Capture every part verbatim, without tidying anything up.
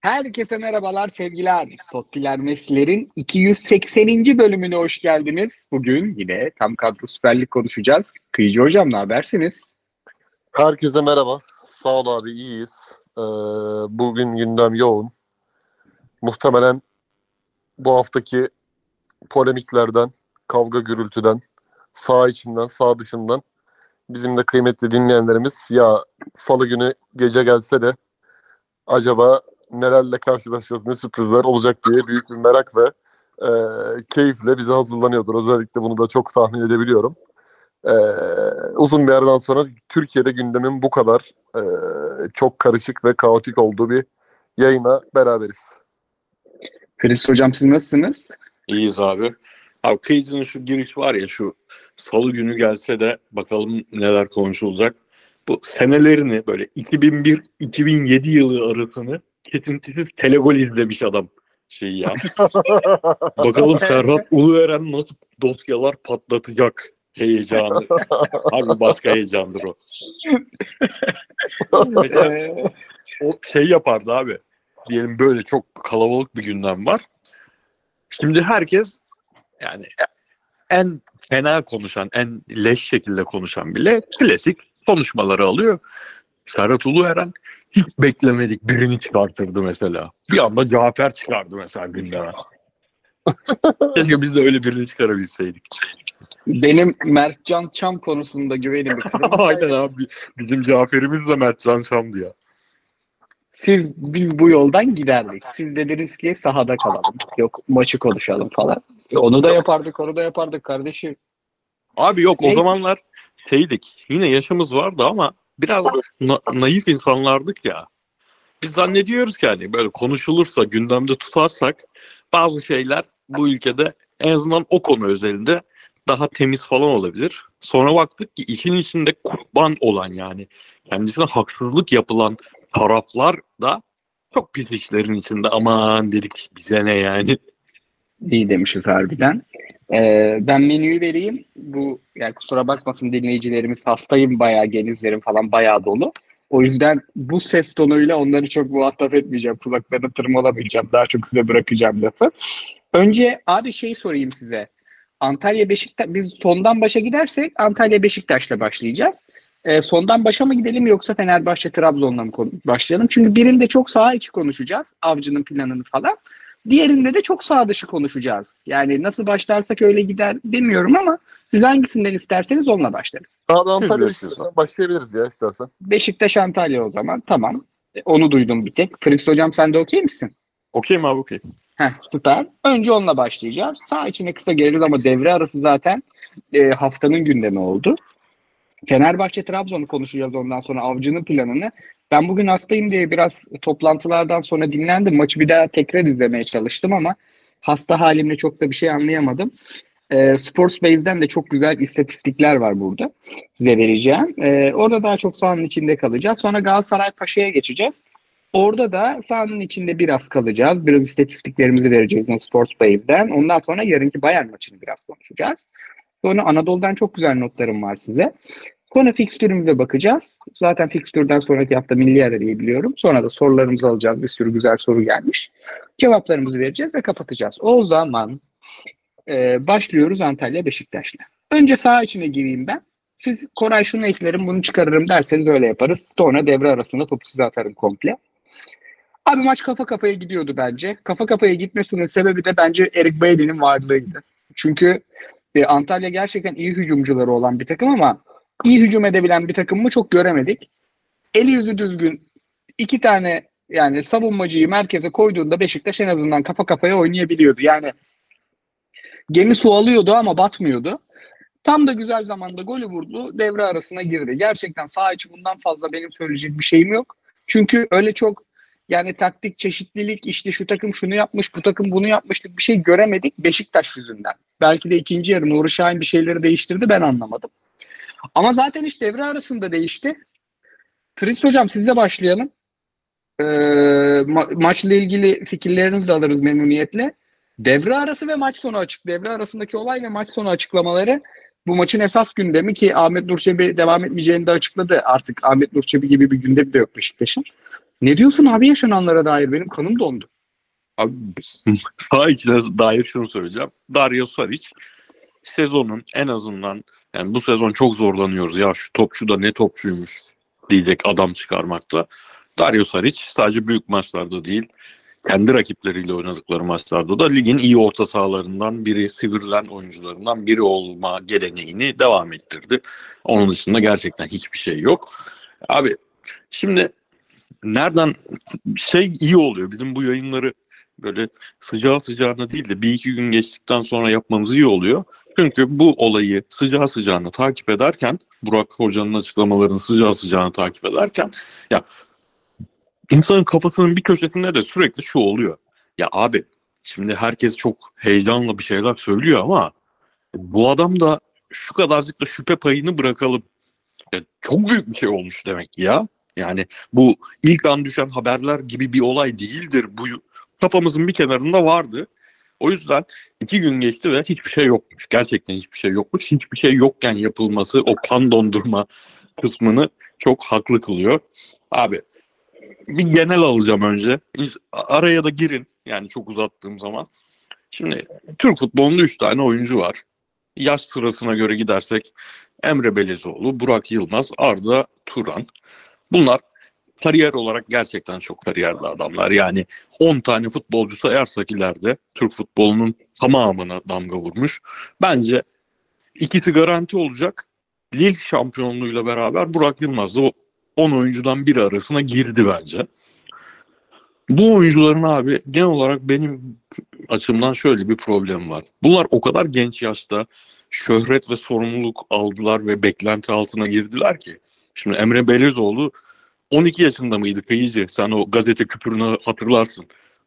Herkese merhabalar sevgiler. Tottiler Messi'lerin iki yüz sekseninci bölümüne hoş geldiniz. Bugün yine tam kadro Süper Lig konuşacağız. Kıyıcı hocam ne habersiniz? Herkese merhaba. Sağ ol abi, iyiyiz. Ee, bugün gündem yoğun. Muhtemelen bu haftaki polemiklerden, kavga gürültüden, sağ içinden, sağ dışından bizim de kıymetli dinleyenlerimiz ya salı günü gece gelse de acaba nelerle karşılaşacağız, ne sürprizler olacak diye büyük bir merak ve e, keyifle bize hazırlanıyordur. Özellikle bunu da çok tahmin edebiliyorum. Ee, uzun bir aradan sonra Türkiye'de gündemin bu kadar e, çok karışık ve kaotik olduğu bir yayına beraberiz. Filiz hocam siz nasılsınız? İyiyiz abi. Abi Kıyıcı'nın şu giriş var ya, şu salı günü gelse de bakalım neler konuşulacak. Bu senelerini böyle iki bin bir iki bin yedi yılı arasını kesintisiz telegol izlemiş adam şey ya. Bakalım Ferhat Ulueren nasıl dosyalar patlatacak heyecanı. Abi başka heyecandır o. Mesela o şey yapardı abi. Diyelim böyle çok kalabalık bir gündem var. Şimdi herkes yani en fena konuşan, en leş şekilde konuşan bile klasik konuşmaları alıyor. Ferhat Ulueren hiç beklemedik birini çıkartırdı mesela. Bir anda Cafer çıkardı mesela gündeme. Keşke biz de öyle birini çıkarabilseydik. Benim Mertcan Çam konusunda güvenim kırıldı. Aynen abi. Bizim Cafer'imiz de Mertcan Şam'dı ya. Siz biz bu yoldan giderdik. Siz dediniz ki sahada kalalım. Yok maçı konuşalım falan. E, onu da yapardık, onu da yapardık kardeşim. Abi yok Neyse. O zamanlar şeydik. Yine yaşımız vardı ama biraz na- naif insanlardık ya. Biz zannediyoruz ki hani böyle konuşulursa, gündemde tutarsak bazı şeyler bu ülkede en azından o konu özelinde daha temiz falan olabilir. Sonra baktık ki işin içinde kurban olan, yani kendisine haksızlık yapılan taraflar da çok pis işlerin içinde. Aman dedik, bize ne yani. İyi demişiz harbiden. Ee, ben menüyü vereyim. Bu yani kusura bakmasın dinleyicilerimiz, hastayım bayağı, genizlerim falan bayağı dolu. O yüzden bu ses tonuyla onları çok muhatap etmeyeceğim. Kulaklarını tırmalamayacağım. Daha çok size bırakacağım lafı. Önce abi şey sorayım size. Antalya Beşiktaş, biz sondan başa gidersek Antalya Beşiktaş'la başlayacağız. Ee, sondan başa mı gidelim yoksa Fenerbahçe Trabzon'la mı konu- başlayalım? Çünkü birinde çok saha içi konuşacağız. Avcı'nın planını falan. Diğerinde de çok sağ dışı konuşacağız. Yani nasıl başlarsak öyle gider demiyorum ama siz hangisinden isterseniz onunla başlarız. Abi Antalya Siz Beşiktaş'tan başlayabiliriz ya istersen. Beşiktaş Antalya o zaman. Tamam. E, Onu duydum bir tek. Fritz hocam sen de okey misin? Okey mi abi, okey. Heh, süper. Önce onunla başlayacağız. Sağ içine kısa geliriz ama devre arası zaten e, haftanın gündemi oldu. Fenerbahçe Trabzon'u konuşacağız ondan sonra, Avcı'nın planını. Ben bugün hastayım diye biraz toplantılardan sonra dinlendim. Maçı bir daha tekrar izlemeye çalıştım ama hasta halimle çok da bir şey anlayamadım. E, Sports Base'den de çok güzel istatistikler var burada. Size vereceğim. E, orada daha çok sahanın içinde kalacağız. Sonra Galatasaray Paşa'ya geçeceğiz. Orada da sahanın içinde biraz kalacağız. Biraz istatistiklerimizi vereceğiz yine Sports Base'den. Ondan sonra yarınki Bayern maçını biraz konuşacağız. Sonra Anadolu'dan çok güzel notlarım var size. Sonra fikstürümüze bakacağız. Zaten fikstürden sonraki hafta milli ara diye biliyorum. Sonra da sorularımızı alacağız. Bir sürü güzel soru gelmiş. Cevaplarımızı vereceğiz ve kapatacağız. O zaman e, başlıyoruz Antalya Beşiktaş'la. Önce saha içine gireyim ben. Siz Koray şunu eklerim bunu çıkarırım derseniz öyle yaparız. Sonra devre arasında topu size atarım komple. Abi maç kafa kafaya gidiyordu bence. Kafa kafaya gitmesinin sebebi de bence Erik Bailly'nin varlığıydı. Çünkü e, Antalya gerçekten iyi hücumcuları olan bir takım ama iyi hücum edebilen bir takım mı çok göremedik. Eli yüzü düzgün iki tane yani savunmacıyı merkeze koyduğunda Beşiktaş en azından kafa kafaya oynayabiliyordu. Yani gemi su alıyordu ama batmıyordu. Tam da güzel zamanda golü vurdu. Devre arasına girdi. Gerçekten saha içi bundan fazla benim söyleyecek bir şeyim yok. Çünkü öyle çok yani taktik çeşitlilik, işte şu takım şunu yapmış, bu takım bunu yapmışlık bir şey göremedik Beşiktaş yüzünden. Belki de ikinci yarı Nuri Şahin bir şeyleri değiştirdi, ben anlamadım. Ama zaten iş devre arasında değişti. Fritz hocam sizle başlayalım. Ee, ma- maçla ilgili fikirlerinizi de alırız memnuniyetle. Devre arası ve maç sonu açık. Devre arasındaki olay ve maç sonu açıklamaları bu maçın esas gündemi ki Ahmet Nur Çebi devam etmeyeceğini de açıkladı. Artık Ahmet Nur Çebi gibi bir gündemi de yok Beşiktaş'ın. Ne diyorsun abi yaşananlara dair? Benim kanım dondu. Abi sağ içine dair şunu söyleyeceğim. Dario Saric sezonun en azından, yani bu sezon çok zorlanıyoruz. Ya şu topçu da ne topçuymuş diyecek adam çıkarmakta. Dario Saric sadece büyük maçlarda değil, kendi rakipleriyle oynadıkları maçlarda da ligin iyi orta sahalarından biri, sivrilen oyuncularından biri olma geleneğini devam ettirdi. Onun dışında gerçekten hiçbir şey yok. Abi şimdi nereden şey iyi oluyor, bizim bu yayınları böyle sıcağı sıcağına değil de bir iki gün geçtikten sonra yapmamız iyi oluyor. Çünkü bu olayı sıcağı sıcağına takip ederken, Burak Hoca'nın açıklamalarını sıcağı sıcağına takip ederken, ya insanın kafasının bir köşesinde de sürekli şu oluyor. Ya abi şimdi herkes çok heyecanla bir şeyler söylüyor ama bu adam da şu kadarcık da şüphe payını bırakalım. Ya çok büyük bir şey olmuş demek ya. Yani bu ilk an düşen haberler gibi bir olay değildir. Bu kafamızın bir kenarında vardı. O yüzden iki gün geçti ve hiçbir şey yokmuş. Gerçekten hiçbir şey yokmuş. Hiçbir şey yokken yapılması o kan dondurma kısmını çok haklı kılıyor. Abi bir genel alacağım önce. Araya da girin. Yani çok uzattığım zaman. Şimdi Türk futbolunda üç tane oyuncu var. Yaş sırasına göre gidersek Emre Belezoğlu, Burak Yılmaz, Arda Turan. Bunlar kariyer olarak gerçekten çok kariyerli adamlar. Yani on tane futbolcu sayarsak ileride Türk futbolunun tamamına damga vurmuş. Bence ikisi garanti olacak. Lille şampiyonluğuyla beraber Burak Yılmaz da o on oyuncudan biri arasına girdi bence. Bu oyuncuların abi genel olarak benim açımdan şöyle bir problem var. Bunlar o kadar genç yaşta şöhret ve sorumluluk aldılar ve beklenti altına girdiler ki. Şimdi Emre Belezoğlu on iki yaşında mıydı Kıyıcı? Sen o gazete küpürünü hatırlarsın.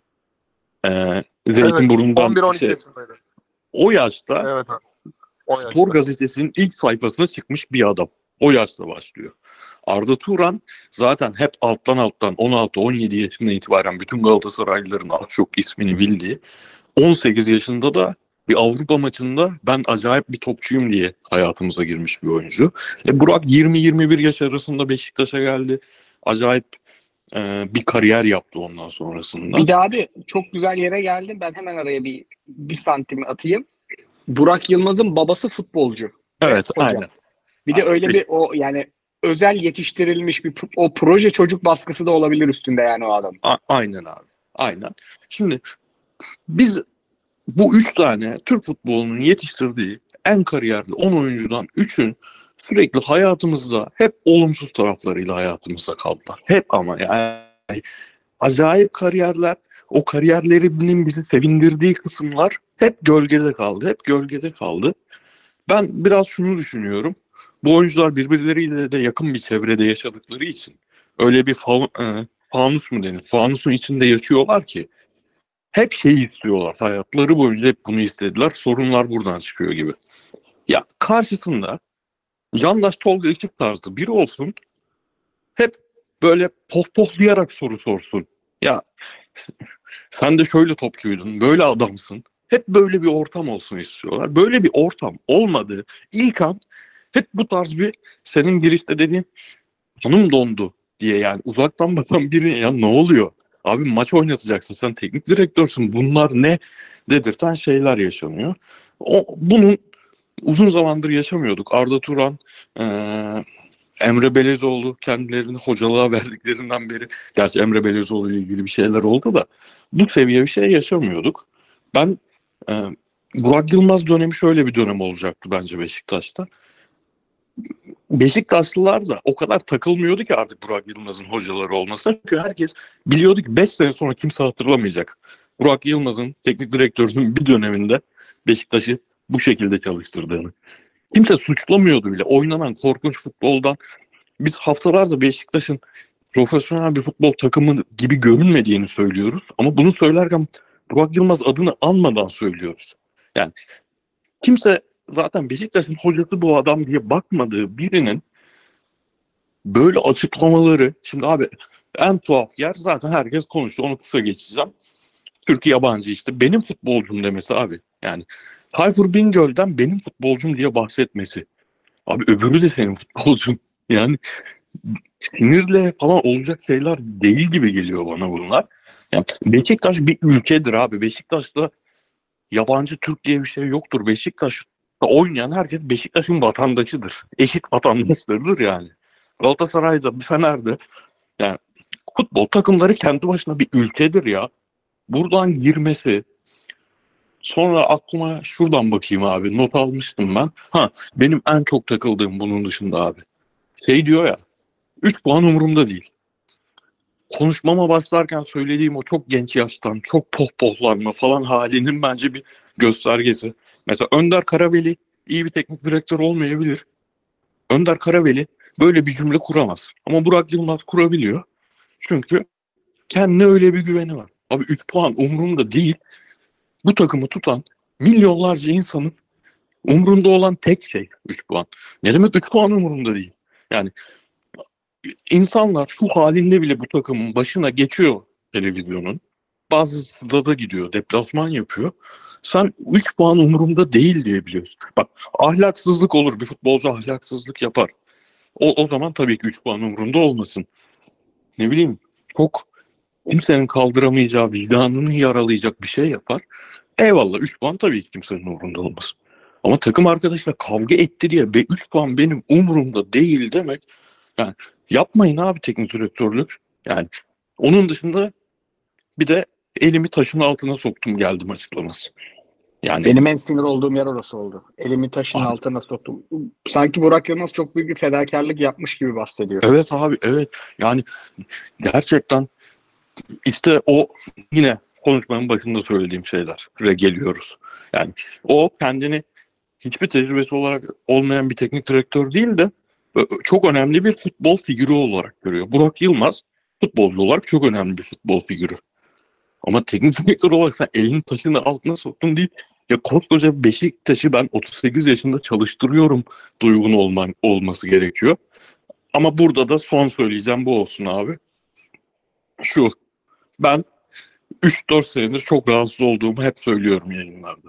Ee, Zeytinburnu'ndan evet, on bir on iki şey, yaşındaydı. o yaşta Evet abi. O Spor yaşta. Gazetesi'nin ilk sayfasına çıkmış bir adam. O yaşta başlıyor. Arda Turan zaten hep alttan alttan on altı on yedi yaşından itibaren bütün Galatasaraylıların az çok ismini bildiği, on sekiz yaşında da bir Avrupa maçında ben acayip bir topçuyum diye hayatımıza girmiş bir oyuncu. E Burak yirmi yirmi bir yaş arasında Beşiktaş'a geldi. Acayip e, bir kariyer yaptı ondan sonrasında. Bir de abi çok güzel yere geldin. Ben hemen araya bir bir santim atayım. Burak Yılmaz'ın babası futbolcu. Evet, Hocam. aynen. Bir de Aynen. öyle bir o yani özel yetiştirilmiş bir o proje çocuk baskısı da olabilir üstünde yani o adam. A- aynen abi. Aynen. Şimdi biz bu üç tane Türk futbolunun yetiştirdiği en kariyerli on oyuncudan üçün sürekli hayatımızda hep olumsuz taraflarıyla hayatımızda kaldılar. Hep ama yani acayip kariyerler, o kariyerlerinin bizi sevindirdiği kısımlar hep gölgede kaldı. Hep gölgede kaldı. Ben biraz şunu düşünüyorum. Bu oyuncular birbirleriyle de yakın bir çevrede yaşadıkları için öyle bir fa- e, fanus mu denir? Fanusun içinde yaşıyorlar ki hep şeyi istiyorlar. Hayatları boyunca hep bunu istediler. Sorunlar buradan çıkıyor gibi. Ya karşısında Candaş Tolga Işık tarzı biri olsun, hep böyle pohpohlayarak soru sorsun. Ya sen de şöyle topçuydun, böyle adamsın. Hep böyle bir ortam olsun istiyorlar. Böyle bir ortam olmadı. İlk an hep bu tarz bir, senin girişte dediğin hanım dondu diye, yani uzaktan bakan biri ya ne oluyor? Abi maç oynatacaksın, sen teknik direktörsün, bunlar ne dedirten şeyler yaşanıyor. O, bunun uzun zamandır yaşamıyorduk. Arda Turan, ee, Emre Belezoğlu kendilerini hocalığa verdiklerinden beri, gerçi Emre Belezoğlu ile ilgili bir şeyler oldu da bu seviye bir şey yaşamıyorduk. Ben e, Burak Yılmaz dönemi şöyle bir dönem olacaktı bence Beşiktaş'ta. Beşiktaşlılar da o kadar takılmıyordu ki artık Burak Yılmaz'ın hocaları olmasına. Çünkü herkes biliyordu ki beş sene sonra kimse hatırlamayacak. Burak Yılmaz'ın teknik direktörünün bir döneminde Beşiktaş'ı bu şekilde çalıştırdığını. Kimse suçlamıyordu bile. Oynanan korkunç futboldan biz haftalardır Beşiktaş'ın profesyonel bir futbol takımı gibi görünmediğini söylüyoruz. Ama bunu söylerken Burak Yılmaz adını anmadan söylüyoruz. Yani kimse zaten Beşiktaş'ın hocası bu adam diye bakmadığı birinin böyle açıklamaları, şimdi abi en tuhaf yer zaten herkes konuştu, onu kısa geçeceğim. Türk yabancı işte benim futbolcum demesi abi. Yani Tayfur Bingöl'den benim futbolcum diye bahsetmesi. Abi öbürü de senin futbolcun. Yani sinirle falan olacak şeyler değil gibi geliyor bana bunlar. Yani Beşiktaş bir ülkedir abi. Beşiktaş'ta yabancı Türk diye bir şey yoktur. Beşiktaş'ta oynayan herkes Beşiktaş'ın vatandaşıdır. Eşit vatandaşlarıdır yani. Galatasaray'da, Fener'de yani futbol takımları kendi başına bir ülkedir ya. Buradan girmesi, sonra aklıma şuradan bakayım abi. Not almıştım ben. Ha, benim en çok takıldığım bunun dışında abi. Şey diyor ya, üç puan umurumda değil. Konuşmama başlarken söylediğim o çok genç yaştan, çok pohpohlanma falan halinin bence bir göstergesi. Mesela Önder Karaveli iyi bir teknik direktör olmayabilir. Önder Karaveli böyle bir cümle kuramaz. Ama Burak Yılmaz kurabiliyor. Çünkü kendine öyle bir güveni var. Abi üç puan umurumda değil. Bu takımı tutan milyonlarca insanın umrunda olan tek şey üç puan. Ne demek üç puan umurumda değil? Yani insanlar şu halinde bile bu takımın başına geçiyor televizyonun. Bazısı da da gidiyor, deplasman yapıyor. Sen üç puan umurumda değil diyebiliyorsun. Bak, ahlaksızlık olur. Bir futbolcu ahlaksızlık yapar. O, o zaman tabii ki üç puan umurumda olmasın. Ne bileyim, çok kimsenin kaldıramayacağı, vicdanını yaralayacak bir şey yapar. Eyvallah, üç puan tabii ki kimsenin umurunda olmasın. Ama takım arkadaşıyla kavga etti diye üç puan benim umurumda değil demek. Yani yapmayın abi teknik direktörlük. Yani onun dışında bir de elimi taşın altına soktum geldim açıklaması. Yani Benim en sinir olduğum yer orası oldu. Elimi taşın abi, altına soktum. Sanki Burak Yılmaz çok büyük bir fedakarlık yapmış gibi bahsediyor. evet abi, evet. Yani gerçekten işte o yine konuşmanın başında söylediğim şeylere geliyoruz. Yani o kendini hiçbir tecrübesi olarak olmayan bir teknik direktör değil de çok önemli bir futbol figürü olarak görüyor. Burak Yılmaz futbolcu olarak çok önemli bir futbol figürü. Ama teknik direktör olarak sen elini taşını altına soktun değil. Ya koskoca Beşiktaş'ı ben otuz sekiz yaşında çalıştırıyorum duygun olman, olması gerekiyor. Ama burada da son söyleyeceğim bu olsun abi. Şu, ben üç dört senedir çok rahatsız olduğumu hep söylüyorum yayınlarda.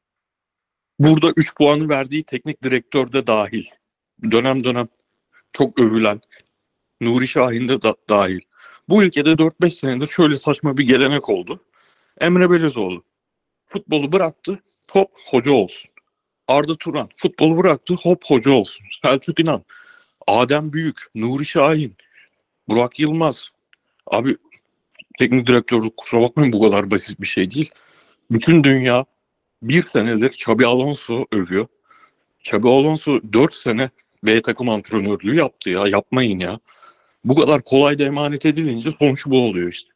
Burada üç puanı verdiği teknik direktör de dahil. Dönem dönem çok övülen Nuri Şahin de da- dahil. Bu ülkede dört beş senedir şöyle saçma bir gelenek oldu. Emre Belözoğlu futbolu bıraktı, hop hoca olsun. Arda Turan futbolu bıraktı, hop hoca olsun. Selçuk İnan, Adem Büyük, Nuri Şahin, Burak Yılmaz. Abi teknik direktörlük, kusura bakmayın, bu kadar basit bir şey değil. Bütün dünya bir senedir Xabi Alonso övüyor. Xabi Alonso dört sene B takım antrenörlüğü yaptı ya. Yapmayın ya. Bu kadar kolay da emanet edilince sonuç bu oluyor işte.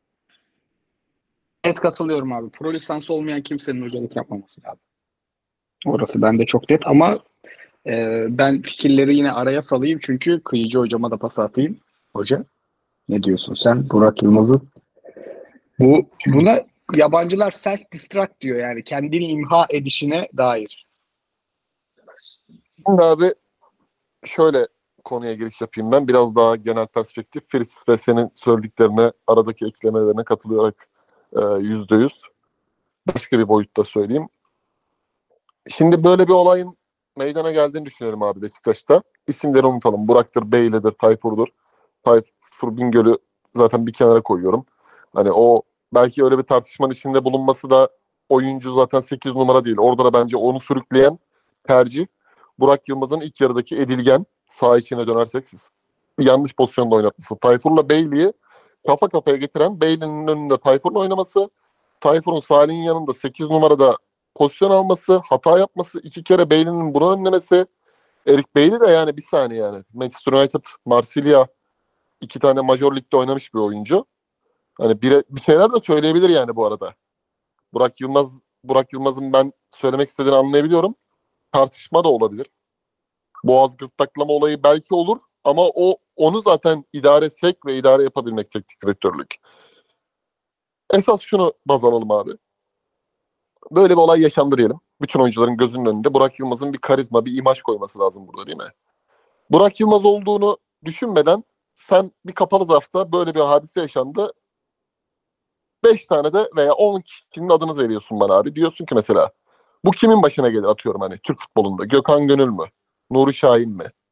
Net katılıyorum abi. Pro lisansı olmayan kimsenin hocalık yapmaması lazım. Orası bende çok net ama e, ben fikirleri yine araya salayım çünkü Kıyıcı hocama da pas atayım. Hoca, ne diyorsun sen Burak Yılmaz'ın? Bu buna yabancılar self destruct diyor, yani kendini imha edişine dair. Şimdi abi şöyle konuya giriş yapayım ben. Biraz daha genel perspektif. Filiz ve senin söylediklerine, aradaki eklemelerine katılarak yüzde yüz. Başka bir boyutta söyleyeyim. Şimdi böyle bir olayın meydana geldiğini düşünüyorum abi Beşiktaş'ta. İsimleri unutalım. Burak'tır, Beyli'dir, Tayfur'dur. Tayfur Bingöl'ü zaten bir kenara koyuyorum. Hani o belki öyle bir tartışmanın içinde bulunması da, oyuncu zaten sekiz numara değil. Orada da bence onu sürükleyen tercih Burak Yılmaz'ın ilk yarıdaki edilgen, sağ içine dönersek yanlış pozisyonda oynatması. Tayfur'la Beyli'yi kafa kafaya getiren, Beyli'nin önünde Tayfur'un oynaması, Tayfur'un Salih'in yanında sekiz numarada pozisyon alması, hata yapması, iki kere Beyli'nin bunu önlemesi. Erik Bailly de yani bir saniye yani. Manchester United, Marsilya, iki tane Major Lig'de oynamış bir oyuncu. Hani bir, bir şeyler de söyleyebilir yani bu arada. Burak Yılmaz, Burak Yılmaz'ın ben söylemek istediğini anlayabiliyorum. Tartışma da olabilir. Boğaz gırtlaklama olayı belki olur ama o onu zaten idare etsek ve idare yapabilmek teknik direktörlük. Esas şunu baz alalım abi. Böyle bir olay yaşandı diyelim. Bütün oyuncuların gözünün önünde Burak Yılmaz'ın bir karizma, bir imaj koyması lazım burada, değil mi? Burak Yılmaz olduğunu düşünmeden sen bir kapalı zarfta böyle bir hadise yaşandı. beş tane de veya on kişinin adını veriyorsun bana abi. Diyorsun ki mesela bu kimin başına gelir, atıyorum hani Türk futbolunda. Gökhan Gönül mü? Nuri Şahin mi?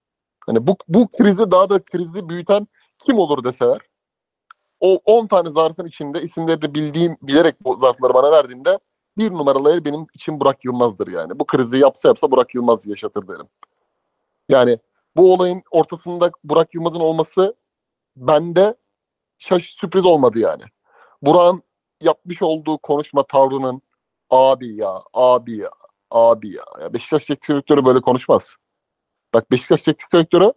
Hani bu, bu krizi daha da krizi büyüten kim olur deseler, o on tane zarfın içinde isimlerini bildiğim, bilerek bu zarfları bana verdiğinde bir numaralı el benim için Burak Yılmaz'dır yani. Bu krizi yapsa yapsa Burak Yılmaz yaşatır derim. Yani bu olayın ortasında Burak Yılmaz'ın olması bende şaş sürpriz olmadı yani. Burak'ın yapmış olduğu konuşma tavrının abi ya, abi ya, abi ya. ya Beşiktaş teknik direktörü böyle konuşmaz. Bak Beşiktaş teknik direktörü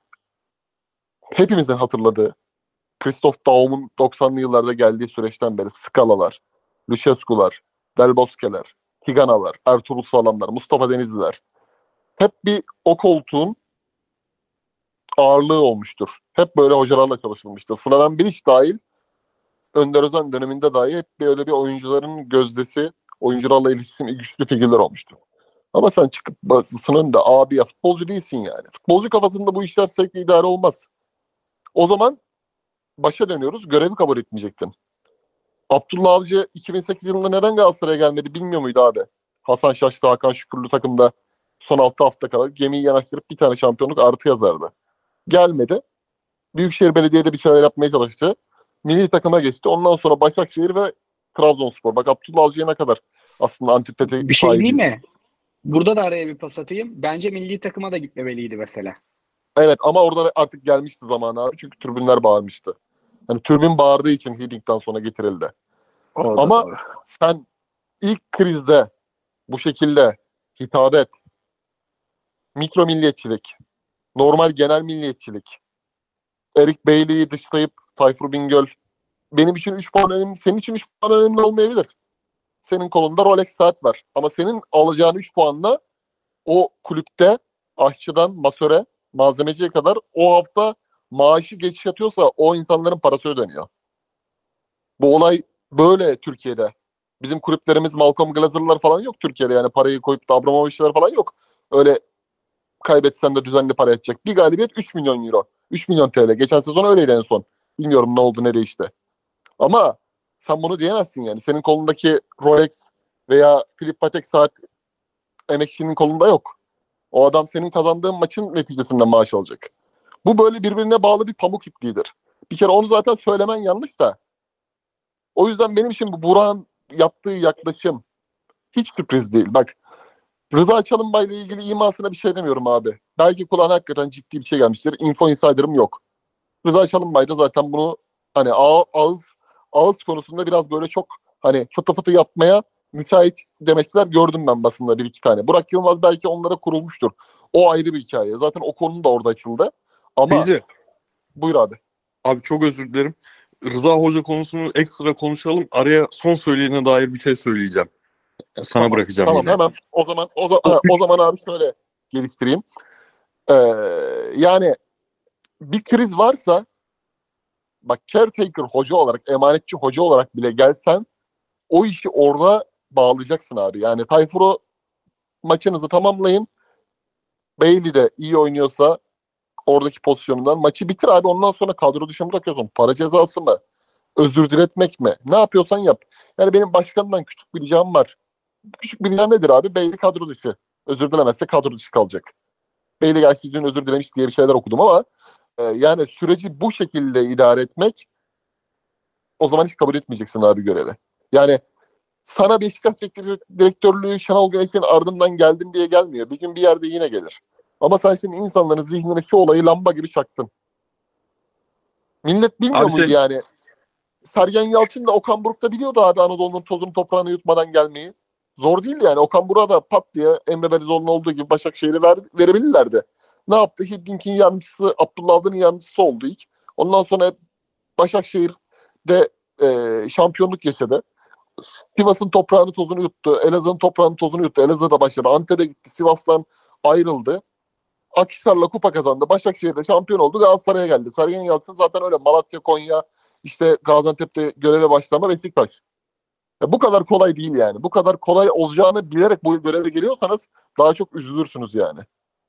hepimizin hatırladığı Christoph Daum'un doksanlı yıllarda geldiği süreçten beri Skalalar, Lucescu'lar, Del Bosque'ler, Tiganalar, Ertuğrul Sağlamlar, Mustafa Denizliler hep bir o koltuğun ağırlığı olmuştur. Hep böyle hocalarla çalışılmıştır. Sıradan bir iş dahil, Önder Özen döneminde dahi hep böyle bir oyuncuların gözdesi, oyuncularla iletişim güçlü figürler olmuştur. Ama sen çıkıp basının önünde abi ya futbolcu değilsin yani. Futbolcu kafasında bu işler sevkli idare olmaz. O zaman başa dönüyoruz. Görevi kabul etmeyecektin. Abdullah Avcı iki bin sekiz yılında neden Galatasaray'a gelmedi bilmiyor muydu abi? Hasan Şaşlı, Hakan Şükürlü takımda son altı hafta kadar gemiyi yanaştırıp bir tane şampiyonluk artı yazardı. Gelmedi. Büyükşehir Belediye'de bir şeyler yapmaya çalıştı. Milli takıma geçti. Ondan sonra Başakşehir ve Trabzonspor. Bak Abdullah Avcı'ya ne kadar aslında antipati Bir şey değil sahibiyiz. mi? Burada da araya bir pas atayım. Bence milli takıma da gitmemeliydi mesela. Evet ama orada artık gelmişti zamanı abi. Çünkü tribünler bağırmıştı. Yani tribün bağırdığı için Heading'den sonra getirildi. O da Ama doğru. sen ilk krizde bu şekilde hitabet, mikro milliyetçilik, normal genel milliyetçilik, Erik Bailey'i dışlayıp Tayfur Bingöl, benim için üç puan önemli, senin için üç puan önemli olmayabilir. Senin kolunda Rolex saat var. Ama senin alacağın üç puanla o kulüpte aşçıdan masöre, malzemeciye kadar o hafta maaşı geçiş yatıyorsa o insanların parası ödeniyor. Bu olay böyle Türkiye'de. Bizim kulüplerimiz Malcolm Glazer'lar falan yok Türkiye'de. Yani parayı koyup da Abramovich'ler falan yok. Öyle kaybetsen de düzenli para edecek. Bir galibiyet üç milyon euro. üç milyon T L. Geçen sezon öyleydi en son. Bilmiyorum ne oldu ne değişti. Ama sen bunu diyemezsin yani. Senin kolundaki Rolex veya Philip Patek saat emekçinin kolunda yok. O adam senin kazandığın maçın neticesinden maaş alacak. Bu böyle birbirine bağlı bir pamuk ipliğidir. Bir kere onu zaten söylemen yanlış da. O yüzden benim için bu Burak'ın yaptığı yaklaşım hiç sürpriz değil. Bak Rıza Çalınbay ile ilgili imasına bir şey demiyorum abi. Belki kulağına hakikaten ciddi bir şey gelmiştir. Info insider'ım yok. Rıza Çalınbay da zaten bunu hani ağız ağız konusunda biraz böyle çok hani fıtı fıtı yapmaya müsait demeçler gördüm ben basında bir iki tane. Burak Yılmaz belki onlara kurulmuştur. O ayrı bir hikaye. Zaten o konu da orada açıldı. Ama Beyzi, buyur abi. abi çok özür dilerim. Rıza Hoca konusunu ekstra konuşalım. Araya son söylediğine dair bir şey söyleyeceğim. Sana Tamam, bırakacağım tamam yine. hemen o zaman o, za- ha, o zaman abi şöyle geliştireyim. Ee, yani bir kriz varsa bak caretaker hoca olarak, emanetçi hoca olarak bile gelsen o işi orada bağlayacaksın abi. Yani Tayfur'u maçınızı tamamlayın. Bailey de iyi oynuyorsa oradaki pozisyonundan maçı bitir abi. Ondan sonra kadro dışı bırakıyorsun. Para cezası mı? Özür diletmek mi? Ne yapıyorsan yap. Yani benim başkanından küçük bir ricam var. Küçük bir ricam nedir abi? Bailey kadro dışı. Özür dilemezse kadro dışı kalacak. Bailey gerçekten özür dilemiş diye bir şeyler okudum ama e, yani süreci bu şekilde idare etmek o zaman hiç kabul etmeyeceksin abi görevi. Yani sana Beşiktaş direktörlüğü Şenol Güneş'in ardından geldim diye gelmiyor. Bir gün bir yerde yine gelir. Ama sen şimdi insanların zihnine şu olayı lamba gibi çaktın. Millet bilmiyor Abi muydu sen- yani? Sergen Yalçın da Okan Buruk da biliyordu abi Anadolu'nun tozunu toprağını yutmadan gelmeyi. Zor değil yani. Okan Buruk'a da pat diye Emre Belezoğlu'nun olduğu gibi Başakşehir'i ver, verebilirlerdi. Ne yaptı? Hiddink yardımcısı, Abdullah Avcı'nın yardımcısı oldu ilk. Ondan sonra Başakşehir'de e, şampiyonluk yaşadı. Sivas'ın toprağını tozunu yuttu. Elazığ'ın toprağını tozunu yuttu. Elazığ'da başladı. Antep'e gitti. Sivas'tan ayrıldı. Akhisar'la kupa kazandı. Başakşehir'de şampiyon oldu. Galatasaray'a geldi. Sergen Yalçın zaten öyle Malatya, Konya, işte Gaziantep'te göreve başlama Beşiktaş. Ya bu kadar kolay değil yani. Bu kadar kolay olacağını bilerek bu göreve geliyorsanız daha çok üzülürsünüz yani.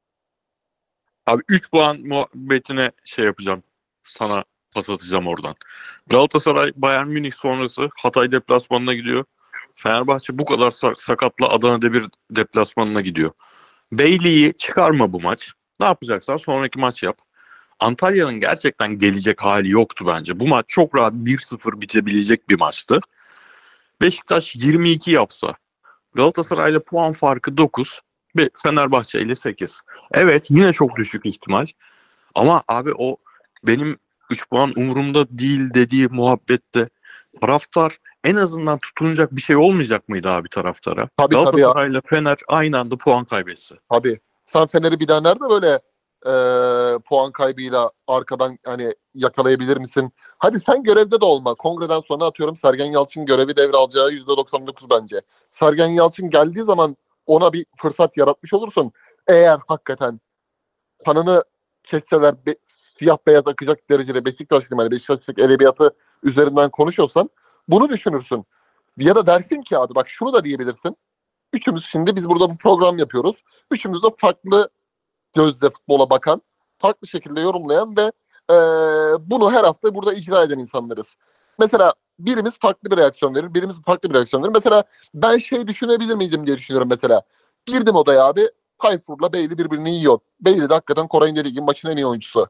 Abi üç puan muhabbetine şey yapacağım. Sana pas atacağım oradan. Galatasaray Bayern Münih sonrası Hatay deplasmanına gidiyor. Fenerbahçe bu kadar sa- sakatla Adana Demir deplasmanına gidiyor. Bailey'i çıkarma bu maç. Ne yapacaksan sonraki maç yap. Antalya'nın gerçekten gelecek hali yoktu bence. Bu maç çok rahat bir sıfır bitebilecek bir maçtı. Beşiktaş yirmi iki yapsa, Galatasaray'la puan farkı dokuz ve Fenerbahçe ile sekiz. Evet, yine çok düşük ihtimal. Ama abi o benim üç puan umurumda değil dediği muhabbette taraftar en azından tutunacak bir şey olmayacak mıydı abi taraftara? Tabii tabii ya. Galatasaray'la Fener aynı anda puan kaybetse. Tabii. Sen Fener'i bir daha nerede böyle e, puan kaybıyla arkadan hani yakalayabilir misin? Hadi sen görevde de olma. Kongreden sonra atıyorum Sergen Yalçın görevi devralacağı yüzde doksan dokuz bence. Sergen Yalçın geldiği zaman ona bir fırsat yaratmış olursun. Eğer hakikaten kanını kesseler be, siyah beyaz akacak derecede Beşiktaş'ın hani Beşiktaş'lık edebiyatı üzerinden konuşuyorsan bunu düşünürsün. Ya da dersin ki abi bak şunu da diyebilirsin. Üçümüz şimdi biz burada bu program yapıyoruz. Üçümüz de farklı gözle futbola bakan, farklı şekilde yorumlayan ve e, bunu her hafta burada icra eden insanlarız. Mesela birimiz farklı bir reaksiyon verir, birimiz farklı bir reaksiyon verir. Mesela ben şey düşünebilir miydim diye düşünüyorum mesela. Girdim odaya abi, Tayfur'la Beyli birbirini yiyor. Beyli de hakikaten Koray'ın dediği gibi maçın en iyi oyuncusu.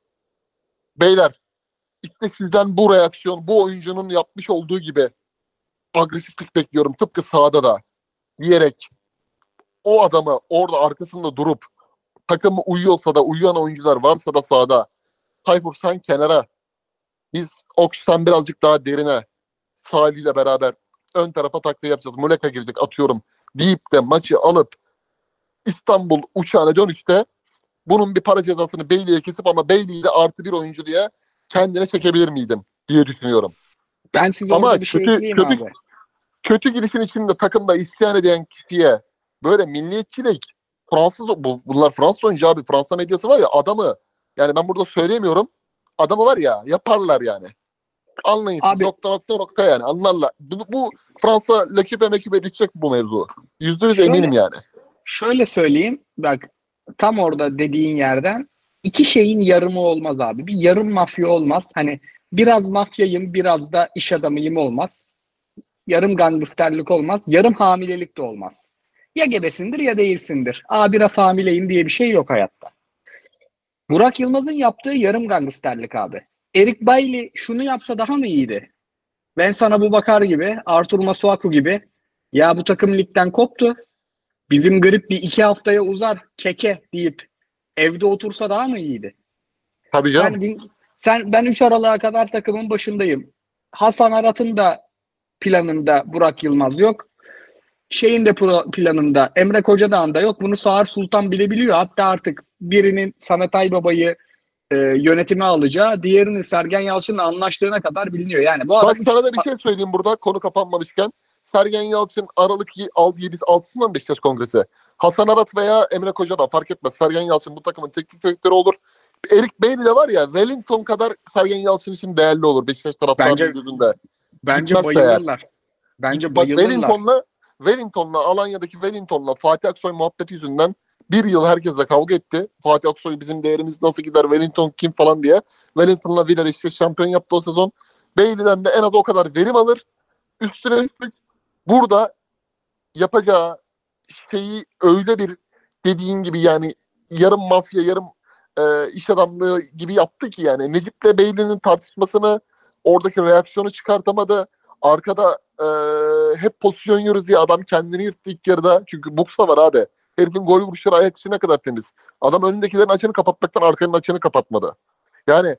Beyler, işte sizden bu reaksiyon, bu oyuncunun yapmış olduğu gibi agresiflik bekliyorum. Tıpkı sahada da diyerek o adamı orada arkasında durup takımı uyuyorsa da uyuyan oyuncular varsa da sahada Tayfur sen kenara biz Okş sen birazcık daha derine Salih ile beraber ön tarafa takviye yapacağız. Muleka girecek atıyorum deyip de maçı alıp İstanbul uçağına dönüşte bunun bir para cezasını Beyli'ye kesip ama Beyli'yi de artı bir oyuncu diye kendine çekebilir miydin diye düşünüyorum. Ben size Ama orada bir şey kötü, ekleyeyim kötü, abi. kötü girişin içinde takımda isyan eden kişiye böyle milliyetçilik Fransız bu, bunlar Fransız oyuncu abi. Fransa medyası var ya adamı yani ben burada söylemiyorum. Adamı var ya yaparlar yani. Anlayın siz Abi- nokta nokta nokta yani anlarlar. Bu, bu Fransa leküpe meküpe düşecek bu mevzu. Yüzde yüz Şöyle- eminim yani. Şöyle söyleyeyim. Bak tam orada dediğin yerden iki şeyin yarımı olmaz abi. Bir yarım mafya olmaz. Hani biraz mafyayım biraz da iş adamıyım olmaz. Yarım gangsterlik olmaz. Yarım hamilelik de olmaz. Ya gebesindir ya değilsindir. Aa biraz hamileyim diye bir şey yok hayatta. Burak Yılmaz'ın yaptığı yarım gangsterlik abi. Eric Bailly şunu yapsa daha mı iyiydi? Ben sana bu bakar gibi, Artur Masuaku gibi ya bu takım ligden koptu. Bizim grip bir iki haftaya uzar keke deyip evde otursa daha mı iyiydi? Tabii canım. Yani bin- sen ben üç Aralık'a kadar takımın başındayım. Hasan Arat'ın da planında Burak Yılmaz yok. Şeyin de pro- planında Emre Kocadağ'ın da yok. Bunu Sağır Sultan bile biliyor. Hatta artık birinin Samet Aybaba'yı e, yönetime alacağı, diğerinin Sergen Yalçın'la anlaştığına kadar biliniyor. Yani bu adam Bak sana da bir şey söyleyeyim burada konu kapanmamışken. Sergen Yalçın Aralık yedi altısından Beşiktaş Kongresi. Hasan Arat veya Emre Kocadağ fark etmez. Sergen Yalçın bu takımın teknik direktörü olur. Eric Bailly de var ya Wellington kadar Sergen Yalçın için değerli olur Beşiktaş taraftarının Bence- gözünde. bence Gitmezse bayılırlar. Bence Bak bayılırlar. Wellington'la Wellington'la Alanya'daki Wellington'la Fatih Aksoy muhabbeti yüzünden bir yıl herkesle kavga etti. Fatih Aksoy bizim değerimiz nasıl gider Wellington kim falan diye. Wellington'la Villa işte şampiyon yaptı o sezon. Bailey'den de en az o kadar verim alır. Üstüne üstlük burada yapacağı şeyi öyle bir dediğin gibi yani yarım mafya yarım e, iş adamlığı gibi yaptı ki yani Necip'le Bailey'nin tartışmasını oradaki reaksiyonu çıkartamadı. Arkada e, hep pozisyon yiyoruz diye adam kendini yırttı ilk yarıda. Çünkü Buksa var abi. Herifin gol vuruşları ayak içi ne kadar temiz. Adam önündekilerin açını kapatmaktan arkanın açını kapatmadı. Yani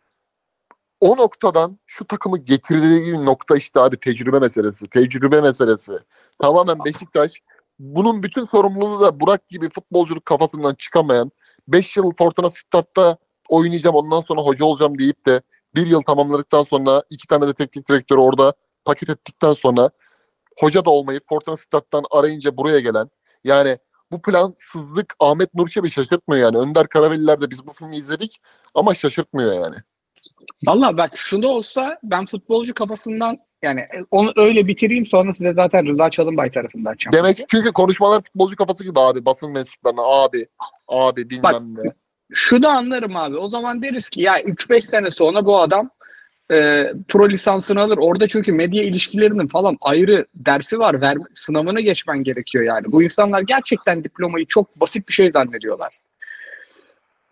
o noktadan şu takımı getirdiği nokta işte abi tecrübe meselesi. Tecrübe meselesi. Tamamen Beşiktaş. Bunun bütün sorumluluğu da Burak gibi futbolculuk kafasından çıkamayan beş yıl Fortuna Sittard'da oynayacağım ondan sonra hoca olacağım deyip de bir yıl tamamladıktan sonra iki tane de teknik direktörü orada paket ettikten sonra hoca da olmayıp Fortuna Sittard'dan arayınca buraya gelen yani bu plansızlık Ahmet Nur Çebi şaşırtmıyor yani. Önder Karaveliler'de biz bu filmi izledik ama şaşırtmıyor yani. Valla bak şunu olsa ben futbolcu kafasından yani onu öyle bitireyim sonra size zaten Rıza Çalınbay tarafından açacağım. Demek çünkü konuşmalar futbolcu kafası gibi abi. Basın mensuplarına abi, abi bilmem Bak, ne. Şunu anlarım abi. O zaman deriz ki ya üç beş sene sonra bu adam e, pro lisansını alır. Orada çünkü medya ilişkilerinin falan ayrı dersi var. Ver, sınavını geçmen gerekiyor yani. Bu insanlar gerçekten diplomayı çok basit bir şey zannediyorlar.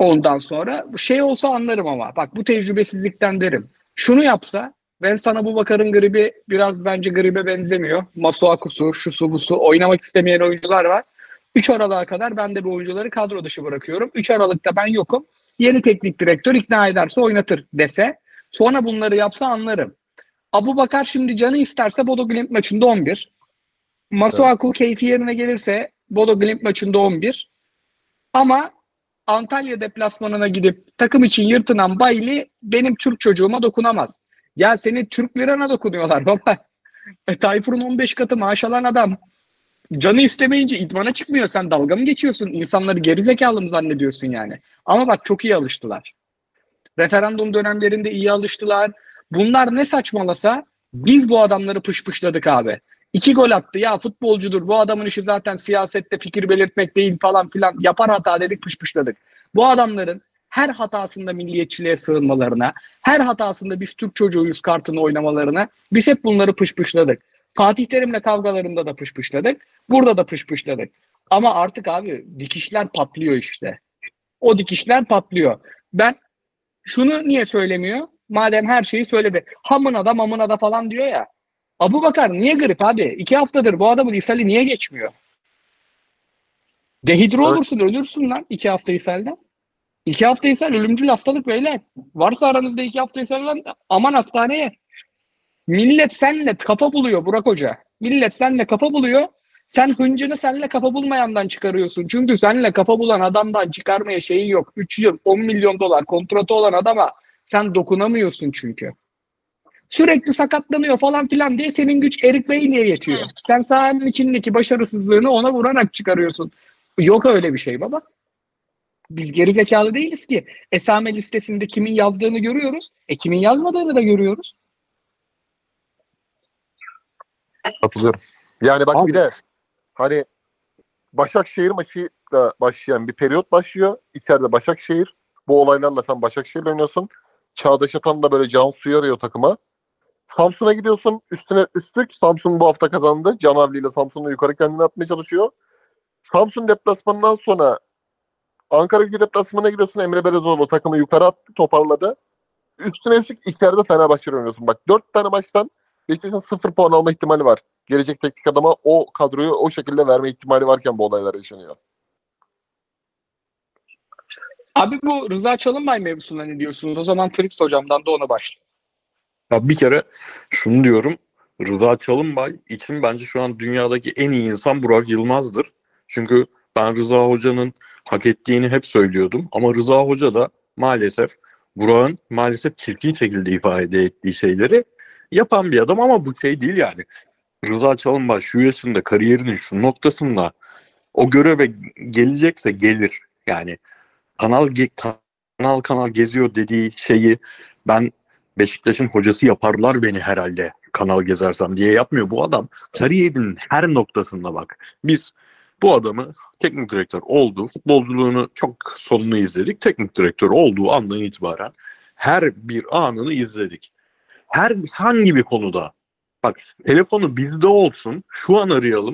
Ondan sonra şey olsa anlarım ama bak bu tecrübesizlikten derim. Şunu yapsa, ben sana bu Bakar'ın gribi biraz bence gribe benzemiyor. Masuaku'su, şusu busu oynamak istemeyen oyuncular var. üç Aralık'a kadar ben de bu oyuncuları kadro dışı bırakıyorum. üç Aralık'ta ben yokum. Yeni teknik direktör ikna ederse oynatır dese. Sonra bunları yapsa anlarım. Abubakar şimdi canı isterse Bodo Glimt maçında on bir. Masuaku keyfi yerine gelirse Bodo Glimt maçında on bir. Ama Antalya deplasmanına gidip takım için yırtınan Bayli benim Türk çocuğuma dokunamaz. Ya senin Türk lirana dokunuyorlar baba. E, Tayfur'un on beş katı maaş alan adam. Canı istemeyince idmana çıkmıyor. Sen dalga mı geçiyorsun? İnsanları gerizekalı mı zannediyorsun yani? Ama bak çok iyi alıştılar. Referandum dönemlerinde iyi alıştılar. Bunlar ne saçmalasa biz bu adamları pışpışladık abi. İki gol attı ya futbolcudur bu adamın işi zaten siyasette fikir belirtmek değil falan filan yapar hata dedik pışpışladık. Bu adamların her hatasında milliyetçiliğe sığınmalarına, her hatasında biz Türk çocuğuyuz kartını oynamalarına biz hep bunları pışpışladık. Fatih Terim'le kavgalarında da pışpışladık. Burada da pışpışladık. Ama artık abi dikişler patlıyor işte. O dikişler patlıyor. Ben şunu niye söylemiyor? Madem her şeyi söyledi. Hamına da mamına da falan diyor ya. Abubakar niye grip abi? İki haftadır bu adamın ishali niye geçmiyor? Dehidre Evet. olursun ölürsün lan iki hafta ishalden. İki hafta ishal ölümcül hastalık beyler. Varsa aranızda iki hafta ishal lan aman hastaneye. Millet senle kafa buluyor Burak Hoca. Millet senle kafa buluyor. Sen hıncını senle kafa bulmayandan çıkarıyorsun. Çünkü senle kafa bulan adamdan çıkarmaya şeyi yok. üç yıl on milyon dolar kontratı olan adama sen dokunamıyorsun çünkü. Sürekli sakatlanıyor falan filan diye senin güç Erik Bailly'e yetiyor. Sen sahanın içindeki başarısızlığını ona vurarak çıkarıyorsun. Yok öyle bir şey baba. Biz geri zekalı değiliz ki. Esame listesinde kimin yazdığını görüyoruz. E kimin yazmadığını da görüyoruz. Katılıyorum. Yani bak Abi. bir de hani Başakşehir maçıyla başlayan bir periyot başlıyor. İçeride Başakşehir. Bu olaylarla sen Başakşehir'le oynuyorsun. Çağdaş Atan da böyle can suyu arıyor takıma. Samsun'a gidiyorsun. Üstüne üstlük Samsun bu hafta kazandı. Can Avli ile Samsun'u yukarı kendine atmaya çalışıyor. Samsun deplasmanından sonra Ankara Gücü deplasmanına gidiyorsun. Emre Belezoğlu takımı yukarı attı, toparladı. Üstüne üstlük içeride Fenerbahçe'yle oynuyorsun. Bak dört tane maçtan Beşiktaş'ın sıfır puan alma ihtimali var. Gelecek teknik adama o kadroyu o şekilde verme ihtimali varken bu olaylar yaşanıyor. Abi bu Rıza Çalınbay mevzusuna ne diyorsunuz? O zaman Fritz hocamdan da ona başlayalım. Ya bir kere şunu diyorum. Rıza Çalınbay için bence şu an dünyadaki en iyi insan Burak Yılmaz'dır. Çünkü ben Rıza Hoca'nın hak ettiğini hep söylüyordum. Ama Rıza Hoca da maalesef Burak'ın maalesef çirkin şekilde ifade ettiği şeyleri yapan bir adam ama bu şey değil yani. Rıza Çalınbay şu yaşında kariyerinin şu noktasında o göreve gelecekse gelir. Yani kanal ge- kanal kanal geziyor dediği şeyi ben Beşiktaş'ın hocası yaparlar beni herhalde kanal gezersem diye yapmıyor. Bu adam kariyerinin her noktasında bak. Biz bu adamı teknik direktör oldu. Futbolculuğunu çok sonunu izledik. Teknik direktör olduğu andan itibaren her bir anını izledik. Her hangi bir konuda. Bak telefonu bizde olsun. Şu an arayalım.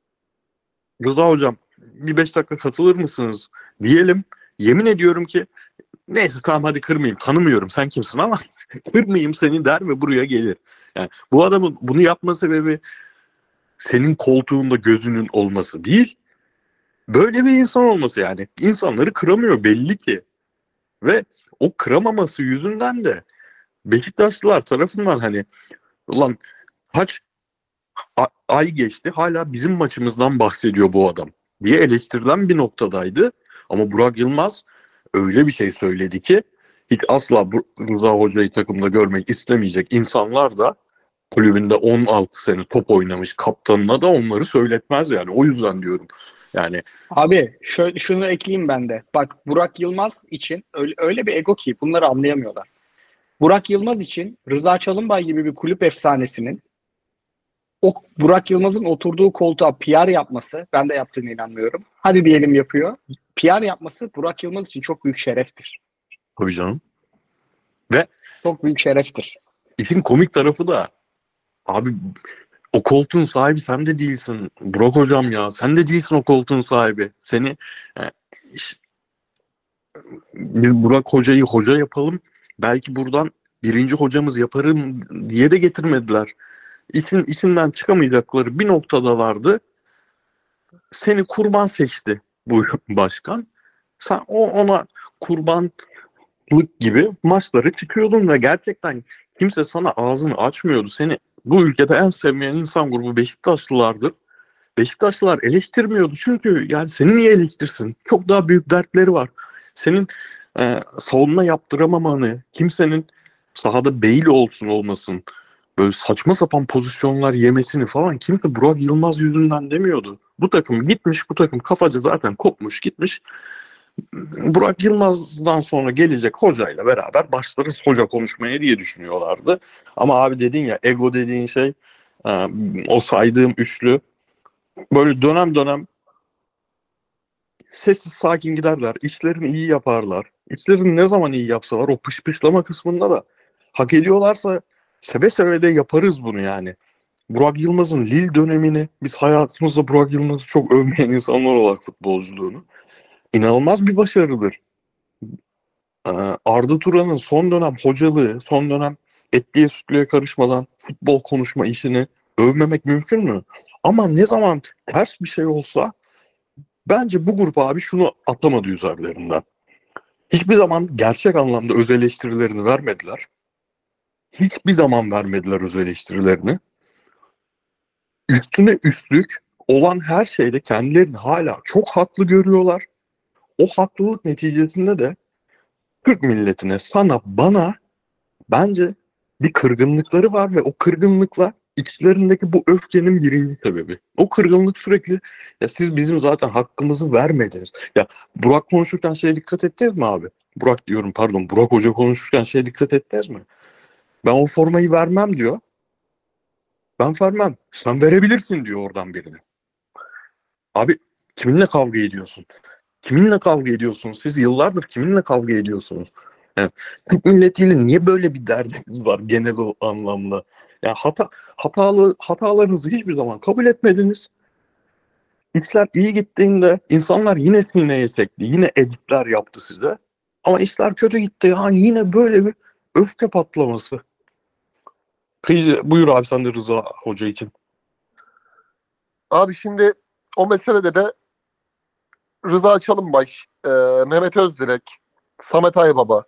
Rıza hocam bir beş dakika katılır mısınız diyelim. Yemin ediyorum ki neyse tamam hadi kırmayayım. Tanımıyorum sen kimsin ama kırmayayım seni der ve buraya gelir. Yani bu adamın bunu yapma sebebi senin koltuğunda gözünün olması değil. Böyle bir insan olması yani. İnsanları kıramıyor belli ki. Ve o kıramaması yüzünden de Beşiktaşlılar tarafından hani ulan kaç a- ay geçti hala bizim maçımızdan bahsediyor bu adam diye eleştirilen bir noktadaydı. Ama Burak Yılmaz öyle bir şey söyledi ki hiç asla bu Rıza Hoca'yı takımda görmek istemeyecek insanlar da kulübünde on altı sene top oynamış kaptanına da onları söyletmez yani. O yüzden diyorum. Yani Abi şöyle, şunu ekleyeyim ben de. Bak Burak Yılmaz için öyle, öyle bir ego ki bunları anlayamıyorlar. Burak Yılmaz için Rıza Çalınbay gibi bir kulüp efsanesinin o Burak Yılmaz'ın oturduğu koltuğa P R yapması, ben de yaptığını inanmıyorum. Hadi diyelim yapıyor. P R yapması Burak Yılmaz için çok büyük şereftir. tabii canım. Ve Çok büyük şereftir. işin komik tarafı da abi o koltuğun sahibi sen de değilsin. Burak hocam ya sen de değilsin o koltuğun sahibi. Seni e, biz Burak Hoca'yı hoca yapalım. Belki buradan birinci hocamız yaparım diye de getirmediler. İşin, işinden çıkamayacakları bir noktadalardı. Seni kurban seçti bu başkan. Sen o ona kurbanlık gibi maçları çıkıyordun ve gerçekten kimse sana ağzını açmıyordu. Seni bu ülkede en sevmeyen insan grubu Beşiktaşlılardır. Beşiktaşlılar eleştirmiyordu çünkü yani seni niye eleştirsin? Çok daha büyük dertleri var. Senin e, savunma yaptıramamanı, kimsenin sahada Beyli olsun olmasın, böyle saçma sapan pozisyonlar yemesini falan kimse Burak Yılmaz yüzünden demiyordu. Bu takım gitmiş, bu takım kafacı zaten kopmuş gitmiş. Burak Yılmaz'dan sonra gelecek hocayla beraber başlarız hoca konuşmaya diye düşünüyorlardı. Ama abi dedin ya, ego dediğin şey, e, o saydığım üçlü böyle dönem dönem sessiz sakin giderler. İşlerini iyi yaparlar. İşlerini ne zaman iyi yapsalar o pışpışlama kısmında da hak ediyorlarsa seve seve de yaparız bunu yani. Burak Yılmaz'ın Lille dönemini, biz hayatımızda Burak Yılmaz'ı çok övmeyen insanlar olarak futbolculuğunu, inanılmaz bir başarıdır. Ee, Arda Turan'ın son dönem hocalığı, son dönem etliye sütlüye karışmadan futbol konuşma işini övmemek mümkün mü? Ama ne zaman ters bir şey olsa bence bu grup abi şunu atamadı üzerlerinden. Hiçbir zaman gerçek anlamda öz eleştirilerini vermediler. Hiçbir zaman vermediler öz eleştirilerini. Üstüne üstlük olan her şeyde kendilerini hala çok haklı görüyorlar. O haklılık neticesinde de Türk milletine, sana, bana bence bir kırgınlıkları var ve o kırgınlıkla içlerindeki bu öfkenin birinci sebebi. O kırgınlık sürekli, ya siz bizim zaten hakkımızı vermediniz. Ya Burak konuşurken şeye dikkat ettiniz mi abi? Burak diyorum pardon, Burak Hoca konuşurken şeye dikkat ettiniz mi? Ben o formayı vermem diyor. Ben vermem. Sen verebilirsin diyor oradan birine. Abi kiminle kavga ediyorsun? Kiminle kavga ediyorsunuz? Siz yıllardır kiminle kavga ediyorsunuz? Yani, Türk milletiyle niye böyle bir derdiniz var genel o anlamda? Yani hata, hatalı hatalarınızı hiçbir zaman kabul etmediniz. İşler iyi gittiğinde insanlar yine sineye çekti. Yine editler yaptı size. Ama işler kötü gitti. Yani yine böyle bir öfke patlaması. Kıyıcı, buyur abi sen de Rıza Hoca için. Abi şimdi o meselede de Rıza Çalınbaş, e, Mehmet Özdirek, Samet Aybaba,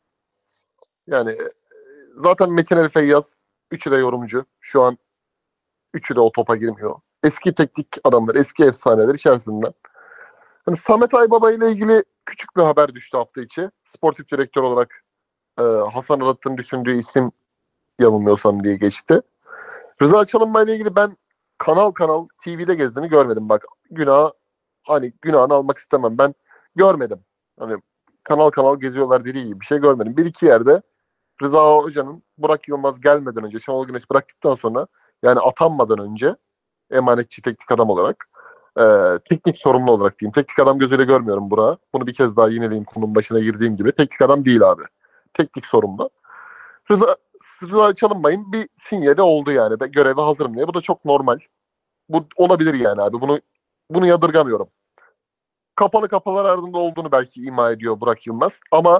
yani e, zaten Metin Ali Feyyaz, üçü de yorumcu. Şu an üçü de o topa girmiyor. Eski teknik adamlar, eski efsaneler içerisinden. Hani Samet Aybaba ile ilgili küçük bir haber düştü hafta içi. Sportif direktör olarak e, Hasan Arat'ın düşündüğü isim yanılmıyorsam diye geçti. Rıza Çalınbay ile ilgili ben kanal kanal T V'de gezdiğini görmedim. Bak günah, hani günahını almak istemem. Ben görmedim. Hani kanal kanal geziyorlar dediği gibi bir şey görmedim. Bir iki yerde Rıza Hoca'nın Burak Yılmaz gelmeden önce, Şenol Güneş bıraktıktan sonra, yani atanmadan önce emanetçi teknik adam olarak, e, teknik sorumlu olarak diyeyim. Teknik adam gözüyle görmüyorum Burak'ı. Bunu bir kez daha yineleyeyim, konunun başına girdiğim gibi. Teknik adam değil abi. Teknik sorumlu. Rıza, Rıza Çalınbay'ın bir sinyali oldu yani. Ben göreve hazırım diye. Bu da çok normal. Bu olabilir yani abi. Bunu bunu yadırgamıyorum. Kapalı kapılar ardında olduğunu belki ima ediyor Burak Yılmaz. Ama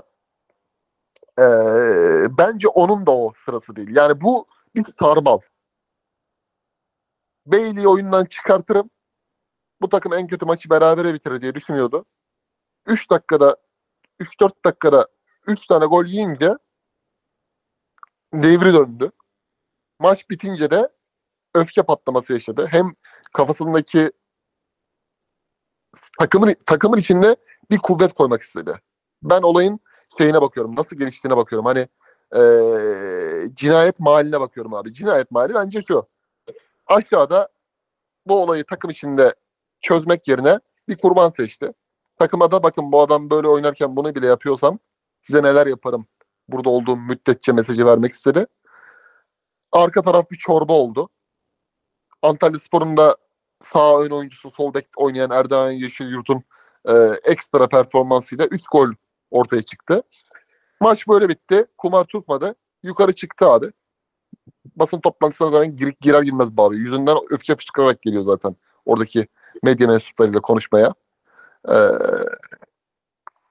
e, bence onun da o sırası değil. Yani bu bir sarmal. Bailey'i oyundan çıkartırım. Bu takım en kötü maçı berabere bitirir diye düşünüyordu. üç dakikada, üç dört dakikada üç tane gol yiyince devri döndü. Maç bitince de öfke patlaması yaşadı. Hem kafasındaki takımın takımın içinde bir kuvvet koymak istedi. Ben olayın şeyine bakıyorum. Nasıl geliştiğine bakıyorum. Hani ee, cinayet mahalline bakıyorum abi. Cinayet mahalli bence şu. Aşağıda bu olayı takım içinde çözmek yerine bir kurban seçti. Takıma da bakın bu adam böyle oynarken bunu bile yapıyorsam size neler yaparım burada olduğum müddetçe mesajı vermek istedi. Arka taraf bir çorba oldu. Antalyaspor'un da sağ ön oyuncusu, sol bek oynayan Erdoğan Yeşilyurt'un e, ekstra performansıyla üç gol ortaya çıktı. Maç böyle bitti. Kumar tutmadı. Yukarı çıktı abi. Basın toplantısına zaten gir, girer girmez bağırıyor. Yüzünden öfke fışkırarak geliyor zaten oradaki medya mensuplarıyla konuşmaya. Ee,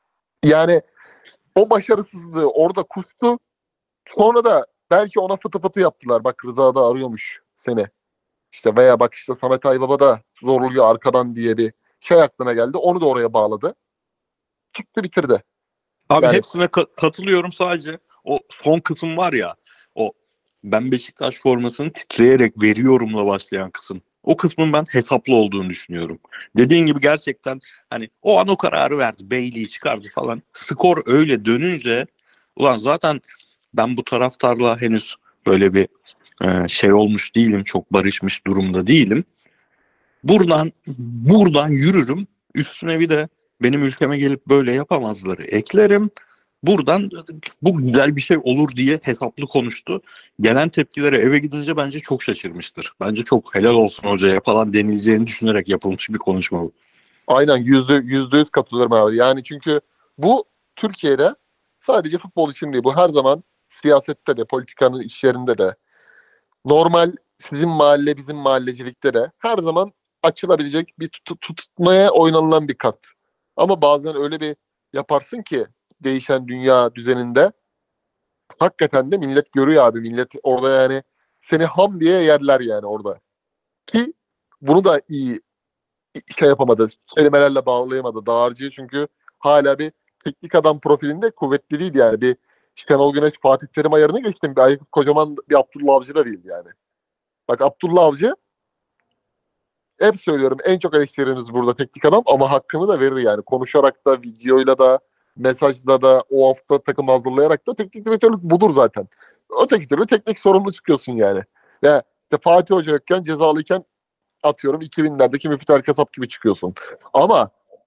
Yani o başarısızlığı orada kustu. Sonra da belki ona fıtı fıtı yaptılar. Bak Rıza da arıyormuş seni. İşte veya bak işte Samet Aybaba da zorluyor arkadan diye bir şey aklına geldi. Onu da oraya bağladı. Çıktı bitirdi. Abi Yani hepsine ka- katılıyorum, sadece o son kısım var ya, o ben Beşiktaş formasını titreyerek veriyorumla başlayan kısım. O kısmın ben hesaplı olduğunu düşünüyorum. Dediğin gibi gerçekten hani o an o kararı verdi. Bailey'i çıkardı falan. Skor öyle dönünce ulan zaten ben bu taraftarla henüz böyle bir e, şey olmuş değilim. Çok barışmış durumda değilim. Buradan buradan yürürüm. Üstüne bir de benim ülkeme gelip böyle yapamazları eklerim. Buradan bu güzel bir şey olur diye hesaplı konuştu. Gelen tepkilere eve gidince bence çok şaşırmıştır. Bence çok helal olsun hocaya falan denileceğini düşünerek yapılmış bir konuşma bu. aynen yüzde yüzde yüz katılıyorum abi. Yani çünkü bu Türkiye'de sadece futbol için değil. Bu her zaman siyasette de, politikanın işlerinde de, normal sizin mahalle bizim mahallecilikte de her zaman açılabilecek bir tut- tutmaya oynanılan bir kart. Ama bazen öyle bir yaparsın ki değişen dünya düzeninde hakikaten de millet görüyor abi. Millet orada yani seni ham diye yerler yani orada. Ki bunu da iyi şey yapamadı. Kelimelerle bağlayamadı. Dağarcığı çünkü hala bir teknik adam profilinde kuvvetli değil yani. Bir Şenol Güneş, Fatih Terim ayarını geçtim. Bir Aykut Kocaman, bir Abdullah Avcı da değil yani. Bak Abdullah Avcı hep söylüyorum en çok eleştiriniz burada teknik adam ama hakkını da verir yani. Konuşarak da, videoyla da, mesajla da, o hafta takım hazırlayarak da teknik direktörlük budur zaten. Öteki türlü teknik sorumlu çıkıyorsun yani. Ya işte Fatih Hoca yokken, cezalıyken atıyorum iki binlerdeki Müftü Erkasap gibi çıkıyorsun. Ama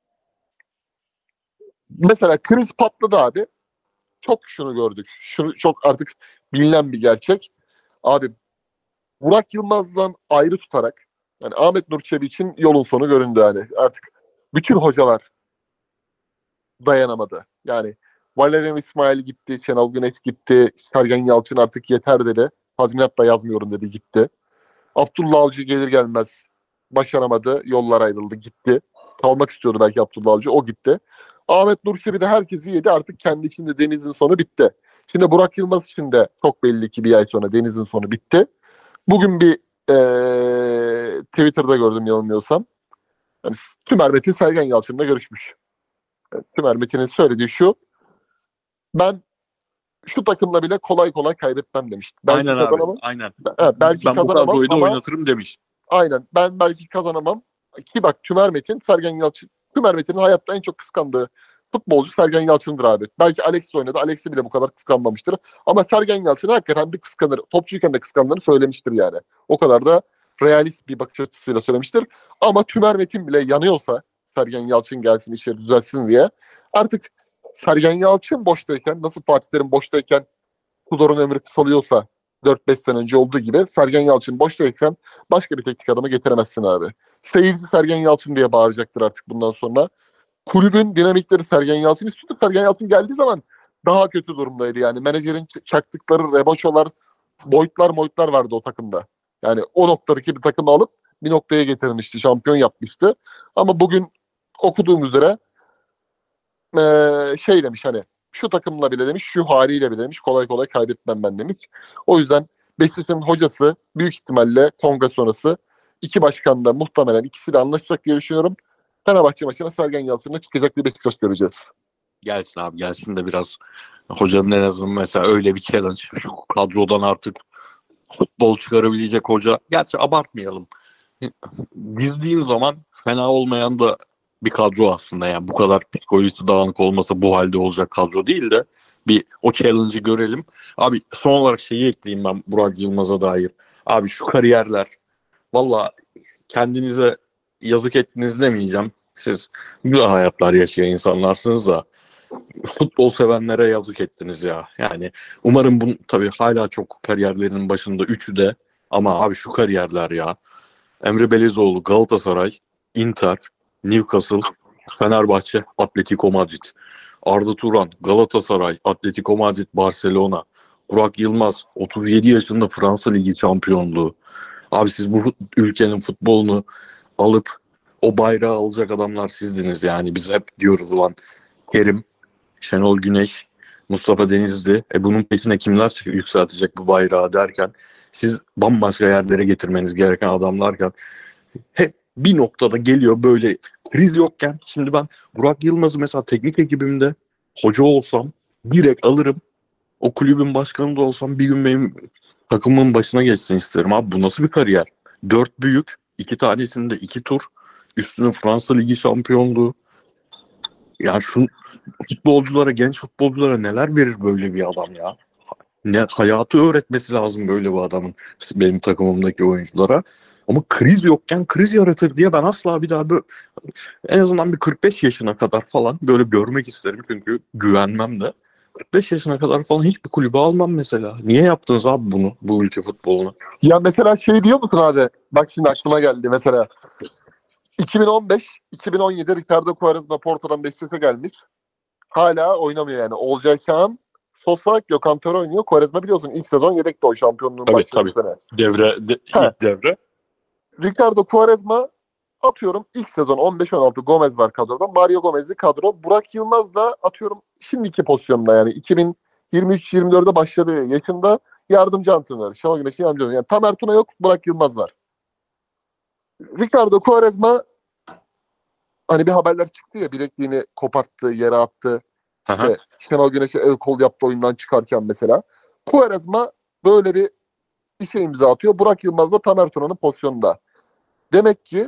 mesela kriz patladı abi. Çok şunu gördük. Şunu çok artık bilinen bir gerçek. Abi Burak Yılmaz'dan ayrı tutarak yani Ahmet Nur Çebi için yolun sonu göründü yani. Artık bütün hocalar dayanamadı. Yani Valerian İsmail gitti, Şenol Güneş gitti, Sergen Yalçın artık yeter dedi. Tazminat da yazmıyorum dedi, gitti. Abdullah Avcı gelir gelmez başaramadı, yollar ayrıldı, gitti. Kalmak istiyordu belki Abdullah Avcı, o gitti. Ahmet Nur Çebi de herkesi yedi, artık kendi içinde Deniz'in sonu bitti. Şimdi Burak Yılmaz için de çok belli ki bir ay sonra Deniz'in sonu bitti. Bugün bir ee, Twitter'da gördüm yanılmıyorsam. Yani Tümer Metin Sergen Yalçın'la görüşmüş. Yani Tümer Metin'in söylediği şu: ben şu takımla bile kolay kolay kaybetmem demiş. Belki Aynen abi, kazanamam. aynen. Ha, belki Ben bu kazanamam kadroyu da ama oynatırım demiş. aynen ben belki kazanamam. Ki bak Tümer Metin, Sergen Yalçın. Tümer Metin'in hayatta en çok kıskandığı futbolcu Sergen Yalçın'dır abi. Belki Alex oynadı. Alex'i bile bu kadar kıskanmamıştır. Ama Sergen Yalçın'ı hakikaten bir kıskanır. Topçuyken de kıskandığını söylemiştir yani. O kadar da realist bir bakış açısıyla söylemiştir. Ama Tümer Metin bile yanıyorsa Sergen Yalçın gelsin, işleri düzelsin diye, artık Sergen Yalçın boştayken, nasıl Fatih Terim boştayken Tudor'un ömrü kısalıyorsa dört beş sene önce olduğu gibi, Sergen Yalçın boştayken başka bir teknik adamı getiremezsin abi. Seyirci Sergen Yalçın diye bağıracaktır artık bundan sonra. Kulübün dinamikleri Sergen Yalçın istiyordu. Sergen Yalçın geldiği zaman daha kötü durumdaydı yani. Menajerin çaktıkları reboçolar, boyutlar boyutlar vardı o takımda. Yani o noktadaki bir takımı alıp bir noktaya getirmişti, şampiyon yapmıştı. Ama bugün okuduğum üzere ee, şey demiş, hani şu takımla bile demiş, şu haliyle bile demiş, kolay kolay kaybetmem ben demiş. O yüzden Beşiktaş'ın hocası büyük ihtimalle kongre sonrası iki başkan da muhtemelen ikisi de anlaşacak diye düşünüyorum. Fenerbahçe maçına Sergen Yalçın'la çıkacak bir Beşiktaş göreceğiz. Gelsin abi, gelsin de biraz hocanın en azından mesela öyle bir challenge. Şu kadrodan artık futbol çıkarabilecek hoca. Gerçi abartmayalım. Dizdiğin zaman fena olmayan da bir kadro aslında. Yani bu kadar psikolojisi dağınık olmasa bu halde olacak kadro değil de bir o challenge'ı görelim. Abi son olarak şeyi ekleyeyim ben Burak Yılmaz'a dair. Abi şu kariyerler valla kendinize yazık ettiniz demeyeceğim. Siz güzel hayatlar yaşayan insanlarsınız da futbol sevenlere yazık ettiniz ya. Yani umarım bunun tabii hala çok kariyerlerinin başında üçü de, ama abi şu kariyerler ya. Emre Belezoğlu Galatasaray, Inter, Newcastle, Fenerbahçe, Atletico Madrid. Arda Turan Galatasaray, Atletico Madrid, Barcelona. Burak Yılmaz otuz yedi yaşında Fransa Ligi şampiyonluğu. Abi siz bu fut- ülkenin futbolunu alıp o bayrağı alacak adamlar sizdiniz yani. Biz hep diyoruz ulan Kerim Şenol Güneş, Mustafa Denizli. E bunun peşine kimler yükseltecek bu bayrağı derken siz bambaşka yerlere getirmeniz gereken adamlarken hep bir noktada geliyor böyle kriz yokken. Şimdi ben Burak Yılmaz'ı mesela teknik ekibimde hoca olsam direkt alırım. O kulübün başkanı da olsam bir gün benim takımın başına geçsin isterim. Abi bu nasıl bir kariyer? Dört büyük, iki tanesinde iki tur. Üstüne Fransa Ligi şampiyonluğu. Yani şu futbolculara, genç futbolculara neler verir böyle bir adam ya? Ne hayatı öğretmesi lazım böyle bir adamın benim takımımdaki oyunculara. Ama kriz yokken kriz yaratır diye ben asla bir daha böyle, en azından bir kırk beş yaşına kadar falan böyle görmek isterim çünkü güvenmem de. kırk beş yaşına kadar falan hiçbir kulübe almam mesela. Niye yaptınız abi bunu, bu ülke futboluna? Ya mesela şey diyor musun abi? Bak şimdi aklıma geldi mesela. iki bin on beş iki bin on yedi Ricardo Quaresma Porto'dan Beşiktaş'a gelmiş. Hala oynamıyor yani. Olcay Çağan, Sosa, Gökhan Töre oynuyor. Quaresma biliyorsun ilk sezon yedekti o şampiyonluğun Tabii, başladığı tabii. sene. Devre, de, ilk devre. Ricardo Quaresma atıyorum ilk sezon on beş on altı Gomez var kadroda. Mario Gomez'li kadro. Burak Yılmaz da atıyorum şimdiki pozisyonda yani iki bin yirmi üç yirmi dörde başladığı yaşında yardımcı antrenör. Şenol Güneş'in yardımcı antrenörü. Yani Tamer Tuna yok, Burak Yılmaz var. Ricardo Quaresma hani bir haberler çıktı ya bilekliğini koparttı, yere attı. İşte Aha. Şenol Güneş'e el kol yaptı oyundan çıkarken mesela. Quaresma böyle bir işe imza atıyor. Burak Yılmaz da Tamer Tuna'nın pozisyonunda. Demek ki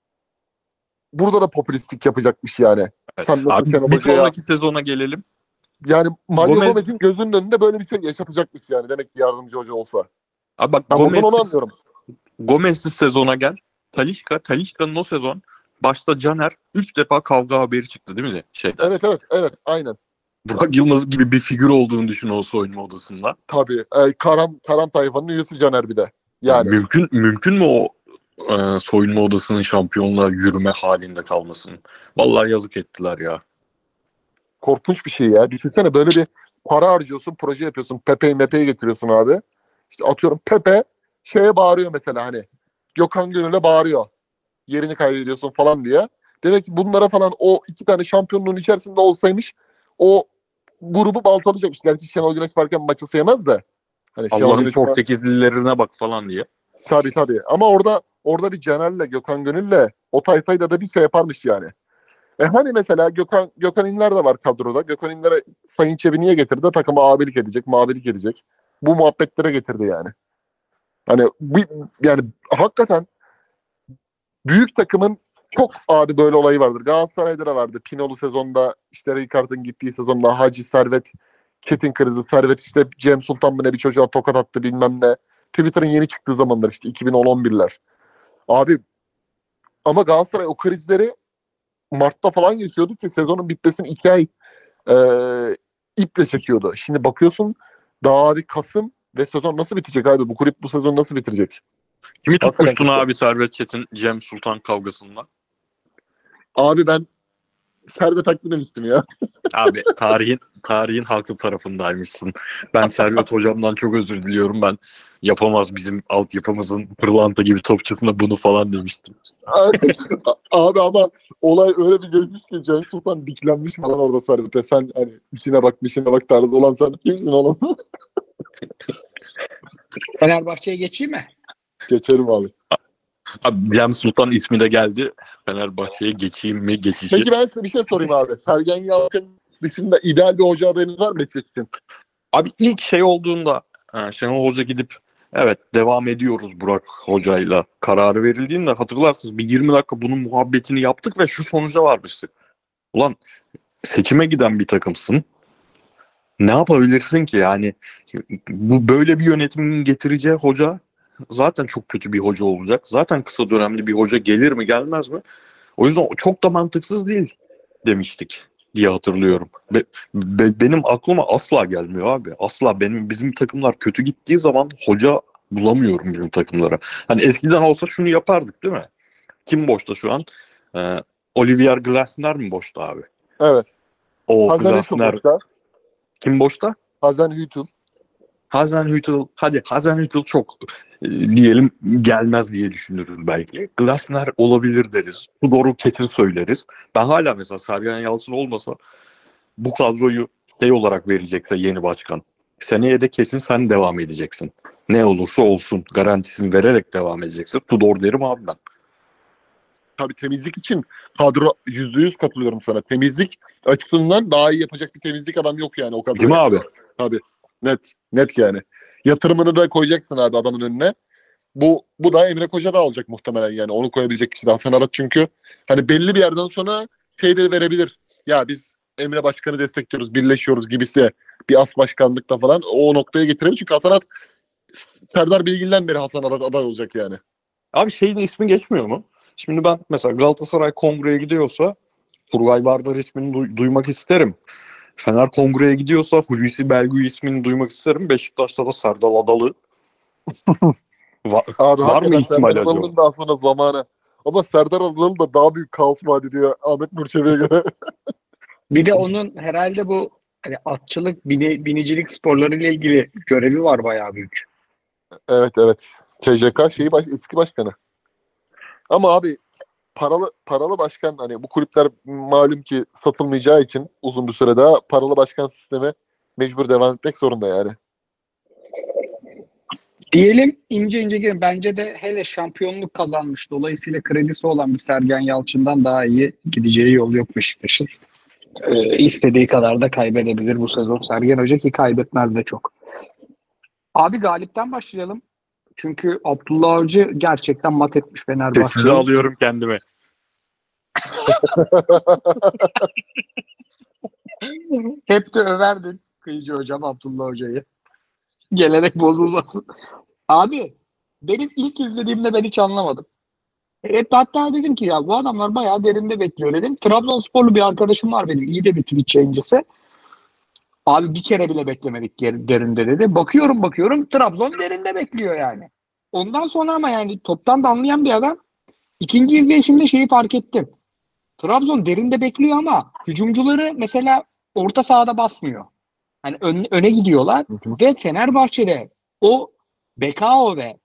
burada da popülistlik yapacakmış yani. Evet. Sen nasıl Abi Şenol bir Hoca'ya... sonraki sezona gelelim. Yani Mario Gomez- Gomez'in gözünün önünde böyle bir şey yaşatacakmış yani. Demek ki yardımcı hoca olsa. Abi bak Ben buradan onu Gomez'siz, anlıyorum. Gomez'siz sezona gel. Talisca, Talisca'nın o sezon başta Caner üç defa kavga haberi çıktı değil mi? Şeyden. Evet evet evet aynen. Burak Yılmaz gibi bir figür olduğunu düşün o soyunma odasında. Tabii. E, Karam, Karam tayfanın üyesi Caner bir de. Yani. Mümkün mümkün mü o e, soyunma odasının şampiyonluğa yürüme halinde kalmasının? Vallahi yazık ettiler ya. Korkunç bir şey ya. Düşünsene böyle bir para harcıyorsun, proje yapıyorsun. Pepe'yi Mepe'yi getiriyorsun abi. İşte atıyorum Pepe şeye bağırıyor mesela hani. Gökhan Gönül'e bağırıyor. Yerini kaybediyorsun falan diye. Demek ki bunlara falan o iki tane şampiyonluğun içerisinde olsaymış o grubu baltalayacakmış. Gerçi Şenol Güneş varken maçı sevmez de. Hani Şenol Allah'ın Güneş- Portekizlilerine bak falan diye. Tabii tabii. Ama orada orada bir Caner'le Gökhan Gönül'le o tayfayla da bir şey yaparmış yani. E hani mesela Gökhan Gökhan İnler de var kadroda. Gökhan İnler'e Sayın Çebi niye getirdi? Takıma abilik edecek, mabilik edecek. Bu muhabbetlere getirdi yani. Hani bu, yani hakikaten büyük takımın çok abi böyle olayı vardır. Galatasaray'da da vardı. Pinolu sezonda işte Ricard'ın gittiği sezonda Hacı Servet Çetin krizi. Servet işte Cem Sultan mı ne bir çocuğa tokat attı bilmem ne. Twitter'ın yeni çıktığı zamanlar işte iki bin on on birler. Abi ama Galatasaray o krizleri Mart'ta falan yaşıyordu ki sezonun bitmesini iki ay e, iple çekiyordu. Şimdi bakıyorsun daha bir Kasım ve sezon nasıl bitecek abi? Bu kulüp bu sezon nasıl bitirecek? Kimi Hakikaten tutmuştun kötü. abi Servet Çetin Cem Sultan kavgasında? Abi ben Servet haklı demiştim ya. Abi tarihin tarihin halkı tarafındaymışsın. Ben Servet hocamdan çok özür diliyorum. Ben yapamaz bizim altyapımızın pırlanta gibi topçusuna bunu falan demiştim. Abi ama olay öyle bir gelişmiş ki Cem Sultan diklenmiş falan orada Servet'e. Sen hani işine bak işine bak tarzı olan sen kimsin oğlum? Fenerbahçe'ye geçeyim mi? Geçerim abi. Abi Cem Sultan ismi de geldi. Fenerbahçe'ye geçeyim mi geçişi? Peki ben size bir şey sorayım abi. Sergen Yalçın dışında ideal bir hoca adayınız var mı Beşiktaş için? Abi ilk şey olduğunda e, Şenol Hoca gidip evet devam ediyoruz Burak Hoca'yla kararı verildiğinde hatırlarsınız bir yirmi dakika bunun muhabbetini yaptık ve şu sonuca varmıştık. Ulan seçime giden bir takımsın. Ne yapabilirsin ki yani bu böyle bir yönetimin getireceği hoca zaten çok kötü bir hoca olacak. Zaten kısa dönemli bir hoca gelir mi gelmez mi? O yüzden çok da mantıksız değil demiştik diye hatırlıyorum. Be, be- benim aklıma asla gelmiyor abi. Asla benim bizim takımlar kötü gittiği zaman hoca bulamıyorum bizim takımlara. Hani eskiden olsa şunu yapardık değil mi? Kim boşta şu an? Ee, Olivier Glasner mi boşta abi? Evet. O Hazenhüttl Glasner. boşta. Kim boşta? Hazenhüttl. Hazenhüttl. Hadi Hazenhüttl çok e, diyelim gelmez diye düşünürüz belki. Glasner olabilir deriz. Bu doğru kesin söyleriz. Ben hala mesela Sergen Yalçın olmasa bu kadroyu şey olarak verecekse yeni başkan, seneye de kesin sen devam edeceksin. Ne olursa olsun garantisini vererek devam edeceksin. Tudor derim abi ben. Tabii temizlik için kadro yüzde yüz katılıyorum sana. Temizlik açısından daha iyi yapacak bir temizlik adam yok yani o kadar. Değil mi abi? Tabii. Net. Net yani. Yatırımını da koyacaksın abi adamın önüne. Bu bu da Emre Koca da alacak muhtemelen yani. Onu koyabilecek kişi de Hasan Arat çünkü hani belli bir yerden sonra şey de verebilir. Ya biz Emre Başkan'ı destekliyoruz, birleşiyoruz gibisi bir as başkanlıkta falan o noktaya getirebilir. Çünkü Hasan Arat Serdar Bilgin'den beri Hasan Arat aday olacak yani. Abi şeyin ismi geçmiyor mu? Şimdi ben mesela Galatasaray kongreye gidiyorsa Turgay Vardar ismini duy- duymak isterim. Fener kongreye gidiyorsa Hulusi Belgü ismini duymak isterim. Beşiktaş'ta da Serdal Adalı. Va- Abi var mı hakikaten ihtimal Serdar acaba? Adalı'nın daha sonra zamanı. Ama Serdar Adalı'nın da daha büyük kaos vaat ediyor Ahmet Nurçevi'ye göre. Bir de onun herhalde bu hani atçılık, bini, binicilik sporlarıyla ilgili görevi var bayağı büyük. Evet evet. K J K şeyi baş, eski başkanı. Ama abi paralı paralı başkan hani bu kulüpler malum ki satılmayacağı için uzun bir süre daha paralı başkan sistemi mecbur devam etmek zorunda yani. Diyelim ince ince girelim. Bence de hele şampiyonluk kazanmış. Dolayısıyla kredisi olan bir Sergen Yalçın'dan daha iyi gideceği yol yok Beşiktaş'ın. Ee, istediği kadar da kaybedebilir bu sezon Sergen Hoca ki kaybetmez de çok. Abi Galip'ten başlayalım. Çünkü Abdullah Avcı gerçekten mat etmiş Sessize Fenerbahçe'yi. alıyorum kendimi. Hep de överdin Kıyıcı Hocam Abdullah Hoca'yı. Gelerek bozulmasın. Abi benim ilk izlediğimde ben hiç anlamadım. Hep hatta dedim ki ya bu adamlar bayağı derinde bekliyor dedim. Trabzonsporlu bir arkadaşım var benim. İyi de bir Twitch yayıncısı. Abi bir kere bile beklemedik ger- derinde dedi. Bakıyorum bakıyorum Trabzon derinde bekliyor yani. Ondan sonra ama yani toptan da anlayan bir adam. İkinci izleyişimde şeyi fark ettim. Trabzon derinde bekliyor ama hücumcuları mesela orta sahada basmıyor. Hani ön- öne gidiyorlar ve Fenerbahçe'de o Bekao ve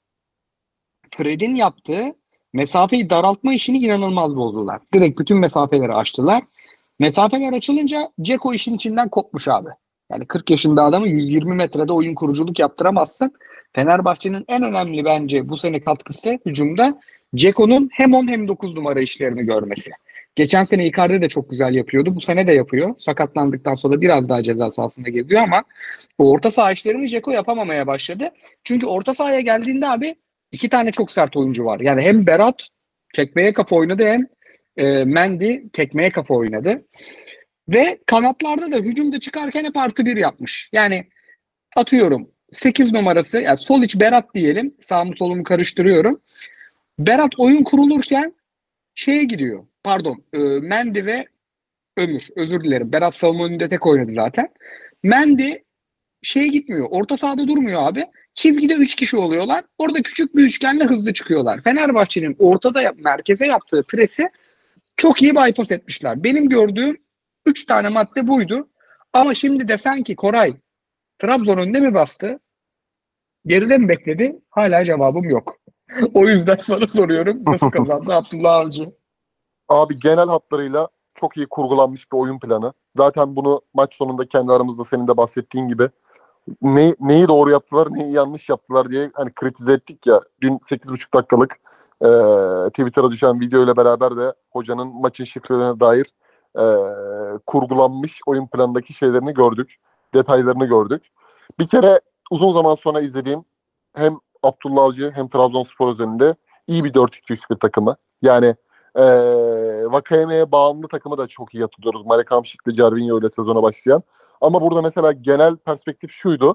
Fred'in yaptığı mesafeyi daraltma işini inanılmaz bozdular. Direkt bütün mesafeleri açtılar. Mesafeler açılınca Dzeko işin içinden kopmuş abi. Yani kırk yaşında adamı yüz yirmi metrede oyun kuruculuk yaptıramazsın. Fenerbahçe'nin en önemli bence bu sene katkısı hücumda Dzeko'nun hem on hem dokuz numara işlerini görmesi. Geçen sene Icardi de çok güzel yapıyordu. Bu sene de yapıyor. Sakatlandıktan sonra biraz daha ceza sahasında geziyor ama o orta saha işlerini Dzeko yapamamaya başladı. Çünkü orta sahaya geldiğinde abi iki tane çok sert oyuncu var. Yani hem Berat çekmeye kafa oynadı hem e, Mendy tekmeye kafa oynadı. Ve kanatlarda da hücumda çıkarken hep artı bir yapmış. Yani atıyorum sekiz numarası yani sol iç Berat diyelim. Sağımı solumu karıştırıyorum. Berat oyun kurulurken şeye gidiyor. Pardon e, Mendy ve Ömür. Özür dilerim. Berat savunma önünde tek oynadı zaten. Mendy şeye gitmiyor. Orta sahada durmuyor abi. Çizgide üç kişi oluyorlar. Orada küçük bir üçgenle hızlı çıkıyorlar. Fenerbahçe'nin ortada yap, merkeze yaptığı presi çok iyi bypass etmişler. Benim gördüğüm üç tane madde buydu. Ama şimdi desen ki Koray Trabzon önde mi bastı? Geride mi bekledi? Hala cevabım yok. O yüzden sana soruyorum. Nasıl kazandı Abdullah Avcı? Abi genel hatlarıyla çok iyi kurgulanmış bir oyun planı. Zaten bunu maç sonunda kendi aramızda senin de bahsettiğin gibi ne, neyi doğru yaptılar, neyi yanlış yaptılar diye hani kritize ettik ya. Dün sekiz buçuk dakikalık e, Twitter'a düşen video ile beraber de hocanın maçın şifrelerine dair e, kurgulanmış oyun planındaki şeylerini gördük. Detaylarını gördük. Bir kere uzun zaman sonra izlediğim hem Abdullah Avcı hem Trabzonspor özelinde iyi bir dört iki üç bir takımı. Yani e, Vakayeme'ye bağımlı takımı da çok iyi hatırlıyoruz. Marek Hamšík'le Cervinho ile sezona başlayan. Ama burada mesela genel perspektif şuydu.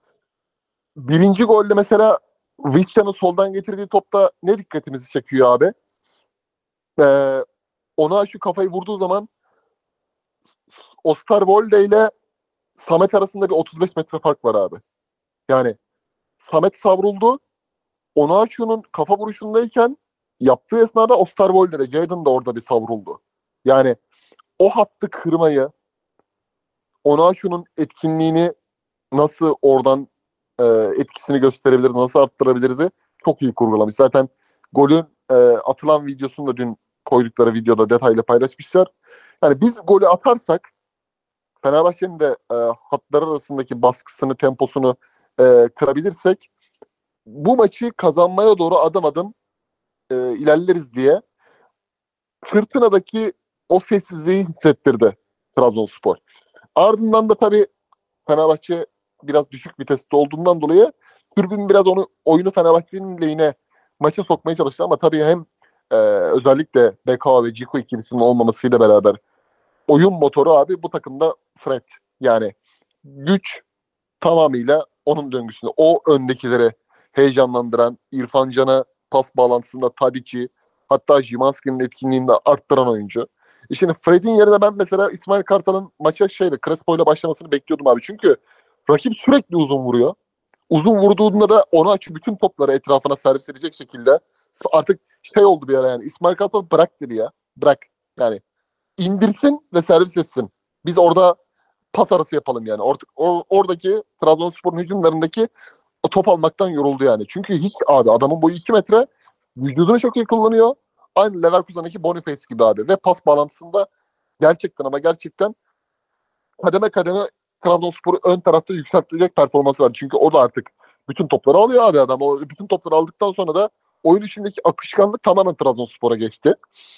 Birinci golde mesela Vişcan'ın soldan getirdiği topta ne dikkatimizi çekiyor abi? Ee, ona şu kafayı vurduğu zaman Osterwolde ile Samet arasında bir otuz beş metre fark var abi. Yani Samet savruldu. Onaçu'nun kafa vuruşundayken yaptığı esnada Osterwolde de Jadon da orada bir savruldu. Yani o hattı kırmayı, Onaçu'nun etkinliğini nasıl oradan e, etkisini gösterebilir, nasıl arttırabiliriz çok iyi kurgulamış. Zaten golün e, atılan videosunu da dün koydukları videoda detaylı paylaşmışlar. Yani biz golü atarsak Fenerbahçe'nin de e, hatlar arasındaki baskısını, temposunu e, kırabilirsek bu maçı kazanmaya doğru adım adım e, ilerleriz diye fırtınadaki o sessizliği hissettirdi Trabzonspor. Ardından da tabii Fenerbahçe biraz düşük viteste olduğundan dolayı tribün biraz onu oyunu Fenerbahçe'nin lehine maça sokmaya çalıştı ama tabii hem e, özellikle B K ve Ciku ikilisinin olmamasıyla beraber oyun motoru abi bu takımda Fred. Yani güç tamamıyla onun döngüsünde. O öndekileri heyecanlandıran, İrfan Can'a pas bağlantısında Tadic'i, hatta Szymański'nin etkinliğini de arttıran oyuncu. E şimdi Fred'in yerine ben mesela İsmail Kartal'ın maça şeyle Crespo ile başlamasını bekliyordum abi. Çünkü rakip sürekli uzun vuruyor. Uzun vurduğunda da onu açıp bütün topları etrafına servis edecek şekilde artık şey oldu bir ara yani. İsmail Kartal bırak dedi ya. Bırak. Yani indirsin ve servis etsin. Biz orada pas arası yapalım yani. Or- or- oradaki Trabzonspor'un hücumlarındaki o top almaktan yoruldu yani. Çünkü hiç abi adamın boyu iki metre, vücudunu çok iyi kullanıyor. Aynı Leverkusen'deki Boniface gibi abi. Ve pas bağlantısında gerçekten ama gerçekten kademe kademe Trabzonspor'u ön tarafta yükseltecek performansı var. Çünkü o da artık bütün topları alıyor abi adam. O bütün topları aldıktan sonra da oyun içindeki akışkanlık tamamen Trabzonspor'a geçti.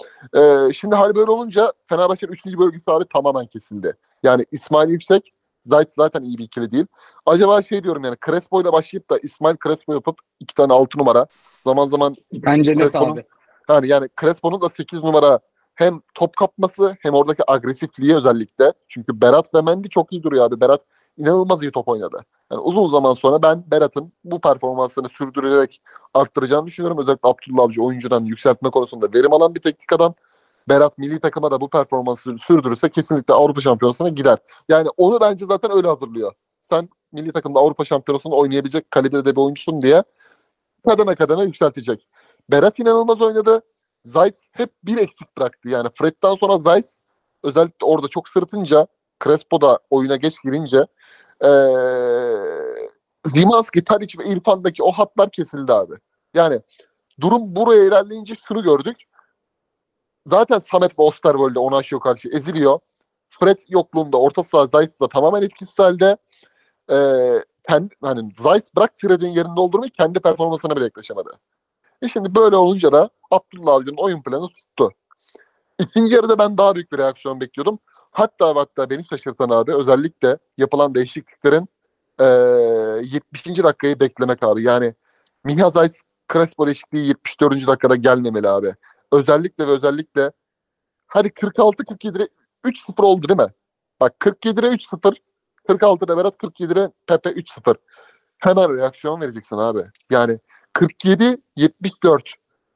Ee, şimdi hal böyle olunca Fenerbahçe'nin üçüncü bölgesi abi tamamen kesildi. Yani İsmail Yüksek, Zayt zaten iyi bir ikili değil. Acaba şey diyorum yani Crespo ile başlayıp da İsmail Crespo yapıp iki tane altı numara. Zaman zaman Bence net Crespo'nun abi. yani, yani Crespo'nun da sekiz numara hem top kapması hem oradaki agresifliği özellikle. Çünkü Berat ve Mendy çok iyi duruyor abi. Berat inanılmaz iyi top oynadı. Yani uzun zaman sonra ben Berat'ın bu performansını sürdürerek arttıracağını düşünüyorum. Özellikle Abdullah Avcı oyuncudan yükseltme konusunda verim alan bir teknik adam. Berat milli takıma da bu performansı sürdürürse kesinlikle Avrupa Şampiyonası'na gider. Yani onu bence zaten öyle hazırlıyor. Sen milli takımda Avrupa Şampiyonası'nda oynayabilecek kalibrede bir oyuncusun diye kademe kademe yükseltecek. Berat inanılmaz oynadı. Zayt hep bir eksik bıraktı. Yani Fred'den sonra Zayt özellikle orada çok sırıtınca Crespo da oyuna geç girince ee, Szymański, Tadic ve İrfan'daki o hatlar kesildi abi. Yani durum buraya ilerleyince şunu gördük. Zaten Samet ve Osterwolde onu aşıyor karşı eziliyor. Fred yokluğunda orta saha Zayt da tamamen etkisiz halde. Ee, kendi, hani Zayt bırak Fred'in yerinde olduğunu kendi performansına bile yaklaşamadı. E şimdi böyle olunca da Abdullah Avcı'nın oyun planı tuttu. İkinci yarıda ben daha büyük bir reaksiyon bekliyordum. Hatta hatta beni şaşırtan abi özellikle yapılan değişikliklerin e, yetmişinci dakikayı beklemek abi. Yani Miha Zayt Crespo değişikliği yetmiş dördüncü dakikada gelmemeli abi. Özellikle ve özellikle hadi kırk altı kırk yedide üç sıfır oldu değil mi? Bak kırk yedide üç sıfır, kırk altıda Berat, kırk yedide Pepe üç sıfır. Hemen reaksiyon vereceksin abi. Yani kırk yedi yetmiş dört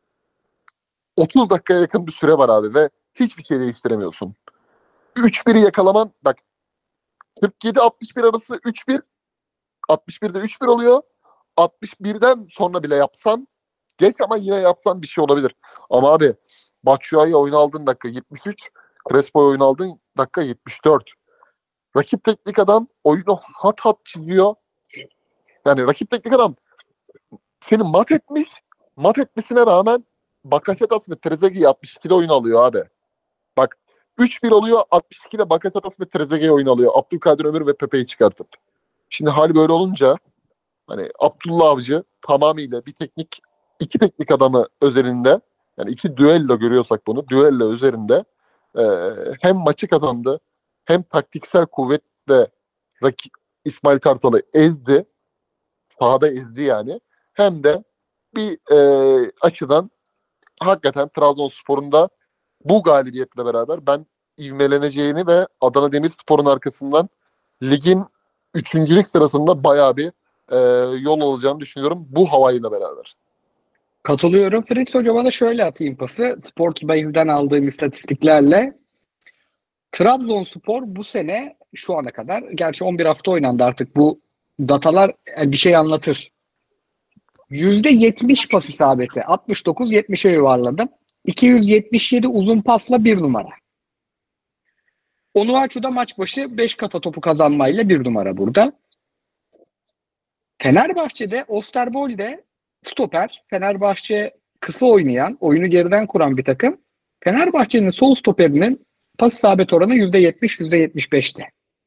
otuz dakikaya yakın bir süre var abi ve hiçbir şey değiştiremiyorsun. üç biri yakalaman bak kırk yedi altmış bir arası üç bir, altmış birde üç bir oluyor. altmış birden sonra bile yapsan geç ama yine yapsan bir şey olabilir. Ama abi Batshuayi oyun aldığın dakika yetmiş üç, Crespo'yu oyun aldığın dakika yetmiş dört. Rakip teknik adam oyunu hat hat çiziyor. Yani rakip teknik adam seni mat etmiş. Mat etmesine rağmen Bakasetas ve Trezeguet altmış ikide oyun alıyor abi. Bak üç bir oluyor altmış ikide Bakasetas ve Trezeguet oyun alıyor. Abdülkadir Ömür ve Pepe'yi çıkartıp. Şimdi hal böyle olunca hani Abdullah Avcı tamamıyla bir teknik iki teknik adamı özelinde yani iki düello görüyorsak bunu düello üzerinde e, hem maçı kazandı hem taktiksel kuvvetle rakip İsmail Kartal'ı ezdi. Sahada ezdi yani. Hem de bir e, açıdan hakikaten Trabzonspor'un da bu galibiyetle beraber ben ivmeleneceğini ve Adana Demirspor'un arkasından ligin üçüncülük sırasında bayağı bir e, yol alacağını düşünüyorum bu havayla beraber. Katılıyorum. Fritz hocama da şöyle atayım pası. Sportsbase'den aldığım istatistiklerle Trabzonspor bu sene şu ana kadar gerçi on bir hafta oynandı artık bu datalar bir şey anlatır. yüzde yetmiş pas isabeti. altmış dokuz yetmişe yuvarladım. iki yüz yetmiş yedi uzun pasla bir numara. Onuachu'da maç başı beş kafa topu kazanmayla bir numara burada. Fenerbahçe'de Osterwolde stoper. Fenerbahçe kısa oynayan, oyunu geriden kuran bir takım. Fenerbahçe'nin sol stoperinin pas isabet oranı yüzde yetmiş yüzde yetmiş beşte.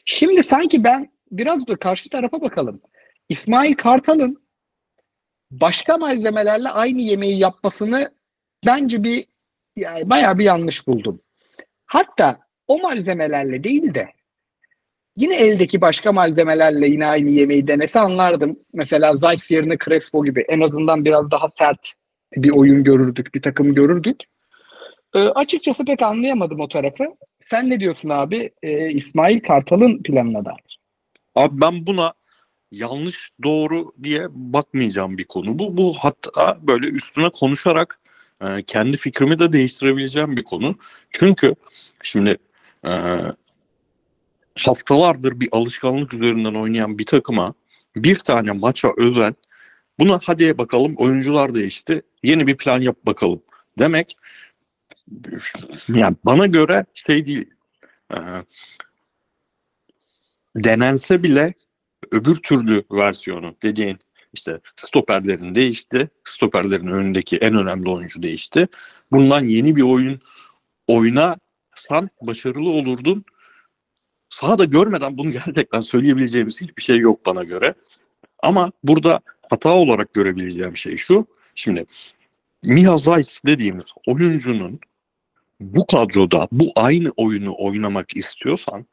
Şimdi sanki ben biraz da karşı tarafa bakalım. İsmail Kartal'ın başka malzemelerle aynı yemeği yapmasını bence bir yani bayağı bir yanlış buldum. Hatta o malzemelerle değil de yine eldeki başka malzemelerle yine aynı yemeği denese anlardım. Mesela Zayt yerine Crespo gibi en azından biraz daha sert bir oyun görürdük, bir takım görürdük. Ee, açıkçası pek anlayamadım o tarafı. Sen ne diyorsun abi ee, İsmail Kartal'ın planına dair? Abi ben buna yanlış doğru diye bakmayacağım bir konu. Bu bu hatta böyle üstüne konuşarak e, kendi fikrimi de değiştirebileceğim bir konu. Çünkü şimdi e, haftalardır bir alışkanlık üzerinden oynayan bir takıma bir tane maça özel buna hadi bakalım oyuncular değişti. Yeni bir plan yap bakalım demek yani bana göre şey değil. E, denense bile öbür türlü versiyonu dediğin işte stoperlerin değişti. Stoperlerin önündeki en önemli oyuncu değişti. Bundan yeni bir oyun oynasan başarılı olurdun. Sahada görmeden bunu gerçekten söyleyebileceğimiz hiçbir şey yok bana göre. Ama burada hata olarak görebileceğim şey şu. Şimdi Miha Zayt dediğimiz oyuncunun bu kadroda bu aynı oyunu oynamak istiyorsan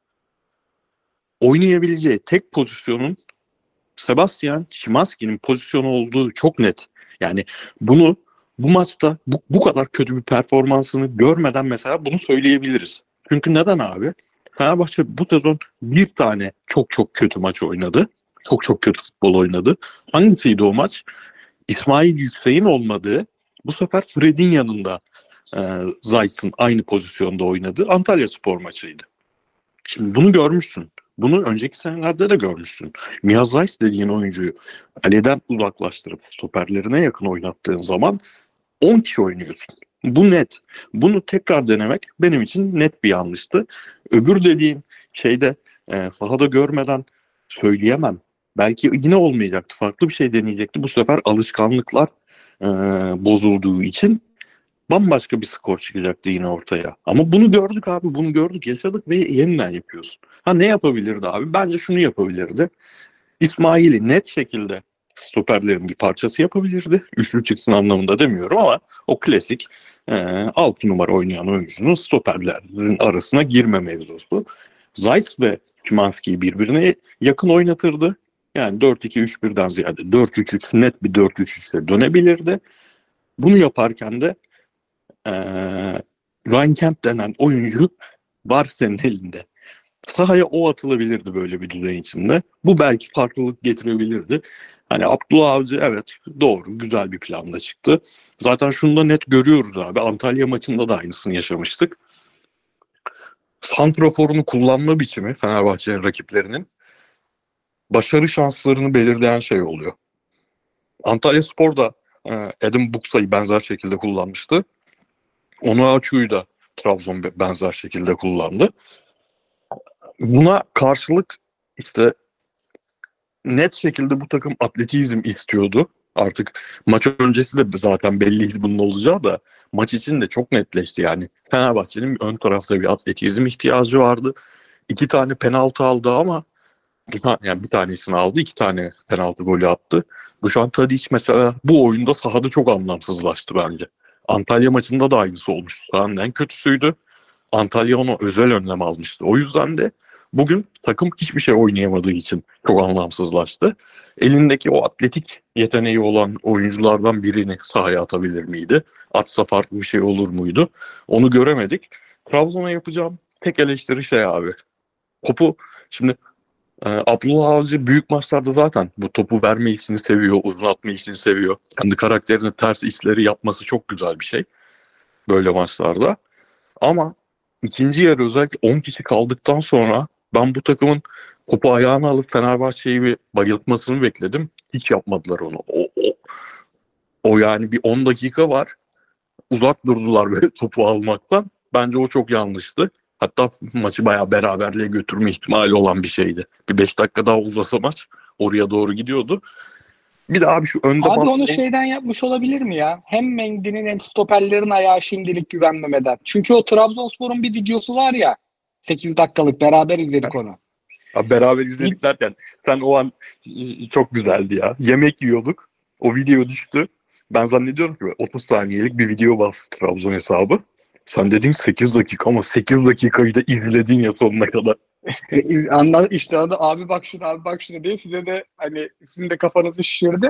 oynayabileceği tek pozisyonun Sebastian Szymański'nin pozisyonu olduğu çok net. Yani bunu bu maçta bu, bu kadar kötü bir performansını görmeden mesela bunu söyleyebiliriz. Çünkü neden abi? Fenerbahçe bu sezon bir tane çok çok kötü maç oynadı. Çok çok kötü futbol oynadı. Hangisiydi o maç? İsmail Yüksek'in olmadığı, bu sefer Fred'in yanında e, Zayt'ın aynı pozisyonda oynadığı Antalyaspor maçıydı. Şimdi bunu görmüşsün. Bunu önceki senelerde de görmüşsün. Miha Zayt dediğin oyuncuyu kaleden uzaklaştırıp stoperlerine yakın oynattığın zaman on kişi oynuyorsun. Bu net. Bunu tekrar denemek benim için net bir yanlıştı. Öbür dediğim şeyde e, sahada görmeden söyleyemem. Belki yine olmayacaktı. Farklı bir şey deneyecekti. Bu sefer alışkanlıklar e, bozulduğu için bambaşka bir skor çıkacaktı yine ortaya. Ama bunu gördük abi, bunu gördük, yaşadık ve yeniden yapıyorsun. Ha ne yapabilirdi abi? Bence şunu yapabilirdi. İsmail'i net şekilde stoperlerin bir parçası yapabilirdi. Üçlü çıksın anlamında demiyorum ama o klasik e, altı numara oynayan oyuncunun stoperlerin arasına girme mevzusu. Zayt ve Szymański'yi birbirine yakın oynatırdı. Yani dört iki üç birden ziyade dört üç üç net bir dört üç üçe dönebilirdi. Bunu yaparken de Ee, Ryan Kent denen oyuncu var senin elinde. Sahaya o atılabilirdi böyle bir düzen içinde. Bu belki farklılık getirebilirdi. Hani Abdullah Avcı evet doğru güzel bir planda çıktı. Zaten şunu da net görüyoruz abi. Antalya maçında da aynısını yaşamıştık. Santraforunu kullanma biçimi Fenerbahçe'nin rakiplerinin başarı şanslarını belirleyen şey oluyor. Antalyaspor da e, Adam Buksa'yı benzer şekilde kullanmıştı. Onuachu'yu da Trabzon benzer şekilde kullandı. Buna karşılık işte net şekilde bu takım atletizm istiyordu. Artık maç öncesi de zaten belliydi bunun olacağı da maç için de çok netleşti yani. Fenerbahçe'nin ön tarafta bir atletizm ihtiyacı vardı. İki tane penaltı aldı ama yani bir tanesini aldı, iki tane penaltı golü attı. Dušan Tadić mesela bu oyunda sahada çok anlamsızlaştı bence. Antalya maçında da aynısı olmuştu. Sahanın en kötüsüydü. Antalya ona özel önlem almıştı. O yüzden de bugün takım hiçbir şey oynayamadığı için çok anlamsızlaştı. Elindeki o atletik yeteneği olan oyunculardan birini sahaya atabilir miydi? Atsa farklı bir şey olur muydu? Onu göremedik. Trabzon'a yapacağım tek eleştiri şey abi. Topu şimdi e, Abdullah Avcı büyük maçlarda zaten bu topu verme işini seviyor, uzatma işini seviyor. Kendi karakterine ters işleri yapması çok güzel bir şey böyle maçlarda. Ama ikinci yarı özellikle on kişi kaldıktan sonra ben bu takımın topu ayağına alıp Fenerbahçe'yi bir bayıltmasını bekledim. Hiç yapmadılar onu. O, o, o yani bir on dakika var. Uzak durdular böyle topu almaktan. Bence o çok yanlıştı. Hatta maçı bayağı beraberliğe götürme ihtimali olan bir şeydi. Bir beş dakika daha uzasa maç oraya doğru gidiyordu. Bir de abi şu önde Abi bas... onu şeyden yapmış olabilir mi ya? Hem Mendy'nin hem stoperlerin ayağı şimdilik güvenmemeden. Çünkü o Trabzonspor'un bir videosu var ya sekiz dakikalık beraber izledik onu. Abi beraber izledik derken sen o an çok güzeldi ya. Yemek yiyorduk. O video düştü. Ben zannediyorum ki otuz saniyelik bir video bastı Trabzon hesabı. Sen dedin sekiz dakika ama sekiz dakikayı da izledin ya sonuna kadar. Anla işte adı abi bak şuna abi bak şuna diye size de hani sizin de kafanızı şişirdi.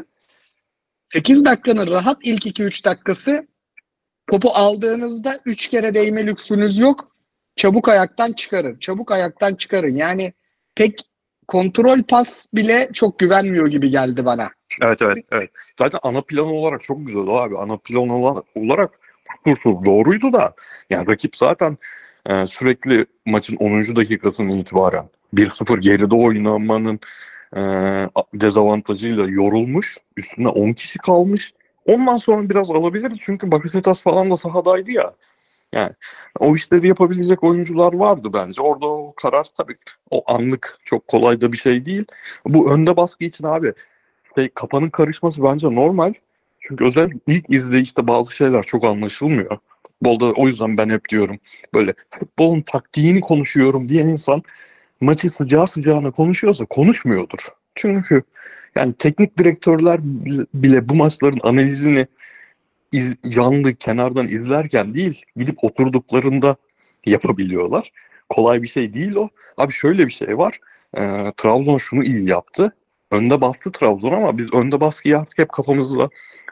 sekiz dakikanın rahat ilk iki üç dakikası topu aldığınızda üç kere değme lüksünüz yok. Çabuk ayaktan çıkarın. Çabuk ayaktan çıkarın. Yani pek kontrol pas bile çok güvenmiyor gibi geldi bana. Evet evet evet. Zaten ana plan olarak çok güzel abi. Ana plan olarak, olarak kusursuz doğruydu da. Yani rakip zaten e, sürekli maçın onuncu dakikasından itibaren bir sıfır geride oynamanın e, dezavantajıyla yorulmuş. Üstüne on kişi kalmış. Ondan sonra biraz alabilir çünkü Bakasetas falan da sahadaydı ya. Yani o işleri yapabilecek oyuncular vardı bence. Orada o karar tabii o anlık çok kolay da bir şey değil. Bu önde baskı için abi şey, kafanın karışması bence normal. Çünkü özellikle ilk izleyişte bazı şeyler çok anlaşılmıyor. Futbolda o yüzden ben hep diyorum böyle futbolun taktiğini konuşuyorum diyen insan maçı sıcağı sıcağına konuşuyorsa konuşmuyordur. Çünkü yani teknik direktörler bile bu maçların analizini iz, yanlı kenardan izlerken değil gidip oturduklarında yapabiliyorlar. Kolay bir şey değil o. Abi şöyle bir şey var. Ee, Trabzon şunu iyi yaptı. Önde bastı Trabzon ama biz önde baskıyı artık hep kafamızda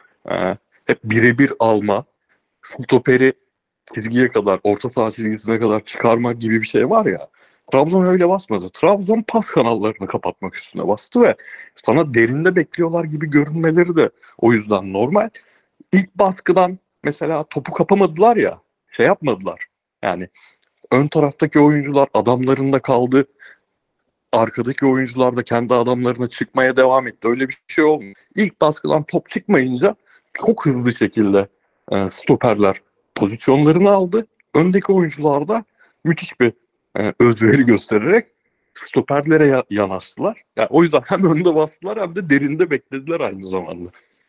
e, hep birebir alma, stoperi çizgiye kadar, orta saha çizgisine kadar çıkarmak gibi bir şey var ya. Trabzon öyle basmadı. Trabzon pas kanallarını kapatmak üstüne bastı ve sana derinde bekliyorlar gibi görünmeleri de o yüzden normal. İlk baskıdan mesela topu kapamadılar ya, şey yapmadılar. Yani ön taraftaki oyuncular adamlarında kaldı. Arkadaki oyuncular da kendi adamlarına çıkmaya devam etti. Öyle bir şey olmuyor. İlk baskıdan top çıkmayınca çok hızlı şekilde e, stoperler pozisyonlarını aldı. Öndeki oyuncular da müthiş bir e, özveri göstererek stoperlere ya- yanaştılar. Yani o yüzden hem önde bastılar hem de derinde beklediler aynı zamanda.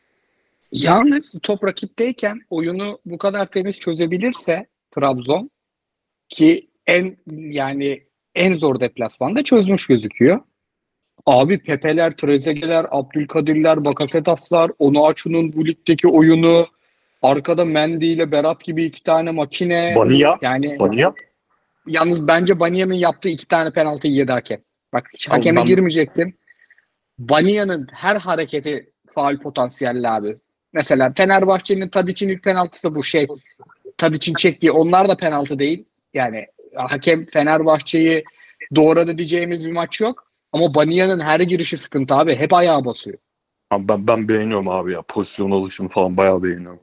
Yalnız top rakipteyken oyunu bu kadar temiz çözebilirse Trabzon ki en yani en zor deplasmanda çözmüş gözüküyor. Abi Pepe'ler, Trezeguet'ler, Abdülkadir'ler, Bakasetas'lar, Onuachu'nun bu ligdeki oyunu, arkada Mendy ile Berat gibi iki tane makine. Bania, Yani Bania. yalnız bence Bania'nın yaptığı iki tane penaltıyı yedi hakem. Bak hiç Abi hakeme ben- girmeyecektim. Bania'nın her hareketi faul potansiyelli abi. Mesela Fenerbahçe'nin Tadic'in ilk penaltısı bu şey. Tadic'in çektiği onlar da penaltı değil. Yani hakem Fenerbahçe'yi doğradı diyeceğimiz bir maç yok. Ama Bania'nın her girişi sıkıntı abi. Hep ayağa basıyor. Abi ben, ben beğeniyorum abi ya. Pozisyon alışını falan bayağı beğeniyorum.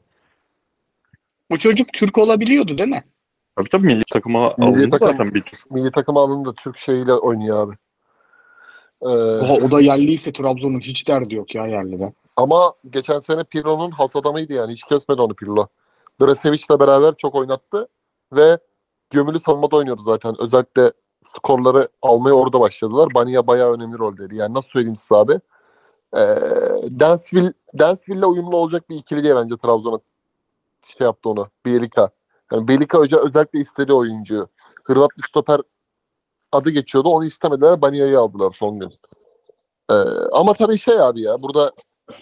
Bu çocuk Türk olabiliyordu değil mi? Tabii tabii milli takıma Milli alındı takım- zaten bir tur. Milli takım alında Türk şeyiyle oynuyor abi. Ee, Oha, o da yerliyse Trabzon'un hiç derdi yok ya yerliden. ama geçen sene Pirlo'nun has adamıydı yani. Hiç kesmedi onu Pirlo. Dresevic'le beraber çok oynattı ve gömülü savunmada oynuyordu zaten. Özellikle skorları almaya orada başladılar. Bania bayağı önemli roldeydi. Yani nasıl söyleyeyim size abi? Ee, Dansville, Dansville'le uyumlu olacak bir ikili diye bence Trabzon'a şey yaptı onu. Bielika. Yani Bielika Hoca özellikle istediği oyuncuyu. Hırvat bir stoper adı geçiyordu. Onu istemediler. Bania'yı aldılar son gün. Ee, ama tabii şey abi ya burada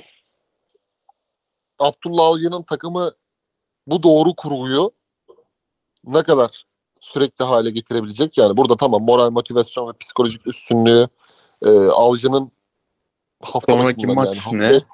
Abdullah Avcı'nın takımı bu doğru kurguyu ne kadar sürekli hale getirebilecek? Yani burada tamam moral, motivasyon ve psikolojik üstünlüğü e, Avcı'nın hafta Sonraki başından maç yani hafta, ne?